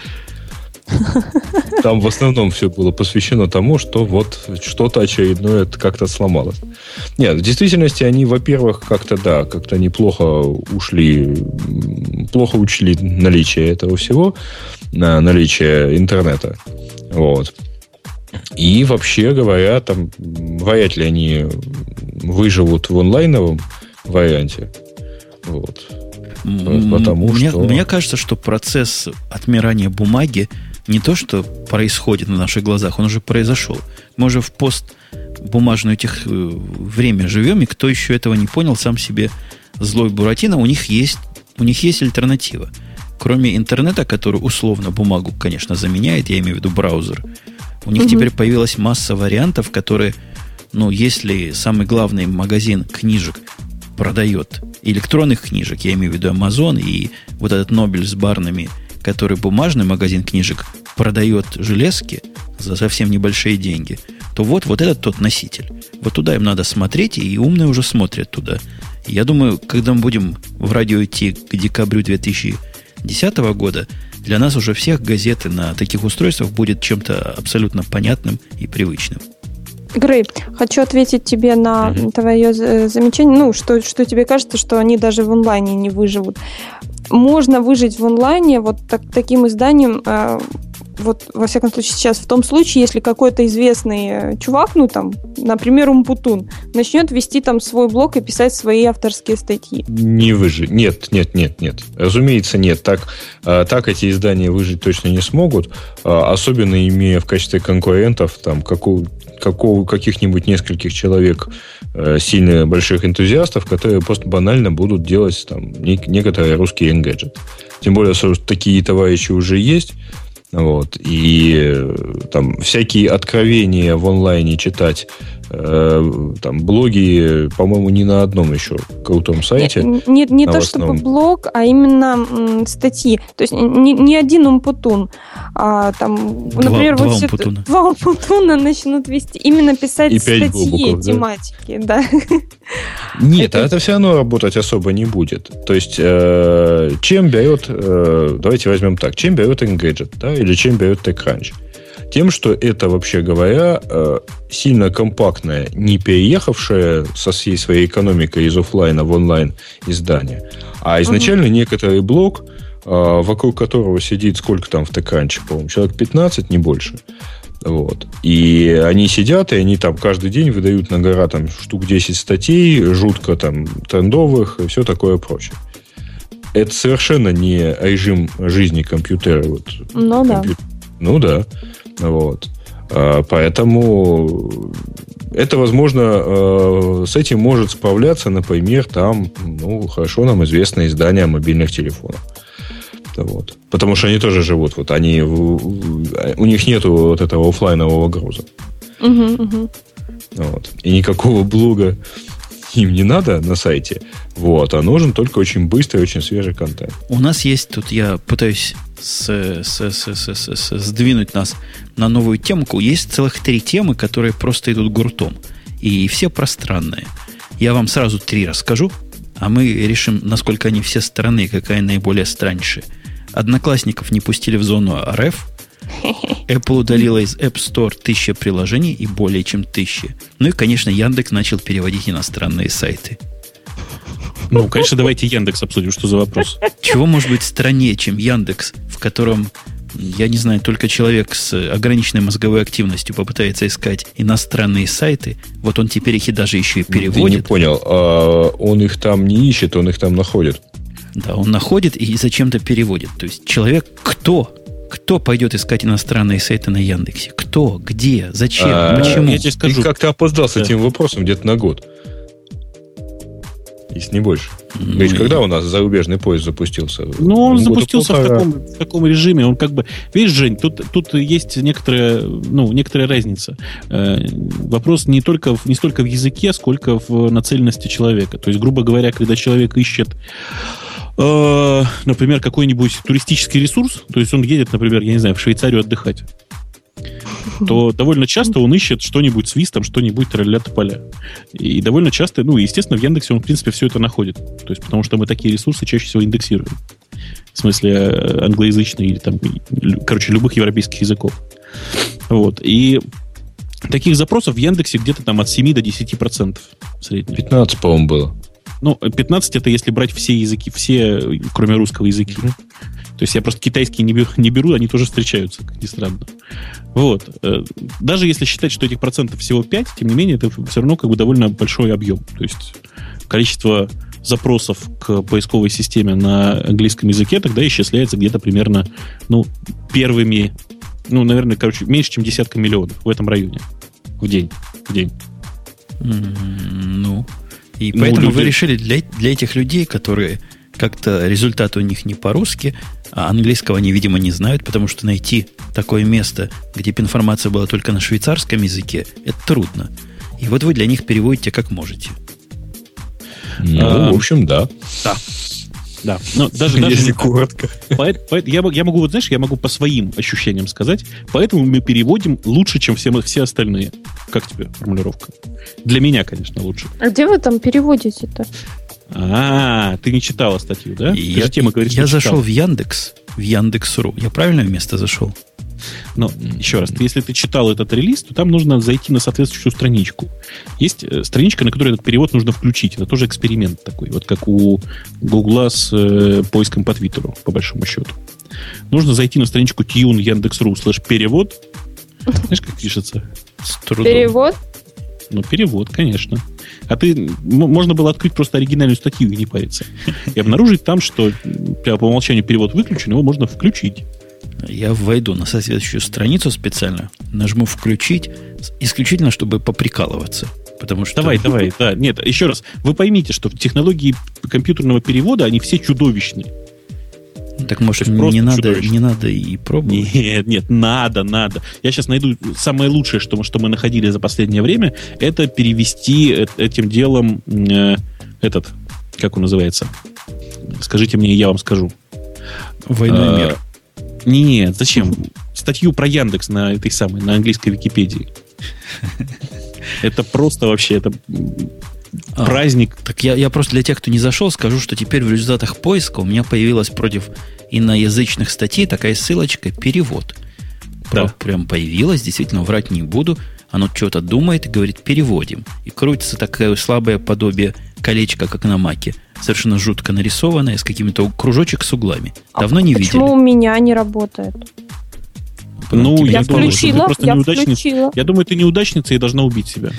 Там в основном все было посвящено тому, что вот что-то очередное как-то сломалось. Нет, в действительности они, во-первых, как-то, да, как-то неплохо ушли, плохо учли наличие этого всего, наличие интернета. Вот. И вообще говоря, там вряд ли они выживут в онлайновом варианте. Вот. Потому мне, что... мне кажется, что процесс отмирания бумаги не то, что происходит на наших глазах, он уже произошел. Мы уже в постбумажную тех... время живем, и кто еще этого не понял, сам себе злой Буратино, у них есть, у них есть альтернатива. Кроме интернета, который условно бумагу, конечно, заменяет, я имею в виду браузер, у них угу. теперь появилась масса вариантов, которые, ну, если самый главный магазин книжек продает электронных книжек, я имею в виду Amazon и вот этот Нобель с барными, который бумажный магазин книжек продает железки за совсем небольшие деньги, то вот, вот этот тот носитель. Вот туда им надо смотреть, и умные уже смотрят туда. Я думаю, когда мы будем в радио идти к декабрю две тысячи десятого года, для нас уже всех газеты на таких устройствах будет чем-то абсолютно понятным и привычным. Грей, хочу ответить тебе на mm-hmm. твое замечание. Ну, что, что тебе кажется, что они даже в онлайне не выживут. Можно выжить в онлайне вот так, таким изданием, э, вот, во всяком случае, сейчас, в том случае, если какой-то известный чувак, ну, там, например, Умпутун, начнет вести там свой блог и писать свои авторские статьи. Не выжить. Нет, нет, нет, нет. Разумеется, нет. Так, так эти издания выжить точно не смогут, особенно имея в качестве конкурентов там какого, какого, каких-нибудь нескольких человек сильно больших энтузиастов, которые просто банально будут делать там некоторые русские Engadget. Тем более, что такие товарищи уже есть. Вот. И там всякие откровения в онлайне читать, э, там блоги, по-моему, не на одном еще крутом сайте. Не, не, не то чтобы блог, а именно м, статьи. То есть не, не один Умпутун, а там, два, например, два, вот все, умпутуна. два Умпутуна начнут вести, именно писать и статьи, бобуков, тематики, да. Нет, это... а это все равно работать особо не будет. То есть, э, чем берет, э, давайте возьмем так, чем берет Engadget, да, или чем берет TechCrunch? Тем, что это, вообще говоря, э, сильно компактное, не переехавшее со всей своей экономикой из офлайна в онлайн издание, а изначально uh-huh. некоторый блок, э, вокруг которого сидит сколько там в TechCrunch, по-моему, человек пятнадцать, не больше. Вот. И они сидят, и они там каждый день выдают на гора там штук десять статей, жутко там трендовых и все такое прочее. Это совершенно не режим жизни компьютера. Вот. Ну Компью... да. Ну да. Вот. А, поэтому это, возможно, с этим может справляться, например, там, ну, хорошо нам известное издание мобильных телефонов. Вот. Потому что они тоже живут. Вот они, у них нету вот этого офлайнового груза. Uh-huh, uh-huh. Вот. И никакого блога им не надо на сайте. Вот. А нужен только очень быстрый, очень свежий контент. У нас есть тут, я пытаюсь с, с, с, с, с, с, сдвинуть нас на новую темку. Есть целых три темы, которые просто идут гуртом. И все пространные. Я вам сразу три расскажу, а мы решим, насколько они все странные, какая наиболее страннейшая. Одноклассников не пустили в зону ар эф. Apple удалила из App Store тысяча приложений и более чем тысячи. Ну и, конечно, Яндекс начал переводить иностранные сайты. Ну, конечно, давайте Яндекс обсудим. Что за вопрос? Чего может быть страннее, чем Яндекс, в котором, я не знаю, только человек с ограниченной мозговой активностью попытается искать иностранные сайты. Вот он теперь их и даже еще и переводит. Ты не понял. А он их там не ищет, он их там находит. Да, он находит и зачем-то переводит. То есть человек кто? Кто пойдет искать иностранные сайты на Яндексе? Кто? Где? Зачем? А, Почему? Я тебе скажу. Ты как-то опоздал с да. этим вопросом где-то на год. Если не больше. Ну, Говоришь, и... когда у нас зарубежный поезд запустился? Ну, он запустился в таком, в таком режиме. Он как бы... Видишь, Жень, тут, тут есть некоторая, ну, некоторая разница. Э, вопрос не, только, не столько в языке, сколько в нацеленности человека. То есть, грубо говоря, когда человек ищет э, например, какой-нибудь туристический ресурс, то есть он едет, например, я не знаю, в Швейцарию отдыхать, то довольно часто он ищет что-нибудь с вистом, что-нибудь тролля-тополя. И довольно часто, ну, естественно, в Яндексе он, в принципе, все это находит. То есть, потому что мы такие ресурсы чаще всего индексируем. В смысле, англоязычные или там, короче, любых европейских языков. Вот. И таких запросов в Яндексе где-то там от семи до десяти процентов в среднем. пятнадцать, по-моему, было. Ну, пятнадцать это если брать все языки, все, кроме русского языки. То есть я просто китайские не беру, не беру, они тоже встречаются, как ни странно. Вот. Даже если считать, что этих процентов всего пять, тем не менее, это все равно как бы довольно большой объем. То есть количество запросов к поисковой системе на английском языке тогда исчисляется где-то примерно, ну, первыми, ну, наверное, короче, меньше, чем десятка миллионов в этом районе в день. В день. Mm, ну, и ну, поэтому люди... вы решили для, для этих людей, которые как-то результаты у них не по-русски, а английского они, видимо, не знают, потому что найти такое место, где бы информация была только на швейцарском языке, это трудно. И вот вы для них переводите как можете. Ну, а, в общем, да. Да. Да. Но даже, Если даже коротко. По, по, я, я могу, вот знаешь, я могу по своим ощущениям сказать, поэтому мы переводим лучше, чем все, все остальные. Как тебе формулировка? Для меня, конечно, лучше. А где вы там переводите-то? А, ты не читала статью, да? Я, же тема говорит, я зашел в Яндекс, в Яндекс.ру. Я правильно в место зашел? Но, еще раз, если ты читал этот релиз, то там нужно зайти на соответствующую страничку. Есть страничка, на которой этот перевод нужно включить. Это тоже эксперимент такой, вот как у Гугла с э, поиском по Твиттеру, по большому счету. нужно зайти на страничку tune Яндекс.ру слэш перевод. Знаешь, как пишется? Перевод? Ну, перевод, конечно. А ты, можно было открыть просто оригинальную статью и не париться. И обнаружить там, что по умолчанию перевод выключен, его можно включить. Я войду на соответствующую страницу специально, нажму «Включить», исключительно, чтобы поприкалываться. Потому что... Давай, давай, да. Нет, еще раз. Вы поймите, что технологии компьютерного перевода, они все чудовищные. Так, может, не надо, не надо и пробовать? Нет, нет, надо, надо. Я сейчас найду самое лучшее, что мы, что мы находили за последнее время, это перевести этим делом э, этот, как он называется? Скажите мне, я вам скажу. «Война и мир». Нет, зачем? Статью про Яндекс на этой самой, на английской Википедии. Это просто вообще, это а, праздник. Так я, я просто для тех, кто не зашел, скажу, что теперь в результатах поиска у меня появилась против иноязычных статей такая ссылочка «Перевод». Да. Прям появилась, действительно, врать не буду. Оно что-то думает и говорит «переводим». И крутится такое слабое подобие колечка, как на Маке. Совершенно жутко нарисованное, с какими-то кружочек с углами. Давно а не почему видели. Почему у меня не работает? Ну, я, я включила, думаю, я включила. Я думаю, ты неудачница и должна убить себя.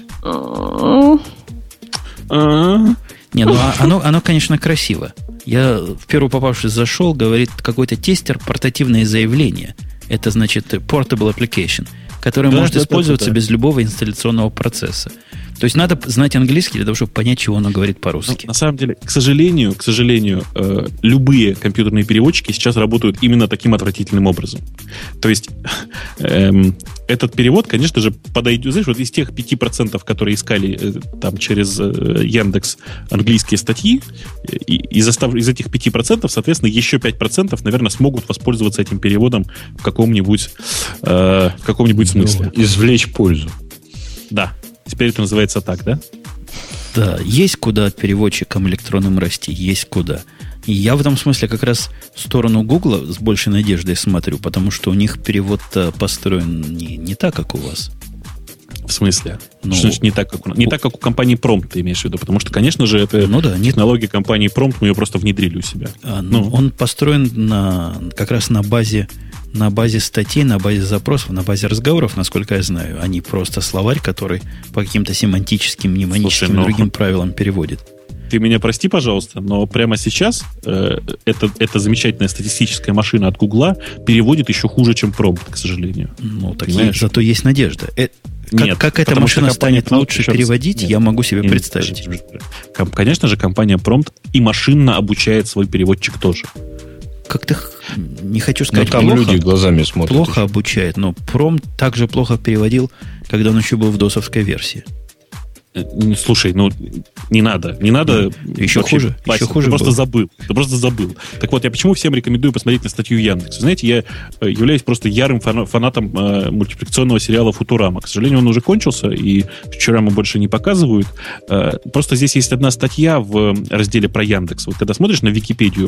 Не, ну оно, оно, конечно, красиво. Я в первую попавшись зашел, говорит какой-то тестер портативное заявление. Это значит portable application, который да, может да, использоваться да, да. без любого инсталляционного процесса. То есть надо знать английский для того, чтобы понять, чего оно говорит по-русски. Ну, на самом деле, к сожалению, к сожалению, э, любые компьютерные переводчики сейчас работают именно таким отвратительным образом. То есть э, этот перевод, конечно же, подойдет, знаешь, вот из тех пяти процентов, которые искали э, там через э, Яндекс английские статьи, и, из, остав, из этих пяти процентов, соответственно, еще пять процентов, наверное, смогут воспользоваться этим переводом в каком-нибудь, э, в каком-нибудь смысле. Извлечь пользу. Да. Теперь это называется так, да? Да, есть куда переводчикам электронным расти, есть куда. И я в этом смысле как раз в сторону Гугла с большей надеждой смотрю, потому что у них перевод-то построен не, не так, как у вас. В смысле? Ну, что значит не так, как у нас? Не так, как у компании Prompt, ты имеешь в виду? Потому что, конечно же, это ну да, технология компании Prompt, мы ее просто внедрили у себя. А, ну, он построен на, как раз на базе на базе статей, на базе запросов, на базе разговоров, насколько я знаю, а не просто словарь, который по каким-то семантическим, мнемоническим Слушай, но... другим правилам переводит. Ты меня прости, пожалуйста, но прямо сейчас э, эта, эта замечательная статистическая машина от Гугла переводит еще хуже, чем Prompt, к сожалению. Ну, так есть, зато есть надежда. Э, как, нет, как эта машина станет лучше переводить, нет, я могу себе нет, представить. Конечно же, компания Prompt и машинно обучает свой переводчик тоже. Как-то не хочу сказать, но там плохо, люди глазами смотрят. Плохо еще. Обучает, но Prompt также плохо переводил, когда он еще был в досовской версии. Слушай, ну не надо, не надо. Еще хуже, Вася, еще хуже. Ты просто было. забыл, ты просто забыл. Так вот, я почему всем рекомендую посмотреть на статью Яндекса? Знаете, я являюсь просто ярым фанатом э, мультипликационного сериала «Футурама». К сожалению, он уже кончился, и «Футураму» больше не показывают. Э, просто здесь есть одна статья в разделе про Яндекс. Вот когда смотришь на Википедию,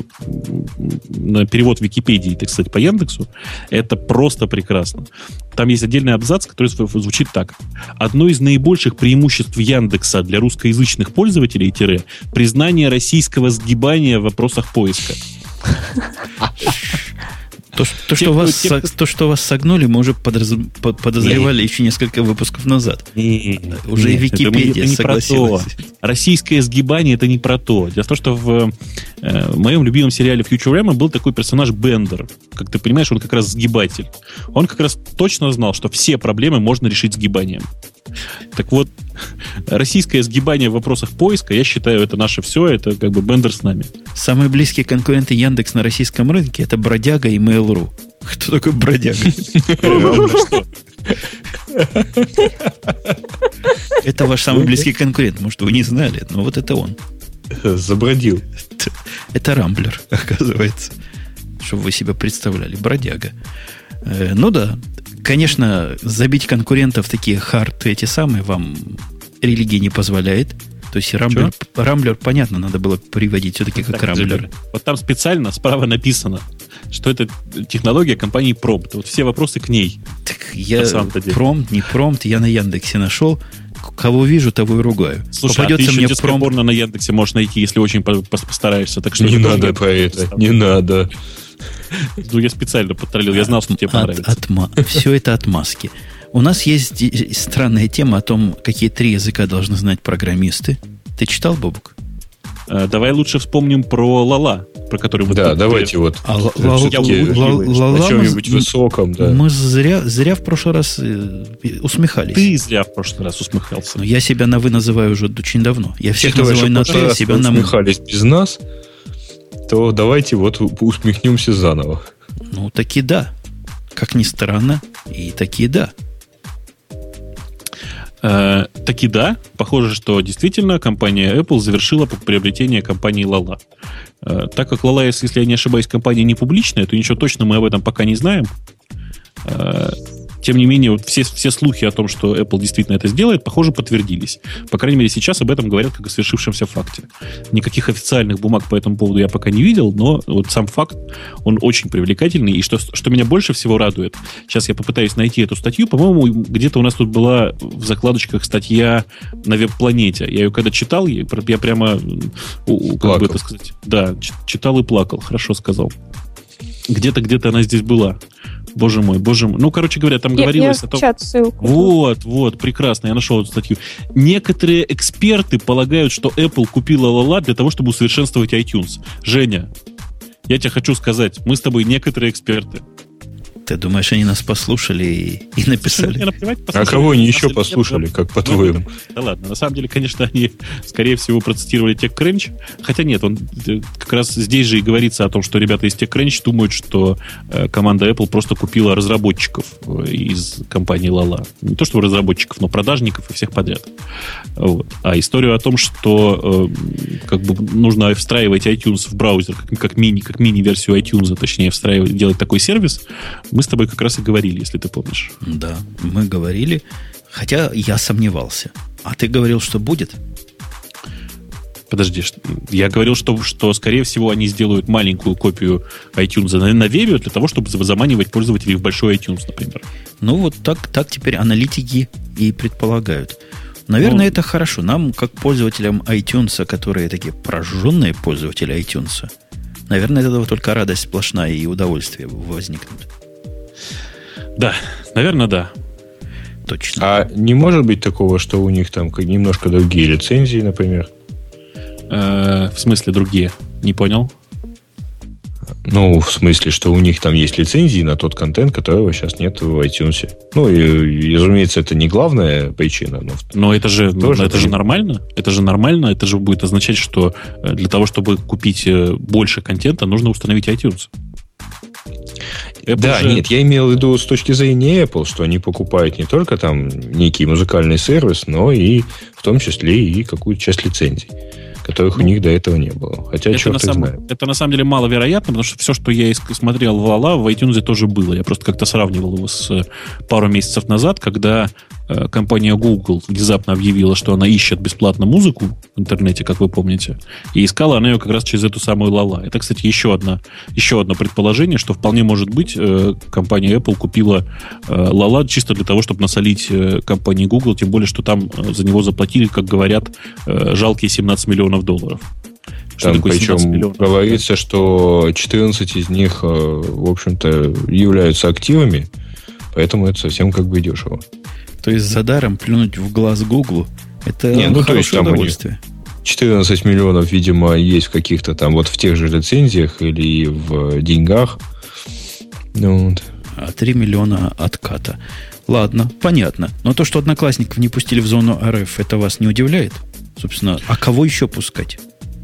на перевод Википедии, так сказать, по Яндексу, это просто прекрасно. Там есть отдельный абзац, который звучит так. Одно из наибольших преимуществ Яндекса для русскоязычных пользователей тире признание российского сгибания в вопросах поиска. То, то, что вас, те, то, что вас согнули, мы уже подраз... подозревали нет. еще несколько выпусков назад. Нет, уже нет, и Википедия это, это согласилась. Российское сгибание — это не про то. Дело в том, что в, э, в моем любимом сериале Futurama был такой персонаж Бендер. Как ты понимаешь, он как раз сгибатель. Он как раз точно знал, что все проблемы можно решить сгибанием. Так вот, российское сгибание в вопросах поиска, я считаю, это наше все, это как бы Бендер с нами. Самые близкие конкуренты Яндекс на российском рынке — это Бродяга и Mail.ru. Кто такой Бродяга? Это ваш самый близкий конкурент. Может, вы не знали, но вот это он. Забродил. Это Рамблер, оказывается. Чтобы вы себя представляли. Бродяга. Ну да. Конечно, забить конкурентов такие хард эти самые вам религия не позволяет. То есть Рамблер, Рамблер, понятно, надо было приводить все-таки как так, Рамблер. Вот там специально справа написано, что это технология компании Prompt. Вот все вопросы к ней. Так я Prompt, не Prompt, я на Яндексе нашел. Кого вижу, того и ругаю. Слушай, попадется а ты еще детское Prompt... порно на Яндексе можешь найти, если очень постараешься. Так что не надо про это, не надо. Ну, я специально подтроллил, я знал, что тебе понравится. От, отма... Все это отмазки. У нас есть странная тема о том, какие три языка должны знать программисты. Ты читал, Бобук? А, давай лучше вспомним про Лала, про который мы... Да, тут давайте при... вот а, на чем-нибудь высоком. Да. Мы зря, зря в прошлый раз усмехались. Ты зря в прошлый раз усмехался. Но я себя на «вы» называю уже очень давно. Я всех Учитывая, называю на «ты», себя на «мы». Усмехались без нас, то давайте вот усмехнемся заново. Ну, таки да. Как ни странно, и таки да. Э, таки да. Похоже, что действительно компания Apple завершила приобретение компании Lala. Э, так как Lala, если я не ошибаюсь, компания не публичная, то ничего точно мы об этом пока не знаем. Э, Тем не менее, вот все, все слухи о том, что Apple действительно это сделает, похоже, подтвердились. По крайней мере, сейчас об этом говорят как о свершившемся факте. Никаких официальных бумаг по этому поводу я пока не видел, но вот сам факт, он очень привлекательный. И что, что меня больше всего радует, сейчас я попытаюсь найти эту статью. По-моему, где-то у нас тут была в закладочках статья на Веб-планете. Я ее когда читал, я прямо, как бы это сказать, да, читал и плакал. Хорошо сказал. Где-то, где-то она здесь была. Боже мой, боже мой. Ну, короче говоря, там я, говорилось я о том... чат ссылку. Вот, вот, прекрасно, я нашел эту статью. Некоторые эксперты полагают, что Apple купила Lala для того, чтобы усовершенствовать iTunes. Женя, я тебе хочу сказать, мы с тобой некоторые эксперты. Ты думаешь, они нас послушали и, и написали? Наплевать, а кого они еще послушали, как по-твоему? Да ладно, на самом деле, конечно, они, скорее всего, процитировали TechCrunch. Хотя нет, он как раз здесь же и говорится о том, что ребята из TechCrunch думают, что команда Apple просто купила разработчиков из компании Lala. Не то, что разработчиков, но продажников и всех подряд. Вот. А историю о том, что как бы нужно встраивать iTunes в браузер, как, как, мини, как мини-версию iTunes, точнее, встраивать, делать такой сервис, мы с тобой как раз и говорили, если ты помнишь. Да, мы говорили, хотя я сомневался. А ты говорил, что будет? Подожди, я говорил, что, что скорее всего, они сделают маленькую копию iTunes на, на вебе для того, чтобы заманивать пользователей в большой iTunes, например. Ну, вот так, так теперь аналитики и предполагают. Наверное, ну, это хорошо. Нам, как пользователям iTunes, которые такие прожженные пользователи iTunes, наверное, от этого только радость сплошная и удовольствие возникнут. Да, наверное, да. Точно. А не может быть такого, что у них там немножко другие лицензии, например? Э, в смысле другие? Не понял? Ну, в смысле, что у них там есть лицензии на тот контент, которого сейчас нет в iTunes. Ну, и, и разумеется, это не главная причина. Но, но это же, тоже но это же нормально. Это же нормально. Это же будет означать, что для того, чтобы купить больше контента, нужно установить iTunes. Apple да, же... нет, я имел в виду с точки зрения Apple, что они покупают не только там некий музыкальный сервис, но и в том числе и какую-то часть лицензий, которых ну, у них до этого не было. Хотя, это черт на их самом, знает. Это на самом деле маловероятно, потому что все, что я смотрел в Lala, в iTunes тоже было. Я просто как-то сравнивал его с пару месяцев назад, когда э, компания Google внезапно объявила, что она ищет бесплатно музыку в интернете, как вы помните, и искала она ее как раз через эту самую Lala. Это, кстати, еще, одна, еще одно предположение, что вполне может быть э, компания Apple купила э, Lala чисто для того, чтобы насолить э, компании Google, тем более, что там э, за него заплатили, как говорят, э, жалкие семнадцать миллионов долларов. Что там причем говорится, что четырнадцать из них, в общем-то, являются активами, поэтому это совсем как бы дешево. То есть за даром плюнуть в глаз Гуглу – это Не, ну, хорошее то есть, там удовольствие. четырнадцать миллионов, видимо, есть в каких-то там вот в тех же лицензиях или в деньгах. Ну, вот. А три миллиона отката. Ладно, понятно. Но то, что одноклассников не пустили в зону эр эф, это вас не удивляет? Собственно, а кого еще пускать?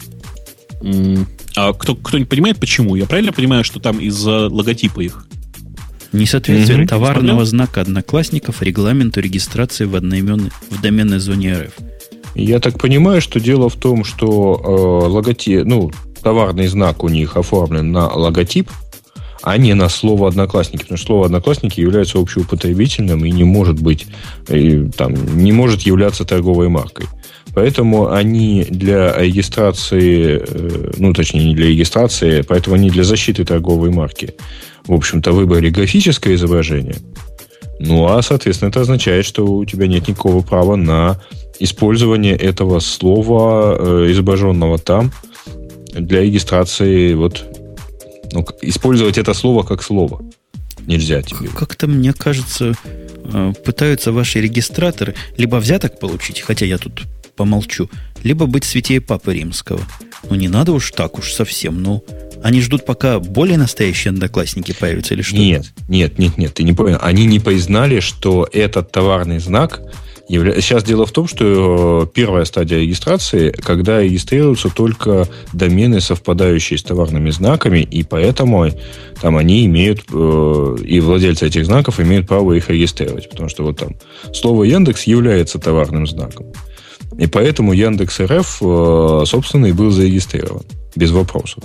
А кто, кто-нибудь понимает, почему? Я правильно понимаю, что там из-за логотипа их? Несоответствие Mm-hmm. товарного знака одноклассников регламенту регистрации в одноименной, в доменной зоне эр эф. Я так понимаю, что дело в том, что э, логотип, ну, товарный знак у них оформлен на логотип, а не на слово «одноклассники». Потому что слово «одноклассники» является общеупотребительным и не может быть, и, там, не может являться торговой маркой. Поэтому они для регистрации, ну, точнее, не для регистрации, поэтому они для защиты торговой марки, в общем-то, выбрали графическое изображение. Ну, а, соответственно, это означает, что у тебя нет никакого права на использование этого слова, изображенного там, для регистрации вот Ну, использовать это слово как слово нельзя тебе. Как-то, мне кажется, пытаются ваши регистраторы либо взяток получить, хотя я тут помолчу, либо быть святее Папы Римского. Ну, не надо уж так уж совсем. Ну, они ждут, пока более настоящие одноклассники появятся или что? Нет, нет, нет, нет, ты не понял. Они не признали, что этот товарный знак... Явля... Сейчас дело в том, что первая стадия регистрации, когда регистрируются только домены, совпадающие с товарными знаками, и поэтому там они имеют, э, и владельцы этих знаков имеют право их регистрировать. Потому что вот там слово Яндекс является товарным знаком. И поэтому Яндекс.РФ, э, собственно, и был зарегистрирован. Без вопросов.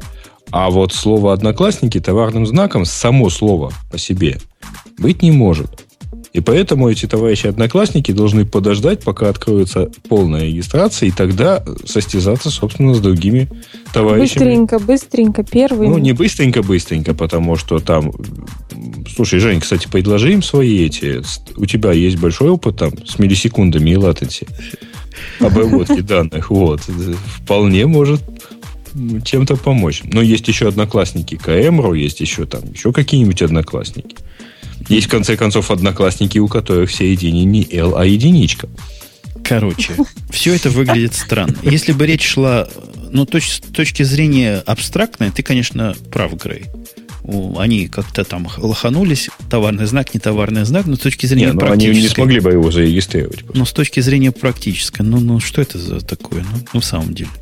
А вот слово «одноклассники» товарным знаком, само слово по себе, быть не может. И поэтому эти товарищи-одноклассники должны подождать, пока откроется полная регистрация, и тогда состязаться, собственно, с другими товарищами. Быстренько, быстренько, первый. Ну, не быстренько-быстренько, потому что там... Слушай, Жень, кстати, предложи им свои эти... У тебя есть большой опыт там с миллисекундами и латенси обработки данных. Вот. Вполне может чем-то помочь. Но есть еще одноклассники КМРУ, есть еще там еще какие-нибудь одноклассники. Есть, в конце концов, одноклассники, у которых все единицы не L, а единичка. Короче, все это выглядит странно. Если бы речь шла, ну, точ, с точки зрения абстрактной, ты, конечно, прав, Грей. Они как-то там лоханулись, товарный знак, не товарный знак, но с точки зрения не, практической... Они не смогли бы его зарегистрировать. Просто. Но с точки зрения практической, ну, ну что это за такое, ну, ну, в самом деле?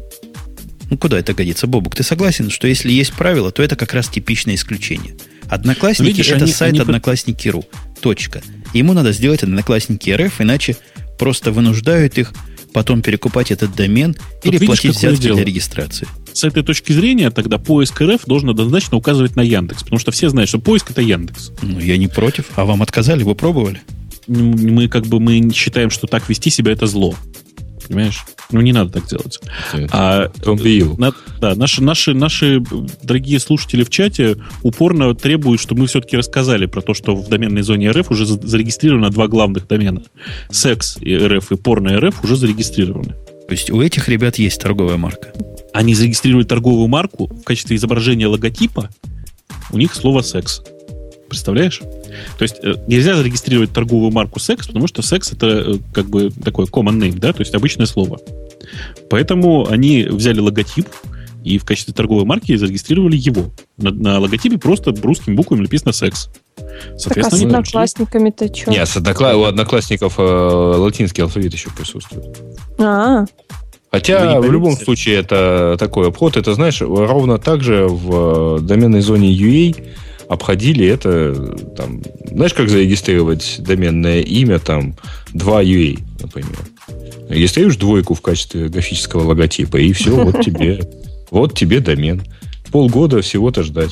Ну, куда это годится? Бобук, ты согласен, что если есть правило, то это как раз типичное исключение. Одноклассники Видишь, это они, сайт они... Одноклассники.ру. Точка. Ему надо сделать Одноклассники РФ, иначе просто вынуждают их потом перекупать этот домен Тут или видишь, платить взятки дело? Для регистрации. С этой точки зрения тогда поиск РФ должен однозначно указывать на Яндекс, потому что все знают, что поиск это Яндекс. Ну, я не против. А вам отказали? Вы пробовали? Мы как бы мы считаем, что так вести себя это зло. Понимаешь? Ну, не надо так делать. А, на, да, наши, наши, наши дорогие слушатели в чате упорно требуют, чтобы мы все-таки рассказали про то, что в доменной зоне РФ уже зарегистрировано два главных домена. Секс и РФ и порно РФ уже зарегистрированы. То есть у этих ребят есть торговая марка? Они зарегистрировали торговую марку в качестве изображения логотипа. У них слово «секс». Представляешь? То есть нельзя зарегистрировать торговую марку секс, потому что секс это как бы такой common name, да, то есть обычное слово. Поэтому они взяли логотип и в качестве торговой марки зарегистрировали его. На, на логотипе просто русскими буквами написано секс. Так, а с одноклассниками-то что? Нет, с однокла... у одноклассников э, латинский алфавит еще присутствует. А-а-а. Хотя в любом случае это такой обход. Это, знаешь, ровно так же в доменной зоне ю эй обходили это, там, знаешь, как зарегистрировать доменное имя, там, два ю эй, например. Регистрируешь двойку в качестве графического логотипа, и все, вот тебе, вот тебе домен. Полгода всего-то ждать.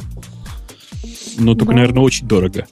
Ну, только, наверное, очень дорого.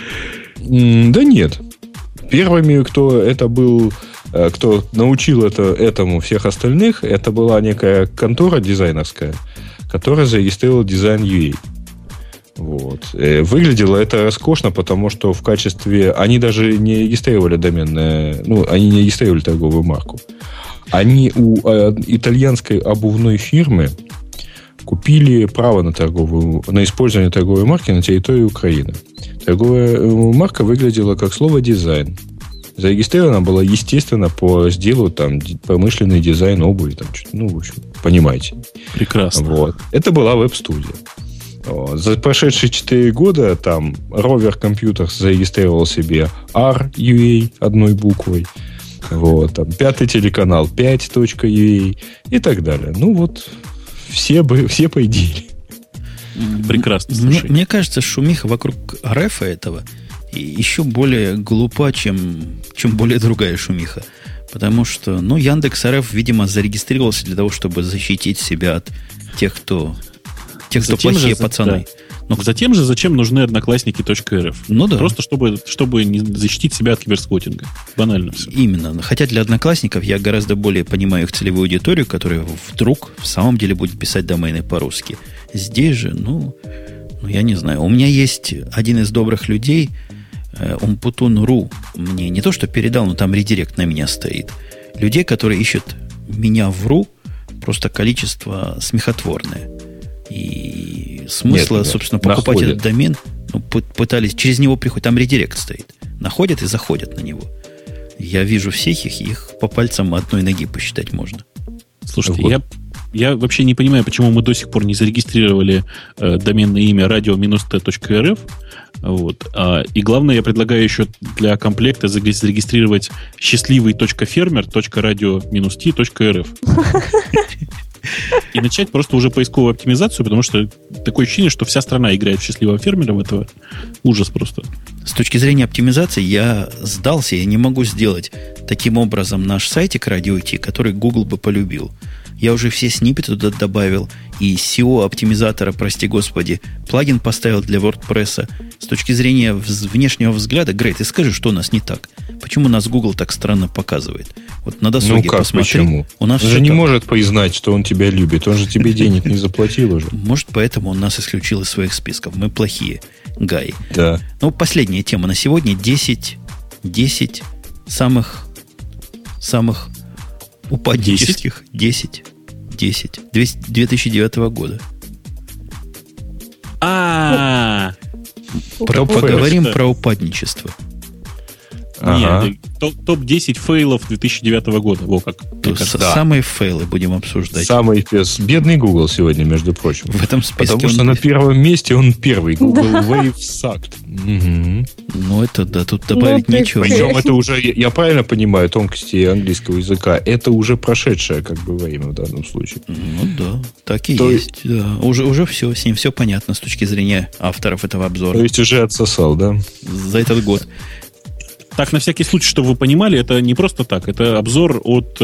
Да нет. Первыми, кто это был, кто научил это, этому всех остальных, это была некая контора дизайнерская, которая зарегистрировала дизайн ю эй. Вот. Выглядело это роскошно, потому что в качестве... Они даже не регистрировали доменное... Ну, они не регистрировали торговую марку. Они у э, итальянской обувной фирмы купили право на торговую... на использование торговой марки на территории Украины. Торговая марка выглядела как слово «дизайн». Зарегистрирована была, естественно, по разделу там, промышленный дизайн обуви. Там, ну, в общем, понимаете. Прекрасно. Вот. Это была веб-студия. За прошедшие четыре года там Rover Computers зарегистрировал себе ар ю эй одной буквой. Вот, там, пятый телеканал пять точка ю эй и так далее. Ну вот, все, все поедили. Прекрасно. Мне, мне кажется, шумиха вокруг РФа этого еще более глупа, чем, чем более другая шумиха. Потому что, ну, Яндекс.РФ, видимо, зарегистрировался для того, чтобы защитить себя от тех, кто... Тех, кто затем плохие же, пацаны. Да. Но затем же, зачем нужны одноклассники.рф? Ну да. Просто чтобы, чтобы не защитить себя от киберсквотинга. Банально все. Именно. Хотя для одноклассников я гораздо более понимаю их целевую аудиторию, которая вдруг в самом деле будет писать домены по-русски. Здесь же, ну, ну я не знаю. У меня есть один из добрых людей, Умпутун точка ру, мне не то что передал, но там редирект на меня стоит. Людей, которые ищут меня в ру, просто количество смехотворное. И смысла, нет, собственно, покупать находят. этот домен, ну, пытались, через него приходят, там редирект стоит. Находят и заходят на него. Я вижу всех их, их по пальцам одной ноги посчитать можно. Слушайте, вот. я, я вообще не понимаю, почему мы до сих пор не зарегистрировали э, доменное имя radio-t.rf. Вот. А, и главное, я предлагаю еще для комплекта зарегистрировать счастливый.фермер.radio-t.rf. И начать просто уже поисковую оптимизацию, потому что такое ощущение, что вся страна играет в счастливого фермера в этого. Ужас просто. С точки зрения оптимизации я сдался, я не могу сделать таким образом наш сайтик Radio ти, который Google бы полюбил. Я уже все сниппеты туда добавил, и си и о-оптимизатора, прости господи, плагин поставил для WordPress. С точки зрения внешнего взгляда, Грей, ты скажи, что у нас не так? Почему нас Google так странно показывает? Вот на досуге ну как, посмотри. Почему? У нас он же не так. может признать, что он тебя любит. Он же тебе денег не заплатил уже. Может, поэтому он нас исключил из своих списков. Мы плохие гаи. Да. Ну, последняя тема на сегодня. десять, десять самых, самых упаднических. десять. десять. две тысячи девятого года. А, Про, поговорим про упадничество. Ага. Нет, топ десять фейлов две тысячи девятого года. Во как. Да. Самые фейлы будем обсуждать. Самый бедный Google сегодня, между прочим. В этом списке. Потому что на первом месте он первый. Google Wave sucked. Угу. Ну, это да, тут добавить ну, нечего. Причем это уже, я правильно понимаю, тонкости английского языка, это уже прошедшее как бы время в данном случае. Ну да, так и то есть. Да. Уже, уже все, с ним все понятно с точки зрения авторов этого обзора. То есть уже отсосал, да? За этот год. Так, на всякий случай, чтобы вы понимали, это не просто так. Это обзор от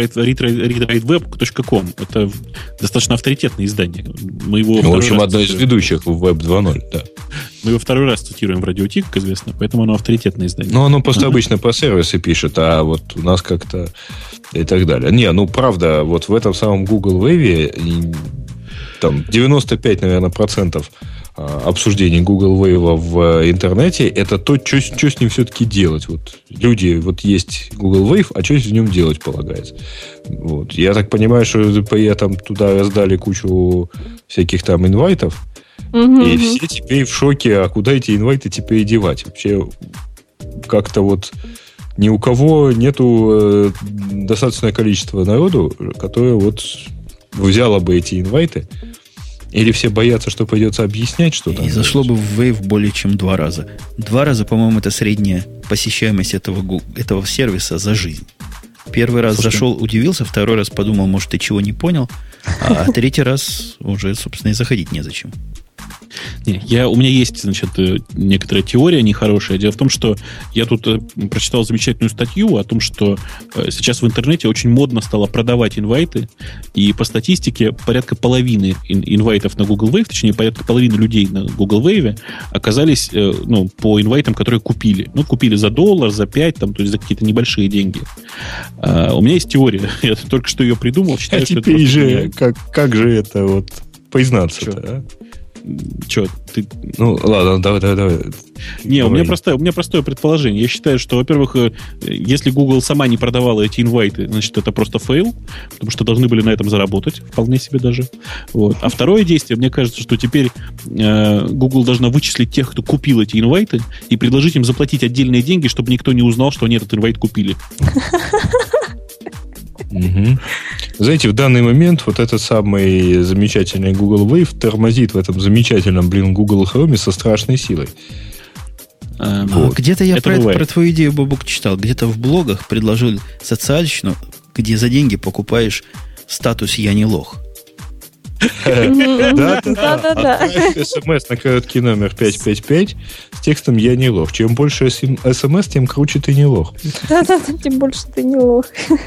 read write web точка com. Это достаточно авторитетное издание. Мы его ну, в общем, одно из ведущих в веб два ноль, да. Мы его второй раз цитируем в Radio ти, как известно, поэтому оно авторитетное издание. Ну, оно просто обычно по сервису пишет, а вот у нас как-то и так далее. Не, ну, правда, вот в этом самом Google Wave там девяносто пять, наверное, процентов обсуждений Google Wave в интернете, это то, что, что с ним все-таки делать. Вот люди, вот есть Google Wave, а что в нем делать полагается? Вот. Я так понимаю, что я там туда раздали кучу всяких там инвайтов, угу, и все теперь в шоке, а куда эти инвайты теперь девать? Вообще как-то вот ни у кого нету достаточное количество народу, которое вот взяло бы эти инвайты. Или все боятся, что придется объяснять что-то? И зашло бы в Wave более чем два раза. Два раза, по-моему, это средняя посещаемость этого, этого сервиса за жизнь. Первый раз Слушай, зашел, удивился, второй раз подумал, может, ты чего не понял, а третий раз уже, собственно, и заходить незачем. Не, я, у меня есть, значит, некоторая теория нехорошая. Дело в том, что я тут прочитал замечательную статью о том, что сейчас в интернете очень модно стало продавать инвайты, и по статистике порядка половины инвайтов на Google Wave, точнее, порядка половины людей на Google Wave оказались, ну, по инвайтам, которые купили. Ну, купили за доллар, за пять, там, то есть за какие-то небольшие деньги. А, у меня есть теория. Я только что ее придумал. Считаю, а что теперь это же, как, как же это вот признаться-то, а? Че, ты... Ну, ладно, давай, давай, давай. Не, у меня, простое, у меня простое предположение. Я считаю, что, во-первых, если Google сама не продавала эти инвайты, значит, это просто фейл, потому что должны были на этом заработать, вполне себе даже. Вот. А второе действие, мне кажется, что теперь э, Google должна вычислить тех, кто купил эти инвайты, и предложить им заплатить отдельные деньги, чтобы никто не узнал, что они этот инвайт купили. Угу. Знаете, в данный момент вот этот самый замечательный Google Wave тормозит в этом замечательном, блин, Google Chrome со страшной силой. А, вот. Где-то я про, это, про твою идею, Бобук, читал. Где-то в блогах предложил социальщину, где за деньги покупаешь статус «Я не лох». Да-да-да. Отправь смс на короткий номер пять пять пять с текстом «Я не лох». Чем больше смс, тем круче ты не лох. Да-да-да, тем больше ты не лох.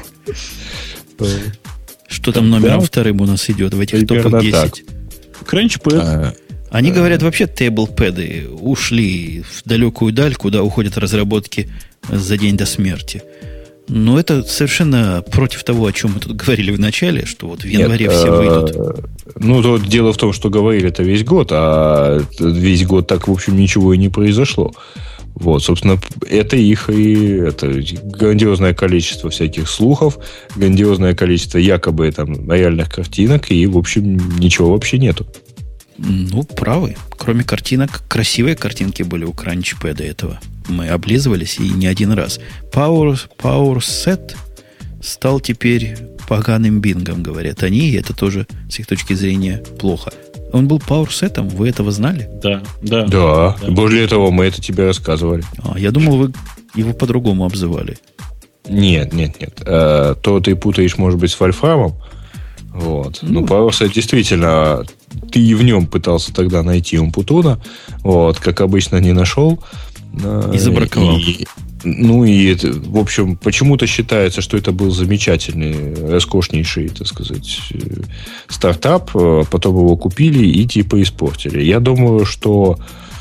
Что там номером вторым у нас идет в этих топах десять? Crunchpad. Они говорят, вообще тейблпэды ушли в далекую даль, куда уходят разработки за день до смерти. Но это совершенно против того, о чем мы тут говорили в начале, что вот в январе Нет, все выйдут. Ну, то дело в том, что говорили это весь год, а весь год так, в общем, ничего и не произошло. Вот, собственно, это их и это грандиозное количество всяких слухов, грандиозное количество якобы там реальных картинок, и, в общем, ничего вообще нету. Ну, правы. Кроме картинок, красивые картинки были у CrunchPad этого. Мы облизывались и не один раз. Power, Power Set стал теперь поганым бингом, говорят они, и это тоже с их точки зрения плохо. Он был пауэрсетом, вы этого знали? Да, да. Да, да. Более того, мы это тебе рассказывали. А, я думал, вы его по-другому обзывали. Нет, нет, нет. А, то ты путаешь, может быть, с вольфрамом. Вот. Ну, ну PowerSet действительно, ты и в нем пытался тогда найти Умпутуна, вот, как обычно, не нашел. И забраковал. И, ну, и, это, в общем, почему-то считается, что это был замечательный, роскошнейший, так сказать, стартап. Потом его купили и типа испортили. Я думаю, что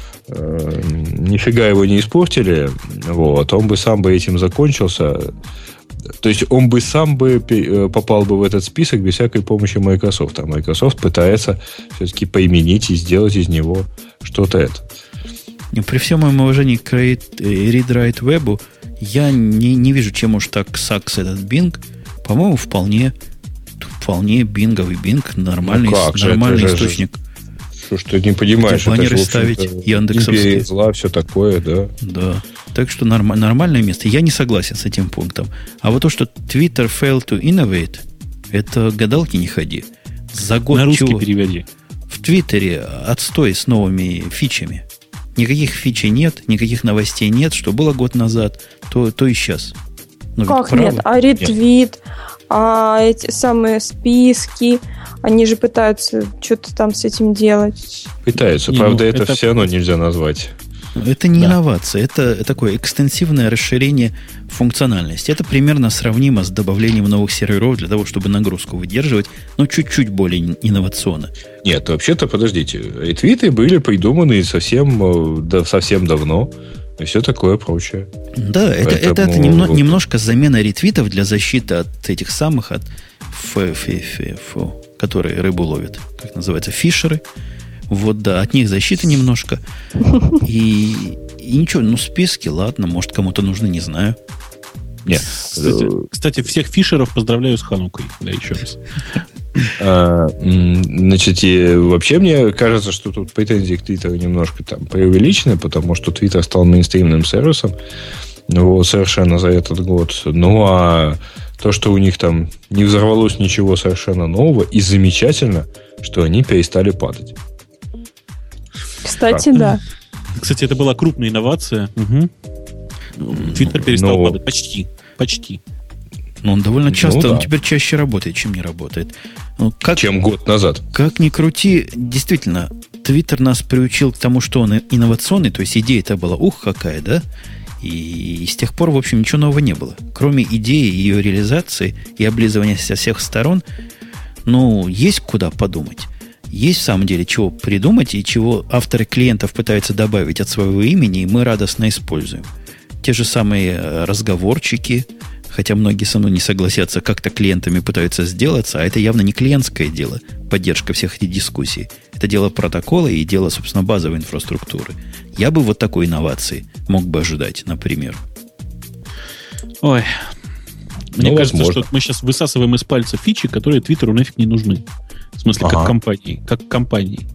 э, нифига его не испортили. Вот. Он бы сам бы этим закончился. То есть он бы сам бы попал бы в этот список без всякой помощи Microsoft. А Microsoft пытается все-таки поименить и сделать из него что-то это. При всем моем уважении к Read-Write Web, я не, не вижу, чем уж так сакс этот Bing. По-моему, вполне, вполне бинговый Bing, нормальный, ну как, нормальный же, источник. Что ж ты не понимаешь? Баннеры ставить, яндексовские. Зла, все такое, да. Да. Так что норм, нормальное место. Я не согласен с этим пунктом. А вот то, что Twitter failed to innovate, это гадалки не ходи. За год на русский чего? Переведи. В Твиттере отстой с новыми фичами. Никаких фичей нет, никаких новостей нет. Что было год назад, то, то и сейчас. Но как нет? А ретвит, а эти самые списки, они же пытаются что-то там с этим делать. Пытаются, не, правда, ну, это, это все равно нельзя назвать. Это не да. инновация, это такое экстенсивное расширение функциональности. Это примерно сравнимо с добавлением новых серверов для того, чтобы нагрузку выдерживать, но чуть-чуть более инновационно. Нет, вообще-то, подождите, ретвиты были придуманы совсем, да, совсем давно, и все такое прочее. Да, Поэтому... это, это, это немно, немножко замена ретвитов для защиты от этих самых, от ф, ф, ф, ф, которые рыбу ловят, как называется, фишеры. Вот, да, от них защита немножко. И, и ничего, ну, списки, ладно, может, кому-то нужны, не знаю. Нет. Кстати, кстати, всех фишеров поздравляю с Ханукой. Да, еще раз. А, значит, и вообще мне кажется, что тут претензии к Твиттеру немножко там преувеличены, потому что Твиттер стал мейнстримным сервисом вот, совершенно за этот год. Ну, а то, что у них там не взорвалось ничего совершенно нового, и замечательно, что они перестали падать. Кстати, так. да. Кстати, это была крупная инновация. Твиттер угу. перестал Но... падать. Почти. Почти. Но он довольно часто, ну, да. он теперь чаще работает, чем не работает. Ну, как, чем год назад. Как ни крути, действительно, Твиттер нас приучил к тому, что он инновационный, то есть идея-то была, ух, какая, да? И, и с тех пор, в общем, ничего нового не было. Кроме идеи ее реализации и облизывания со всех сторон, ну, есть куда подумать. Есть в самом деле чего придумать и чего авторы клиентов пытаются добавить от своего имени, и мы радостно используем. Те же самые разговорчики, хотя многие со мной не согласятся, как-то клиентами пытаются сделаться, а это явно не клиентское дело, поддержка всех этих дискуссий. Это дело протокола и дело, собственно, базовой инфраструктуры. Я бы вот такой инновации мог бы ожидать, например. Ой, мне ну, кажется, возможно. что мы сейчас высасываем из пальца фичи, которые Твиттеру нафиг не нужны. В смысле, ага. как компании. Как компании.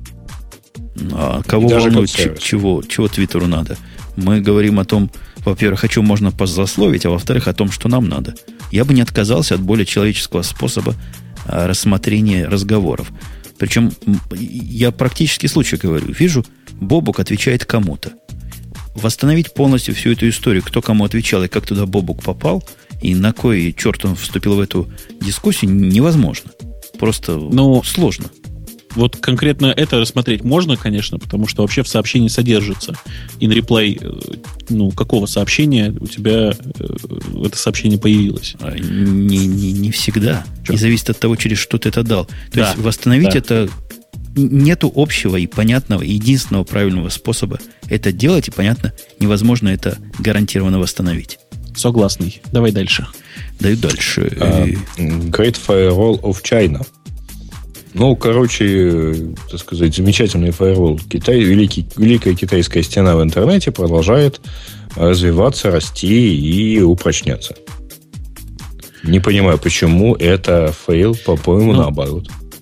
А кого волнует, чего, чего Твиттеру надо? Мы говорим о том, во-первых, о чем можно позлословить, а во-вторых, о том, что нам надо. Я бы не отказался от более человеческого способа рассмотрения разговоров. Причем я практический случай говорю. Вижу, Бобук отвечает кому-то. Восстановить полностью всю эту историю, кто кому отвечал и как туда Бобук попал, и на кой черт он вступил в эту дискуссию, невозможно. Просто ну, сложно. Вот конкретно это рассмотреть можно, конечно, потому что вообще в сообщении содержится in reply, ну, какого сообщения у тебя э, это сообщение появилось. Не, не, не всегда. Что? И зависит от того, через что ты это дал. То да, есть восстановить да. это... Нету общего и понятного, единственного правильного способа это делать, и, понятно, невозможно это гарантированно восстановить. Согласный. Давай дальше. Даю дальше. Uh, Great Firewall of China. Ну, короче, так сказать, замечательный фаервол. Китай, великий, великая китайская стена в интернете продолжает развиваться, расти и упрочняться. Не понимаю, почему это фейл, по-моему, ну, наоборот.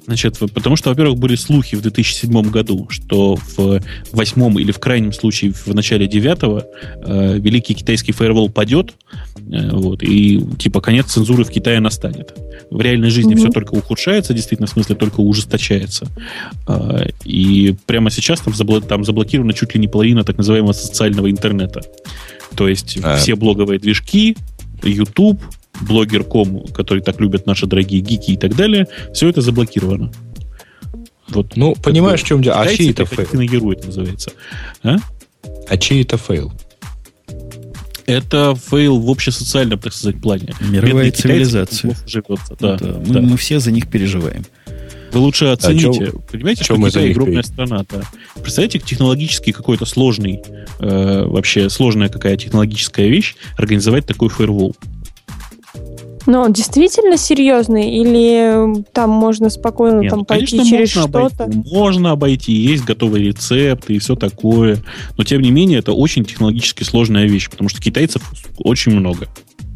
Значит, потому что, во-первых, были слухи в две тысячи седьмом году, что в восьмом или в крайнем случае в начале девятого э, великий китайский фаервол падет, э, вот, и типа конец цензуры в Китае настанет. В реальной жизни mm-hmm. все только ухудшается, действительно, в смысле только ужесточается. Э, и прямо сейчас там, забло- там заблокирована чуть ли не половина так называемого социального интернета. То есть а... все блоговые движки, YouTube, блогер точка ком, который так любят наши дорогие гики и так далее, все это заблокировано. Вот, ну, понимаешь, в чем дело? А чей это фейл? Называется. А? а чей это фейл? Это фейл в общесоциальном, так сказать, плане. Мировая цивилизация. Да, да, мы, да. мы все за них переживаем. Вы лучше оцените. А чё, Понимаете, чё что Китай огромная страна. Да. Представляете, технологически какой-то сложный, э, вообще сложная какая технологическая вещь организовать такой фаервол. Но он действительно серьезный? Или там можно спокойно Нет, там ну, пойти конечно, через можно что-то? Обойти, можно обойти, есть готовые рецепты и все такое. Но, тем не менее, это очень технологически сложная вещь, потому что китайцев очень много.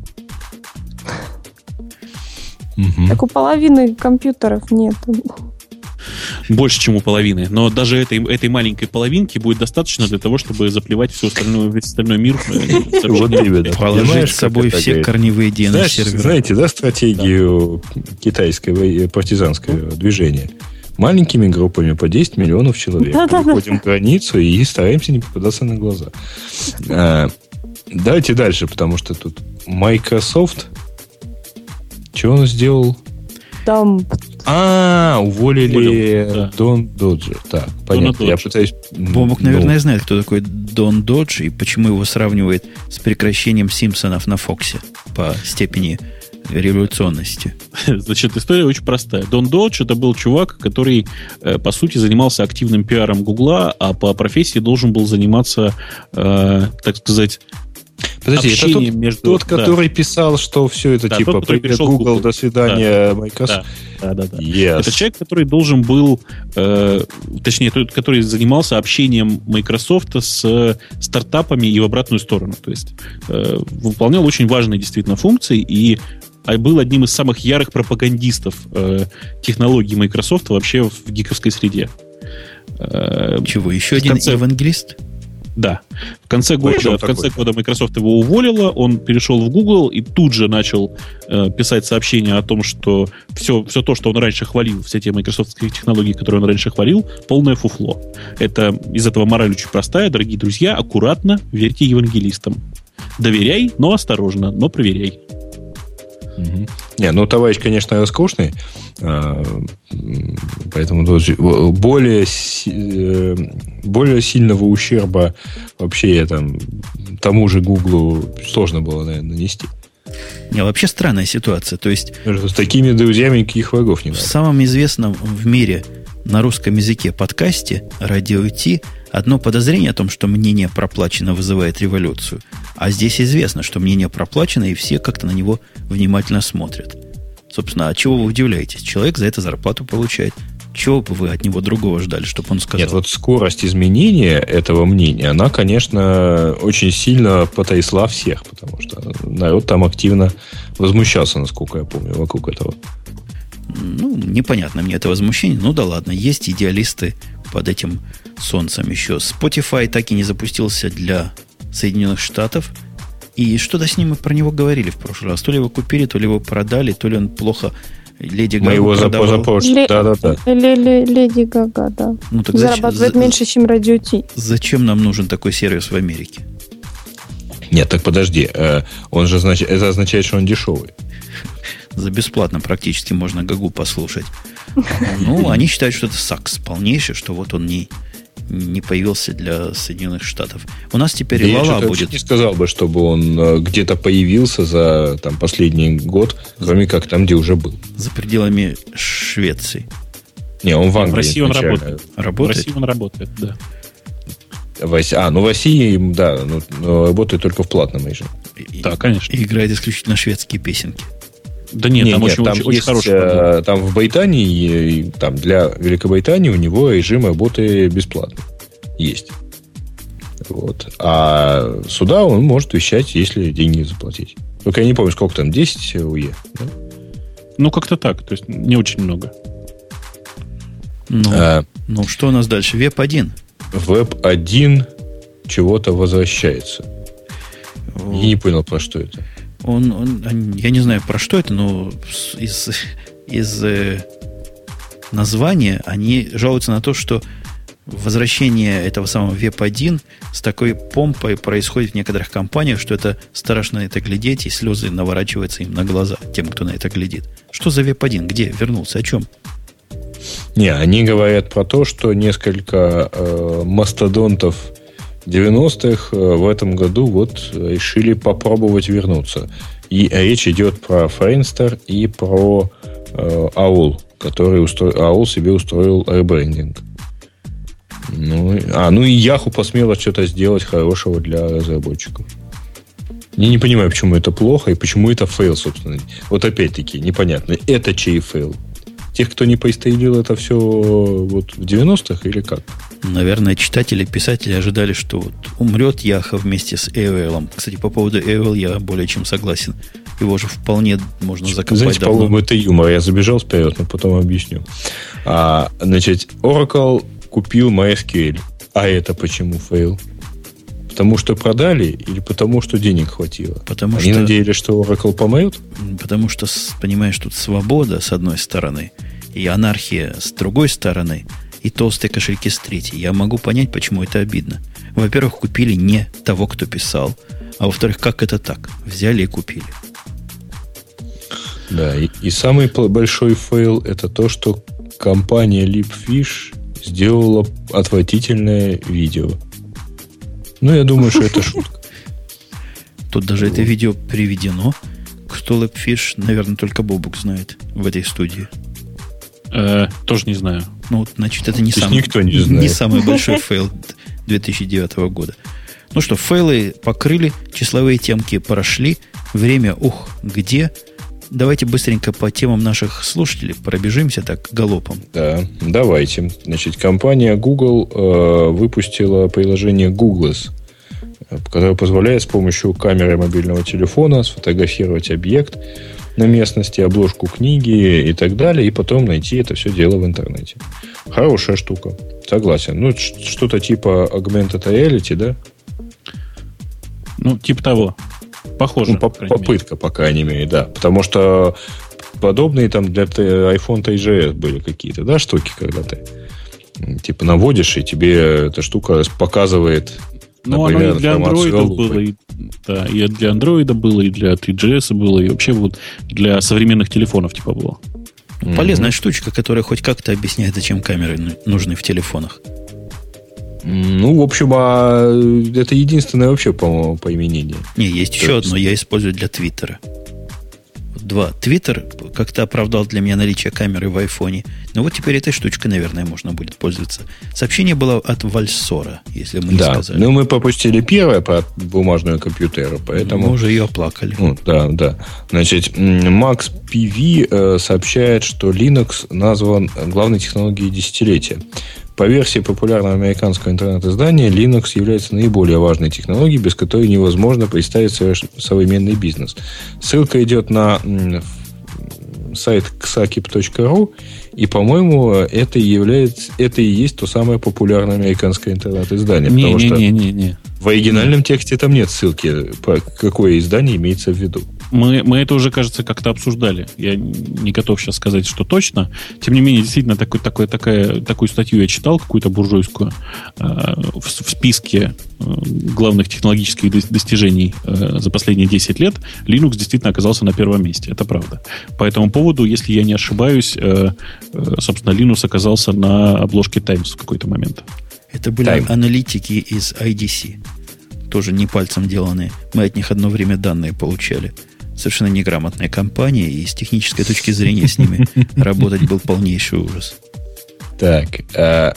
Так у половины компьютеров нет. Больше, чем у половины. Но даже этой, этой маленькой половинки будет достаточно для того, чтобы заплевать всю остальную, весь остальной мир. Положить с собой все корневые ди эн эс-сервера. Знаете, да, стратегию китайского партизанского движения? Маленькими группами по десять миллионов человек. Переходим границу и стараемся не попадаться на глаза. Давайте дальше, потому что тут Microsoft... Что он сделал? Там... А, уволили да. Дон Доджа. Так, понятно. Я пытаюсь... Бобок, наверное, ну... знает, кто такой Дон Додж и почему его сравнивают с прекращением Симпсонов на Фоксе по степени революционности. Значит, история очень простая. Дон Додж — это был чувак, который, по сути, занимался активным пиаром Гугла, а по профессии должен был заниматься, э, так сказать... Подожди, это тот, между... тот, который да. писал, что все это да, типа тот, привет, Google, Google, до свидания, да. Microsoft. Да, да, да. да. Yes. Это человек, который должен был, э, точнее, тот, который занимался общением Microsoft с э, стартапами и в обратную сторону. То есть э, выполнял очень важные действительно функции и был одним из самых ярых пропагандистов э, технологий Microsoft вообще в гиковской среде. Э, Чего, еще один конце... евангелист? Да. В конце, года, в конце года Microsoft его уволила, он перешел в Google и тут же начал э, писать сообщения о том, что все, все то, что он раньше хвалил, все те майкрософтские технологии, которые он раньше хвалил, полное фуфло. Это, из этого мораль очень простая. Дорогие друзья, аккуратно верьте евангелистам. Доверяй, но осторожно, но проверяй. Угу. Не, ну, товарищ, конечно, роскошный, поэтому более, более сильного ущерба вообще там, тому же Гуглу сложно было, наверное, нанести. Не, вообще странная ситуация. То есть, с такими друзьями никаких врагов не надо. В самом известном в мире на русском языке подкасте «Радио Ти» одно подозрение о том, что мнение проплачено, вызывает революцию. А здесь известно, что мнение проплачено, и все как-то на него внимательно смотрят. Собственно, а чего вы удивляетесь? Человек за это зарплату получает. Чего бы вы от него другого ждали, чтобы он сказал? Нет, вот скорость изменения этого мнения, она, конечно, очень сильно потрясла всех, потому что народ там активно возмущался, насколько я помню, вокруг этого. Ну, непонятно мне это возмущение. Ну да ладно, есть идеалисты под этим солнцем еще. Spotify так и не запустился для Соединенных Штатов. И что-то с ним мы про него говорили в прошлый раз. То ли его купили, то ли его продали, то ли он плохо Леди Гага. Мы его запрошли. Да, да, да. Леди Гага, да. Ну, так зарабатывает за, меньше, чем Радио Ти. Зачем нам нужен такой сервис в Америке? Нет, так подожди. Он же значит, это означает, что он дешевый. За бесплатно практически можно Гагу послушать. Ну, они считают, что это сакс полнейший, что вот он не, не появился для Соединенных Штатов. У нас теперь и Лала будет. Я не сказал бы, чтобы он где-то появился за там, последний год, кроме как там, где уже был. За пределами Швеции. Не, он в Англии. В России он работает. Работает? В России он работает, да. А, ну в России, да, но, но работает только в платном режиме. Да, конечно. И играет исключительно шведские песенки. Да нет, нет там нет, очень, там очень, очень хороший. Там в Британии, там для Великобритании у него режим работы бесплатный. Есть. Вот. А сюда он может вещать, если деньги заплатить. Только я не помню, сколько там, десять УЕ, да? Ну, как-то так, то есть не очень много. Ну, а, ну что у нас дальше? веб один. веб один чего-то возвращается. Я не понял, про что это. Он, он, я не знаю, про что это, но из, из э, названия они жалуются на то, что возвращение этого самого веб один с такой помпой происходит в некоторых компаниях, что это страшно на это глядеть, и слезы наворачиваются им на глаза, тем, кто на это глядит. Что за веб один? Где? Вернулся? О чем? Не, они говорят про то, что несколько э, мастодонтов девяностых в этом году вот решили попробовать вернуться. И речь идет про Friendster и про э, эй о эл, который устро... эй о эл себе устроил ребрендинг. Ну, а, ну и Yahoo посмела что-то сделать хорошего для разработчиков. Я не понимаю, почему это плохо и почему это фейл, собственно. Вот опять-таки, непонятно. Это чей фейл? Тех, кто не поистрелил это все вот в девяностых или как? Наверное, читатели, писатели ожидали, что вот умрет Yahoo вместе с эй о эл. Кстати, по поводу эй о эл я более чем согласен. Его же вполне можно закопать. Знаете, давно. по-моему, это юмор. Я забежал вперед, но потом объясню. А, значит, Oracle купил MySQL. А это почему фейл? Потому что продали или потому что денег хватило? Потому Они что, надеялись, что Oracle помрет? Потому что, понимаешь, тут свобода с одной стороны и анархия с другой стороны, и толстые кошельки с третьей. Я могу понять, почему это обидно. Во-первых, купили не того, кто писал. А во-вторых, как это так? Взяли и купили. Да, и, и самый большой фейл это то, что компания Leapfish сделала отвратительное видео. Ну, я думаю, что это шутка. Тут даже это видео приведено. Кто Leapfish, наверное, только Бобук знает в этой студии. Э, тоже не знаю. Ну, значит, это не, сам, никто не, знает. не самый большой фейл две тысячи девятого года. Ну что, фейлы покрыли, числовые темки прошли. Время, ух, где? Давайте быстренько по темам наших слушателей пробежимся так галопом. Да, давайте. Значит, компания Google э, выпустила приложение Googles, которое позволяет с помощью камеры мобильного телефона сфотографировать объект на местности, обложку книги и так далее, и потом найти это все дело в интернете. Хорошая штука. Согласен. Ну, что-то типа augmented reality, да? Ну, типа того. Похоже. Ну, по- по попытка, по крайней мере, да. Потому что подобные там для iPhone три джи эс были какие-то, да, штуки, когда ты типа наводишь, и тебе эта штука показывает. Ну, оно и для Android было, и, да, и для Android было, и для три джи эс было, и вообще вот для современных телефонов типа было. Полезная mm-hmm. штучка, которая хоть как-то объясняет, зачем камеры нужны в телефонах. Ну, в общем, а это единственное вообще, по-моему, применение. Не, есть еще одно, я использую для Твиттера. Два. Твиттер как-то оправдал для меня наличие камеры в айфоне. Но вот теперь этой штучкой, наверное, можно будет пользоваться. Сообщение было от Вальсора, если мы не да. сказали. Ну, мы пропустили первое про бумажную компьютеру, поэтому... Мы уже ее оплакали. Ну, да, да. Значит, Макс пи ви э, сообщает, что Linux назван главной технологией десятилетия. По версии популярного американского интернет-издания, Linux является наиболее важной технологией, без которой невозможно представить современный бизнес. Ссылка идет на сайт ксакип точка ру, и, по-моему, это и, является, это и есть то самое популярное американское интернет-издание. Не, потому не, что не, не, не. в оригинальном тексте там нет ссылки, какое издание имеется в виду. Мы, мы это уже, кажется, как-то обсуждали. Я не готов сейчас сказать, что точно. Тем не менее, действительно, такой, такой, такая, такую статью я читал, какую-то буржуйскую, э, в, в списке э, главных технологических достижений э, за последние десять лет Linux действительно оказался на первом месте. Это правда. По этому поводу, если я не ошибаюсь, э, э, собственно, Linux оказался на обложке Times в какой-то момент. Это были Time. Аналитики из ай ди си. Тоже не пальцем деланные. Мы от них одно время данные получали. Совершенно неграмотная компания, и с технической точки зрения с ними работать был полнейший ужас. Так, а,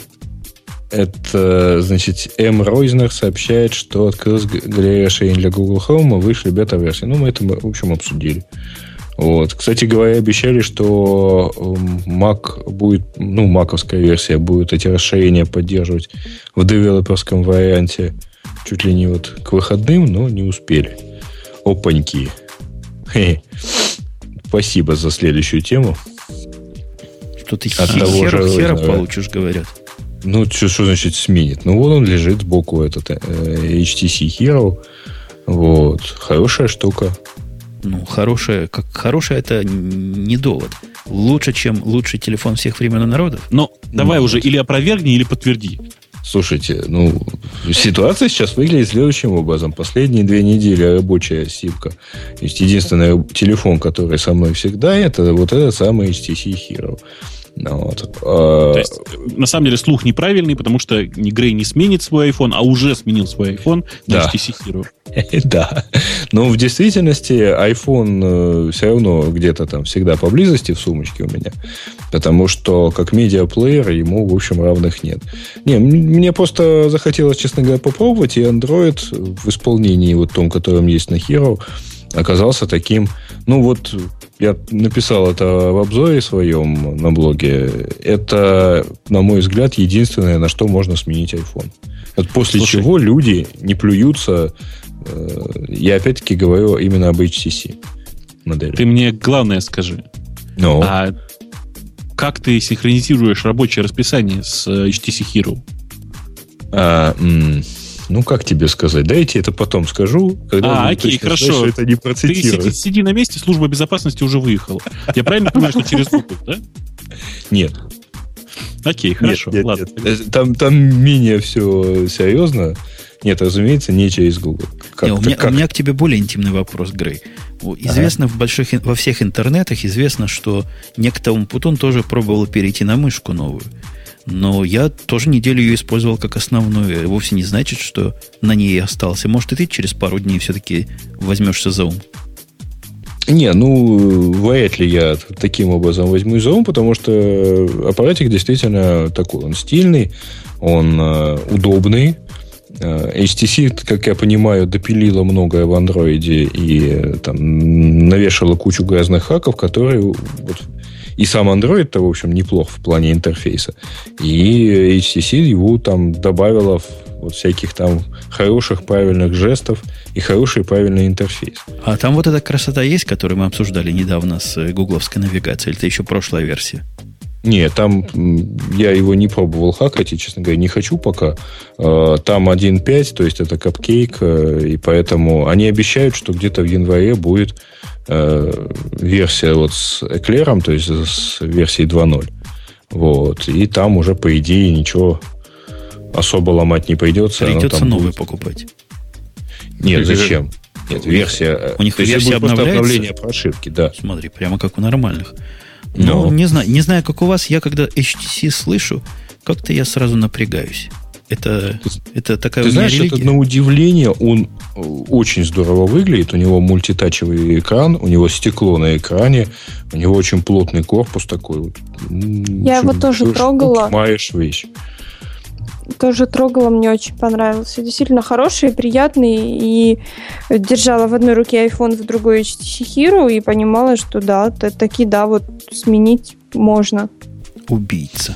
это, значит, М. Ройзнер сообщает, что открылось галерея решений для Google Chrome, вышли бета-версии. Ну, мы это, в общем, обсудили. Вот. Кстати говоря, обещали, что Mac будет, ну, маковская версия будет эти расширения поддерживать в девелоперском варианте чуть ли не вот к выходным, но не успели. Опаньки. Хе-хе. Спасибо за следующую тему. Что ты хер, хера получишь, говорят. Ну, что, что значит сменит? Ну, вот он лежит сбоку, этот э, эйч ти си Hero. Вот. Хорошая штука. Ну, хорошая, как хорошая, это не довод. Лучше, чем лучший телефон всех времен и народов. Но ну, давай ну, уже или опровергни, или подтверди. Слушайте, ну, ситуация сейчас выглядит следующим образом. Последние две недели рабочая симка. То есть, единственный телефон, который со мной всегда, это вот этот самый эйч ти си Hero. Вот. То есть, на самом деле, слух неправильный, потому что ни Грей не сменит свой iPhone, а уже сменил свой iPhone на да. эйч ти си Hero. Да. Но в действительности iPhone все равно где-то там всегда поблизости в сумочке у меня. Потому что как медиаплеер ему, в общем, равных нет. Не, мне просто захотелось, честно говоря, попробовать, и Android в исполнении вот том, которым есть на Hero, оказался таким, ну вот, я написал это в обзоре своем на блоге, это, на мой взгляд, единственное, на что можно сменить iPhone. Вот после Слушай, чего люди не плюются, э, я опять-таки говорю именно об эйч ти си модели. Ты мне главное скажи, no. а как ты синхронизируешь рабочее расписание с эйч ти си Hero? А, м- Ну, как тебе сказать? Дайте это потом скажу, когда а, окей, хорошо. Сказать, что это не процитирую. Ты сиди, сиди на месте, служба безопасности уже выехала. Я правильно понимаю, что через Google, да? Нет. Окей, хорошо. Нет, нет, ладно. Нет. Там, там менее все серьезно. Нет, разумеется, не через Google. Как, не, у, меня, как? у меня к тебе более интимный вопрос, Грей. Известно ага. в больших, во всех интернетах, известно, что некто Умпутун тоже пробовал перейти на мышку новую. Но я тоже неделю ее использовал как основную. Вовсе не значит, что на ней остался. Может, и ты через пару дней все-таки возьмешься за ум? Не, ну, вряд ли я таким образом возьмусь за ум, потому что аппаратик действительно такой. Он стильный, он э, удобный. эйч ти си, как я понимаю, допилила многое в андроиде и там навешала кучу грязных хаков, которые... Вот, и сам Android-то, в общем, неплох в плане интерфейса. И эйч ти си его там добавила вот всяких там хороших, правильных жестов и хороший, правильный интерфейс. А там вот эта красота есть, которую мы обсуждали недавно с гугловской навигацией? Или это еще прошлая версия? Нет, там я его не пробовал хакать, и, честно говоря, не хочу пока. Там один точка пять, то есть это капкейк, и поэтому они обещают, что где-то в январе будет версия вот с эклером, то есть с версией два ноль. Вот. И там уже, по идее, ничего особо ломать не придется. Придется новый будет... покупать. Нет, зачем? Нет, версия... У них версия обновляется? Обновление прошивки, да. Смотри, прямо как у нормальных. Но, Но не знаю, не знаю, как у вас, я когда эйч ти си слышу, как-то я сразу напрягаюсь. Это, ты, это такая ты у меня знаешь, религия. это на удивление он очень здорово выглядит. У него мультитачевый экран, у него стекло на экране, у него очень плотный корпус такой. Вот. Я его тоже трогала. Маешь вещь. Тоже трогала, мне очень понравился. Действительно хороший, приятный. И держала в одной руке iPhone, в другой эйч ти си Hero и понимала, что да, таки да, вот сменить можно. Убийца.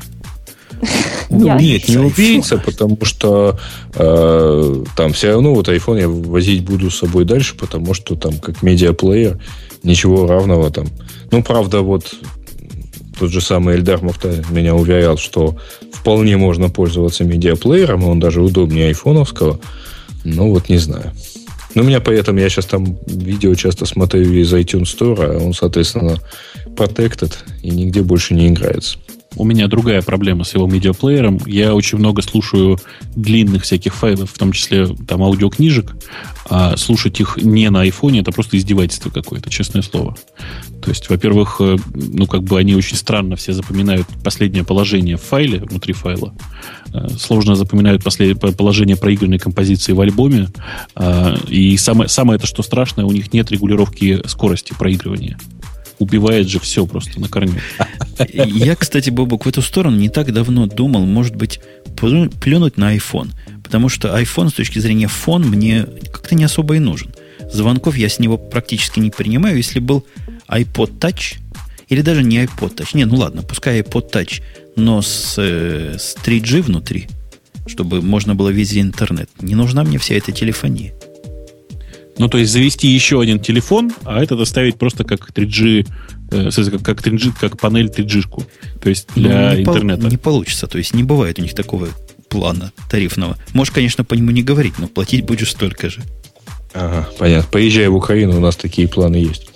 Ну, нет, не убийца, потому что э, там все равно вот iPhone я возить буду с собой дальше, потому что там как медиаплеер ничего равного там. Ну, правда, вот тот же самый Эльдар Муфта меня уверял, что вполне можно пользоваться медиаплеером, и он даже удобнее айфоновского. Ну, вот не знаю. Но у меня при этом, я сейчас там видео часто смотрю из iTunes Store, а он, соответственно, protected и нигде больше не играется. У меня другая проблема с его медиаплеером. Я очень много слушаю длинных всяких файлов, в том числе там аудиокнижек. А слушать их не на айфоне — это просто издевательство какое-то, честное слово. То есть, во-первых, ну, как бы они очень странно все запоминают последнее положение в файле, внутри файла. Сложно запоминают последнее положение проигранной композиции в альбоме. И самое, самое это, что страшное, у них нет регулировки скорости проигрывания. Убивает же все просто на корню. Я, кстати, Бобок, в эту сторону не так давно думал, может быть, плюнуть на iPhone. Потому что iPhone с точки зрения фон мне как-то не особо и нужен. Звонков я с него практически не принимаю. Если был iPod Touch, или даже не iPod Touch. Не, ну ладно, пускай iPod Touch, но с, э, с три джи внутри, чтобы можно было везде интернет. Не нужна мне вся эта телефония. Ну, то есть завести еще один телефон, а этот оставить просто как три джи, э, как, как, три джи, как панель три джи-шку. То есть для ну, не интернета. Пол, не получится. То есть не бывает у них такого плана тарифного. Можешь, конечно, по нему не говорить, но платить будешь столько же. Ага, понятно. Поезжай в Украину, у нас такие планы есть.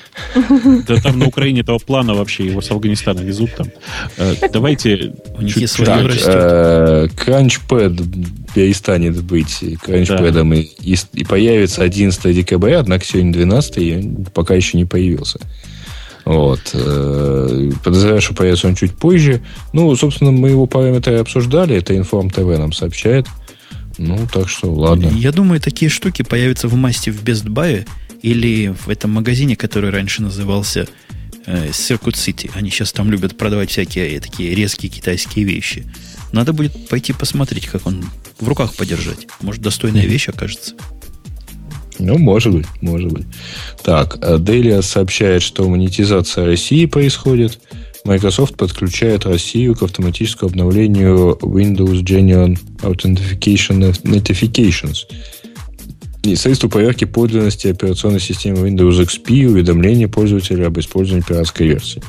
Да там на Украине этого плана вообще, его с Афганистана везут там. Давайте... У них есть свое растет. Кранчпэд перестанет быть кранчпэдом, и, и появится одиннадцатого декабря, однако сегодня двенадцатое, пока еще не появился. Вот. Подозреваю, что появится он чуть позже. Ну, собственно, мы его параметры обсуждали, это Информ ТВ нам сообщает. Ну, так что, ладно. Я думаю, такие штуки появятся в масте в Best Buy или в этом магазине, который раньше назывался э, Circuit City. Они сейчас там любят продавать всякие такие резкие китайские вещи. Надо будет пойти посмотреть, как он в руках подержать. Может, достойная вещь окажется. Ну, может быть, может быть. Так, Delia сообщает, что монетизация России происходит. Microsoft подключает Россию к автоматическому обновлению Windows Genuine Authentication Notifications. И средства проверки подлинности операционной системы Windows икс пи, уведомления пользователя об использовании пиратской версии.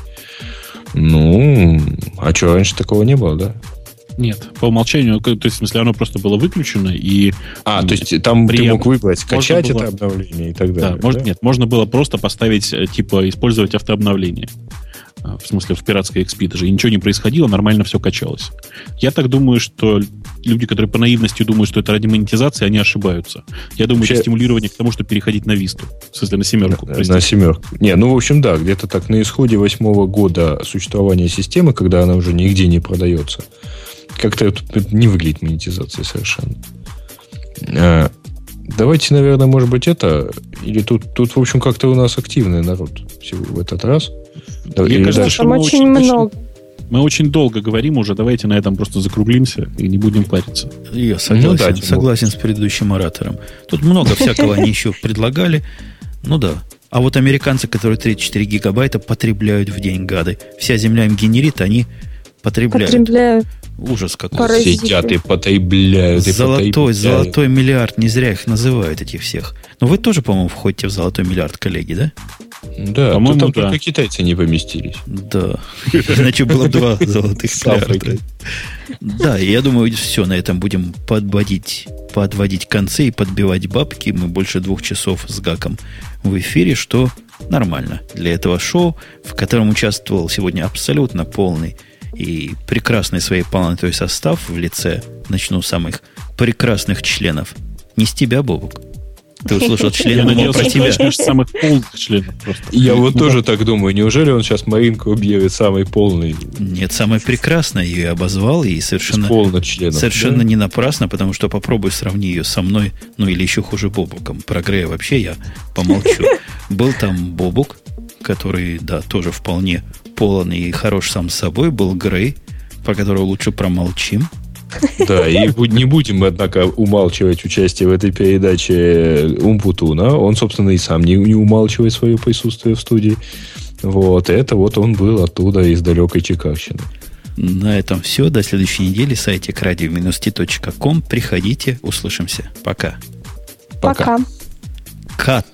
Ну, а что, раньше такого не было, да? Нет, по умолчанию, то есть, в смысле, оно просто было выключено, и... А, то есть, там ты мог выбрать, скачать было... это обновление и так далее. Да, может, да? Нет, можно было просто поставить, типа, использовать автообновление. В смысле, в пиратской икс пи даже. И ничего не происходило, нормально все качалось. Я так думаю, что люди, которые по наивности думают, что это ради монетизации, они ошибаются. Я думаю, Вообще... это стимулирование к тому, чтобы переходить на Висту. В смысле, на семерку. На, на семерку. Не, ну, в общем, да, где-то так на исходе восьмого года существования системы, когда она уже нигде не продается, как-то это не выглядит монетизацией совершенно. А, давайте, наверное, может быть, это... Или тут, тут, в общем, как-то у нас активный народ всего в этот раз. Мне кажется, что мы очень, много. мы очень долго говорим уже. Давайте на этом просто закруглимся и не будем париться. Я согласен, ну, да, согласен с предыдущим оратором. Тут много всякого они еще предлагали. Ну да. А вот американцы, которые тридцать четыре гигабайта потребляют в день, гады. Вся земля им генерит, они потребляют. Потребляют. Ужас какой. Паразиты. Сидят и потребляют. И золотой, потребляют. золотой миллиард. Не зря их называют, этих всех. Но вы тоже, по-моему, входите в золотой миллиард, коллеги, да? Да, по-моему, там да. только китайцы не поместились. Да. Иначе было два золотых миллиарда. Да, и я думаю, все, на этом будем подводить, подводить концы и подбивать бабки. Мы больше двух часов с Гаком в эфире, что нормально для этого шоу, в котором участвовал сегодня абсолютно полный и прекрасный своей полнотой состав в лице, начну с самых прекрасных членов. Не с тебя, Бобук. Ты услышал членов, Я надеялся, про что тебя. начнешь с самых полных членов просто. Я вот тоже так думаю. Неужели он сейчас Маринку объявит самый полный? Нет, самое прекрасное ее я обозвал, и совершенно, полных членов, совершенно да? не напрасно, потому что попробуй сравни ее со мной, ну или еще хуже Бобуком. Про Грея вообще я помолчу. Был там Бобук, который, да, тоже вполне полон и хорош сам с собой. Был Грей, про которого лучше промолчим. Да, и не будем мы, однако, умалчивать участие в этой передаче Умпутуна. Он, собственно, и сам не, не умалчивает свое присутствие в студии. Вот, это вот он был оттуда, из далекой Чикагщины. На этом все. До следующей недели. Сайтик радио ти точка ком. Приходите, услышимся. Пока. Пока. Кат.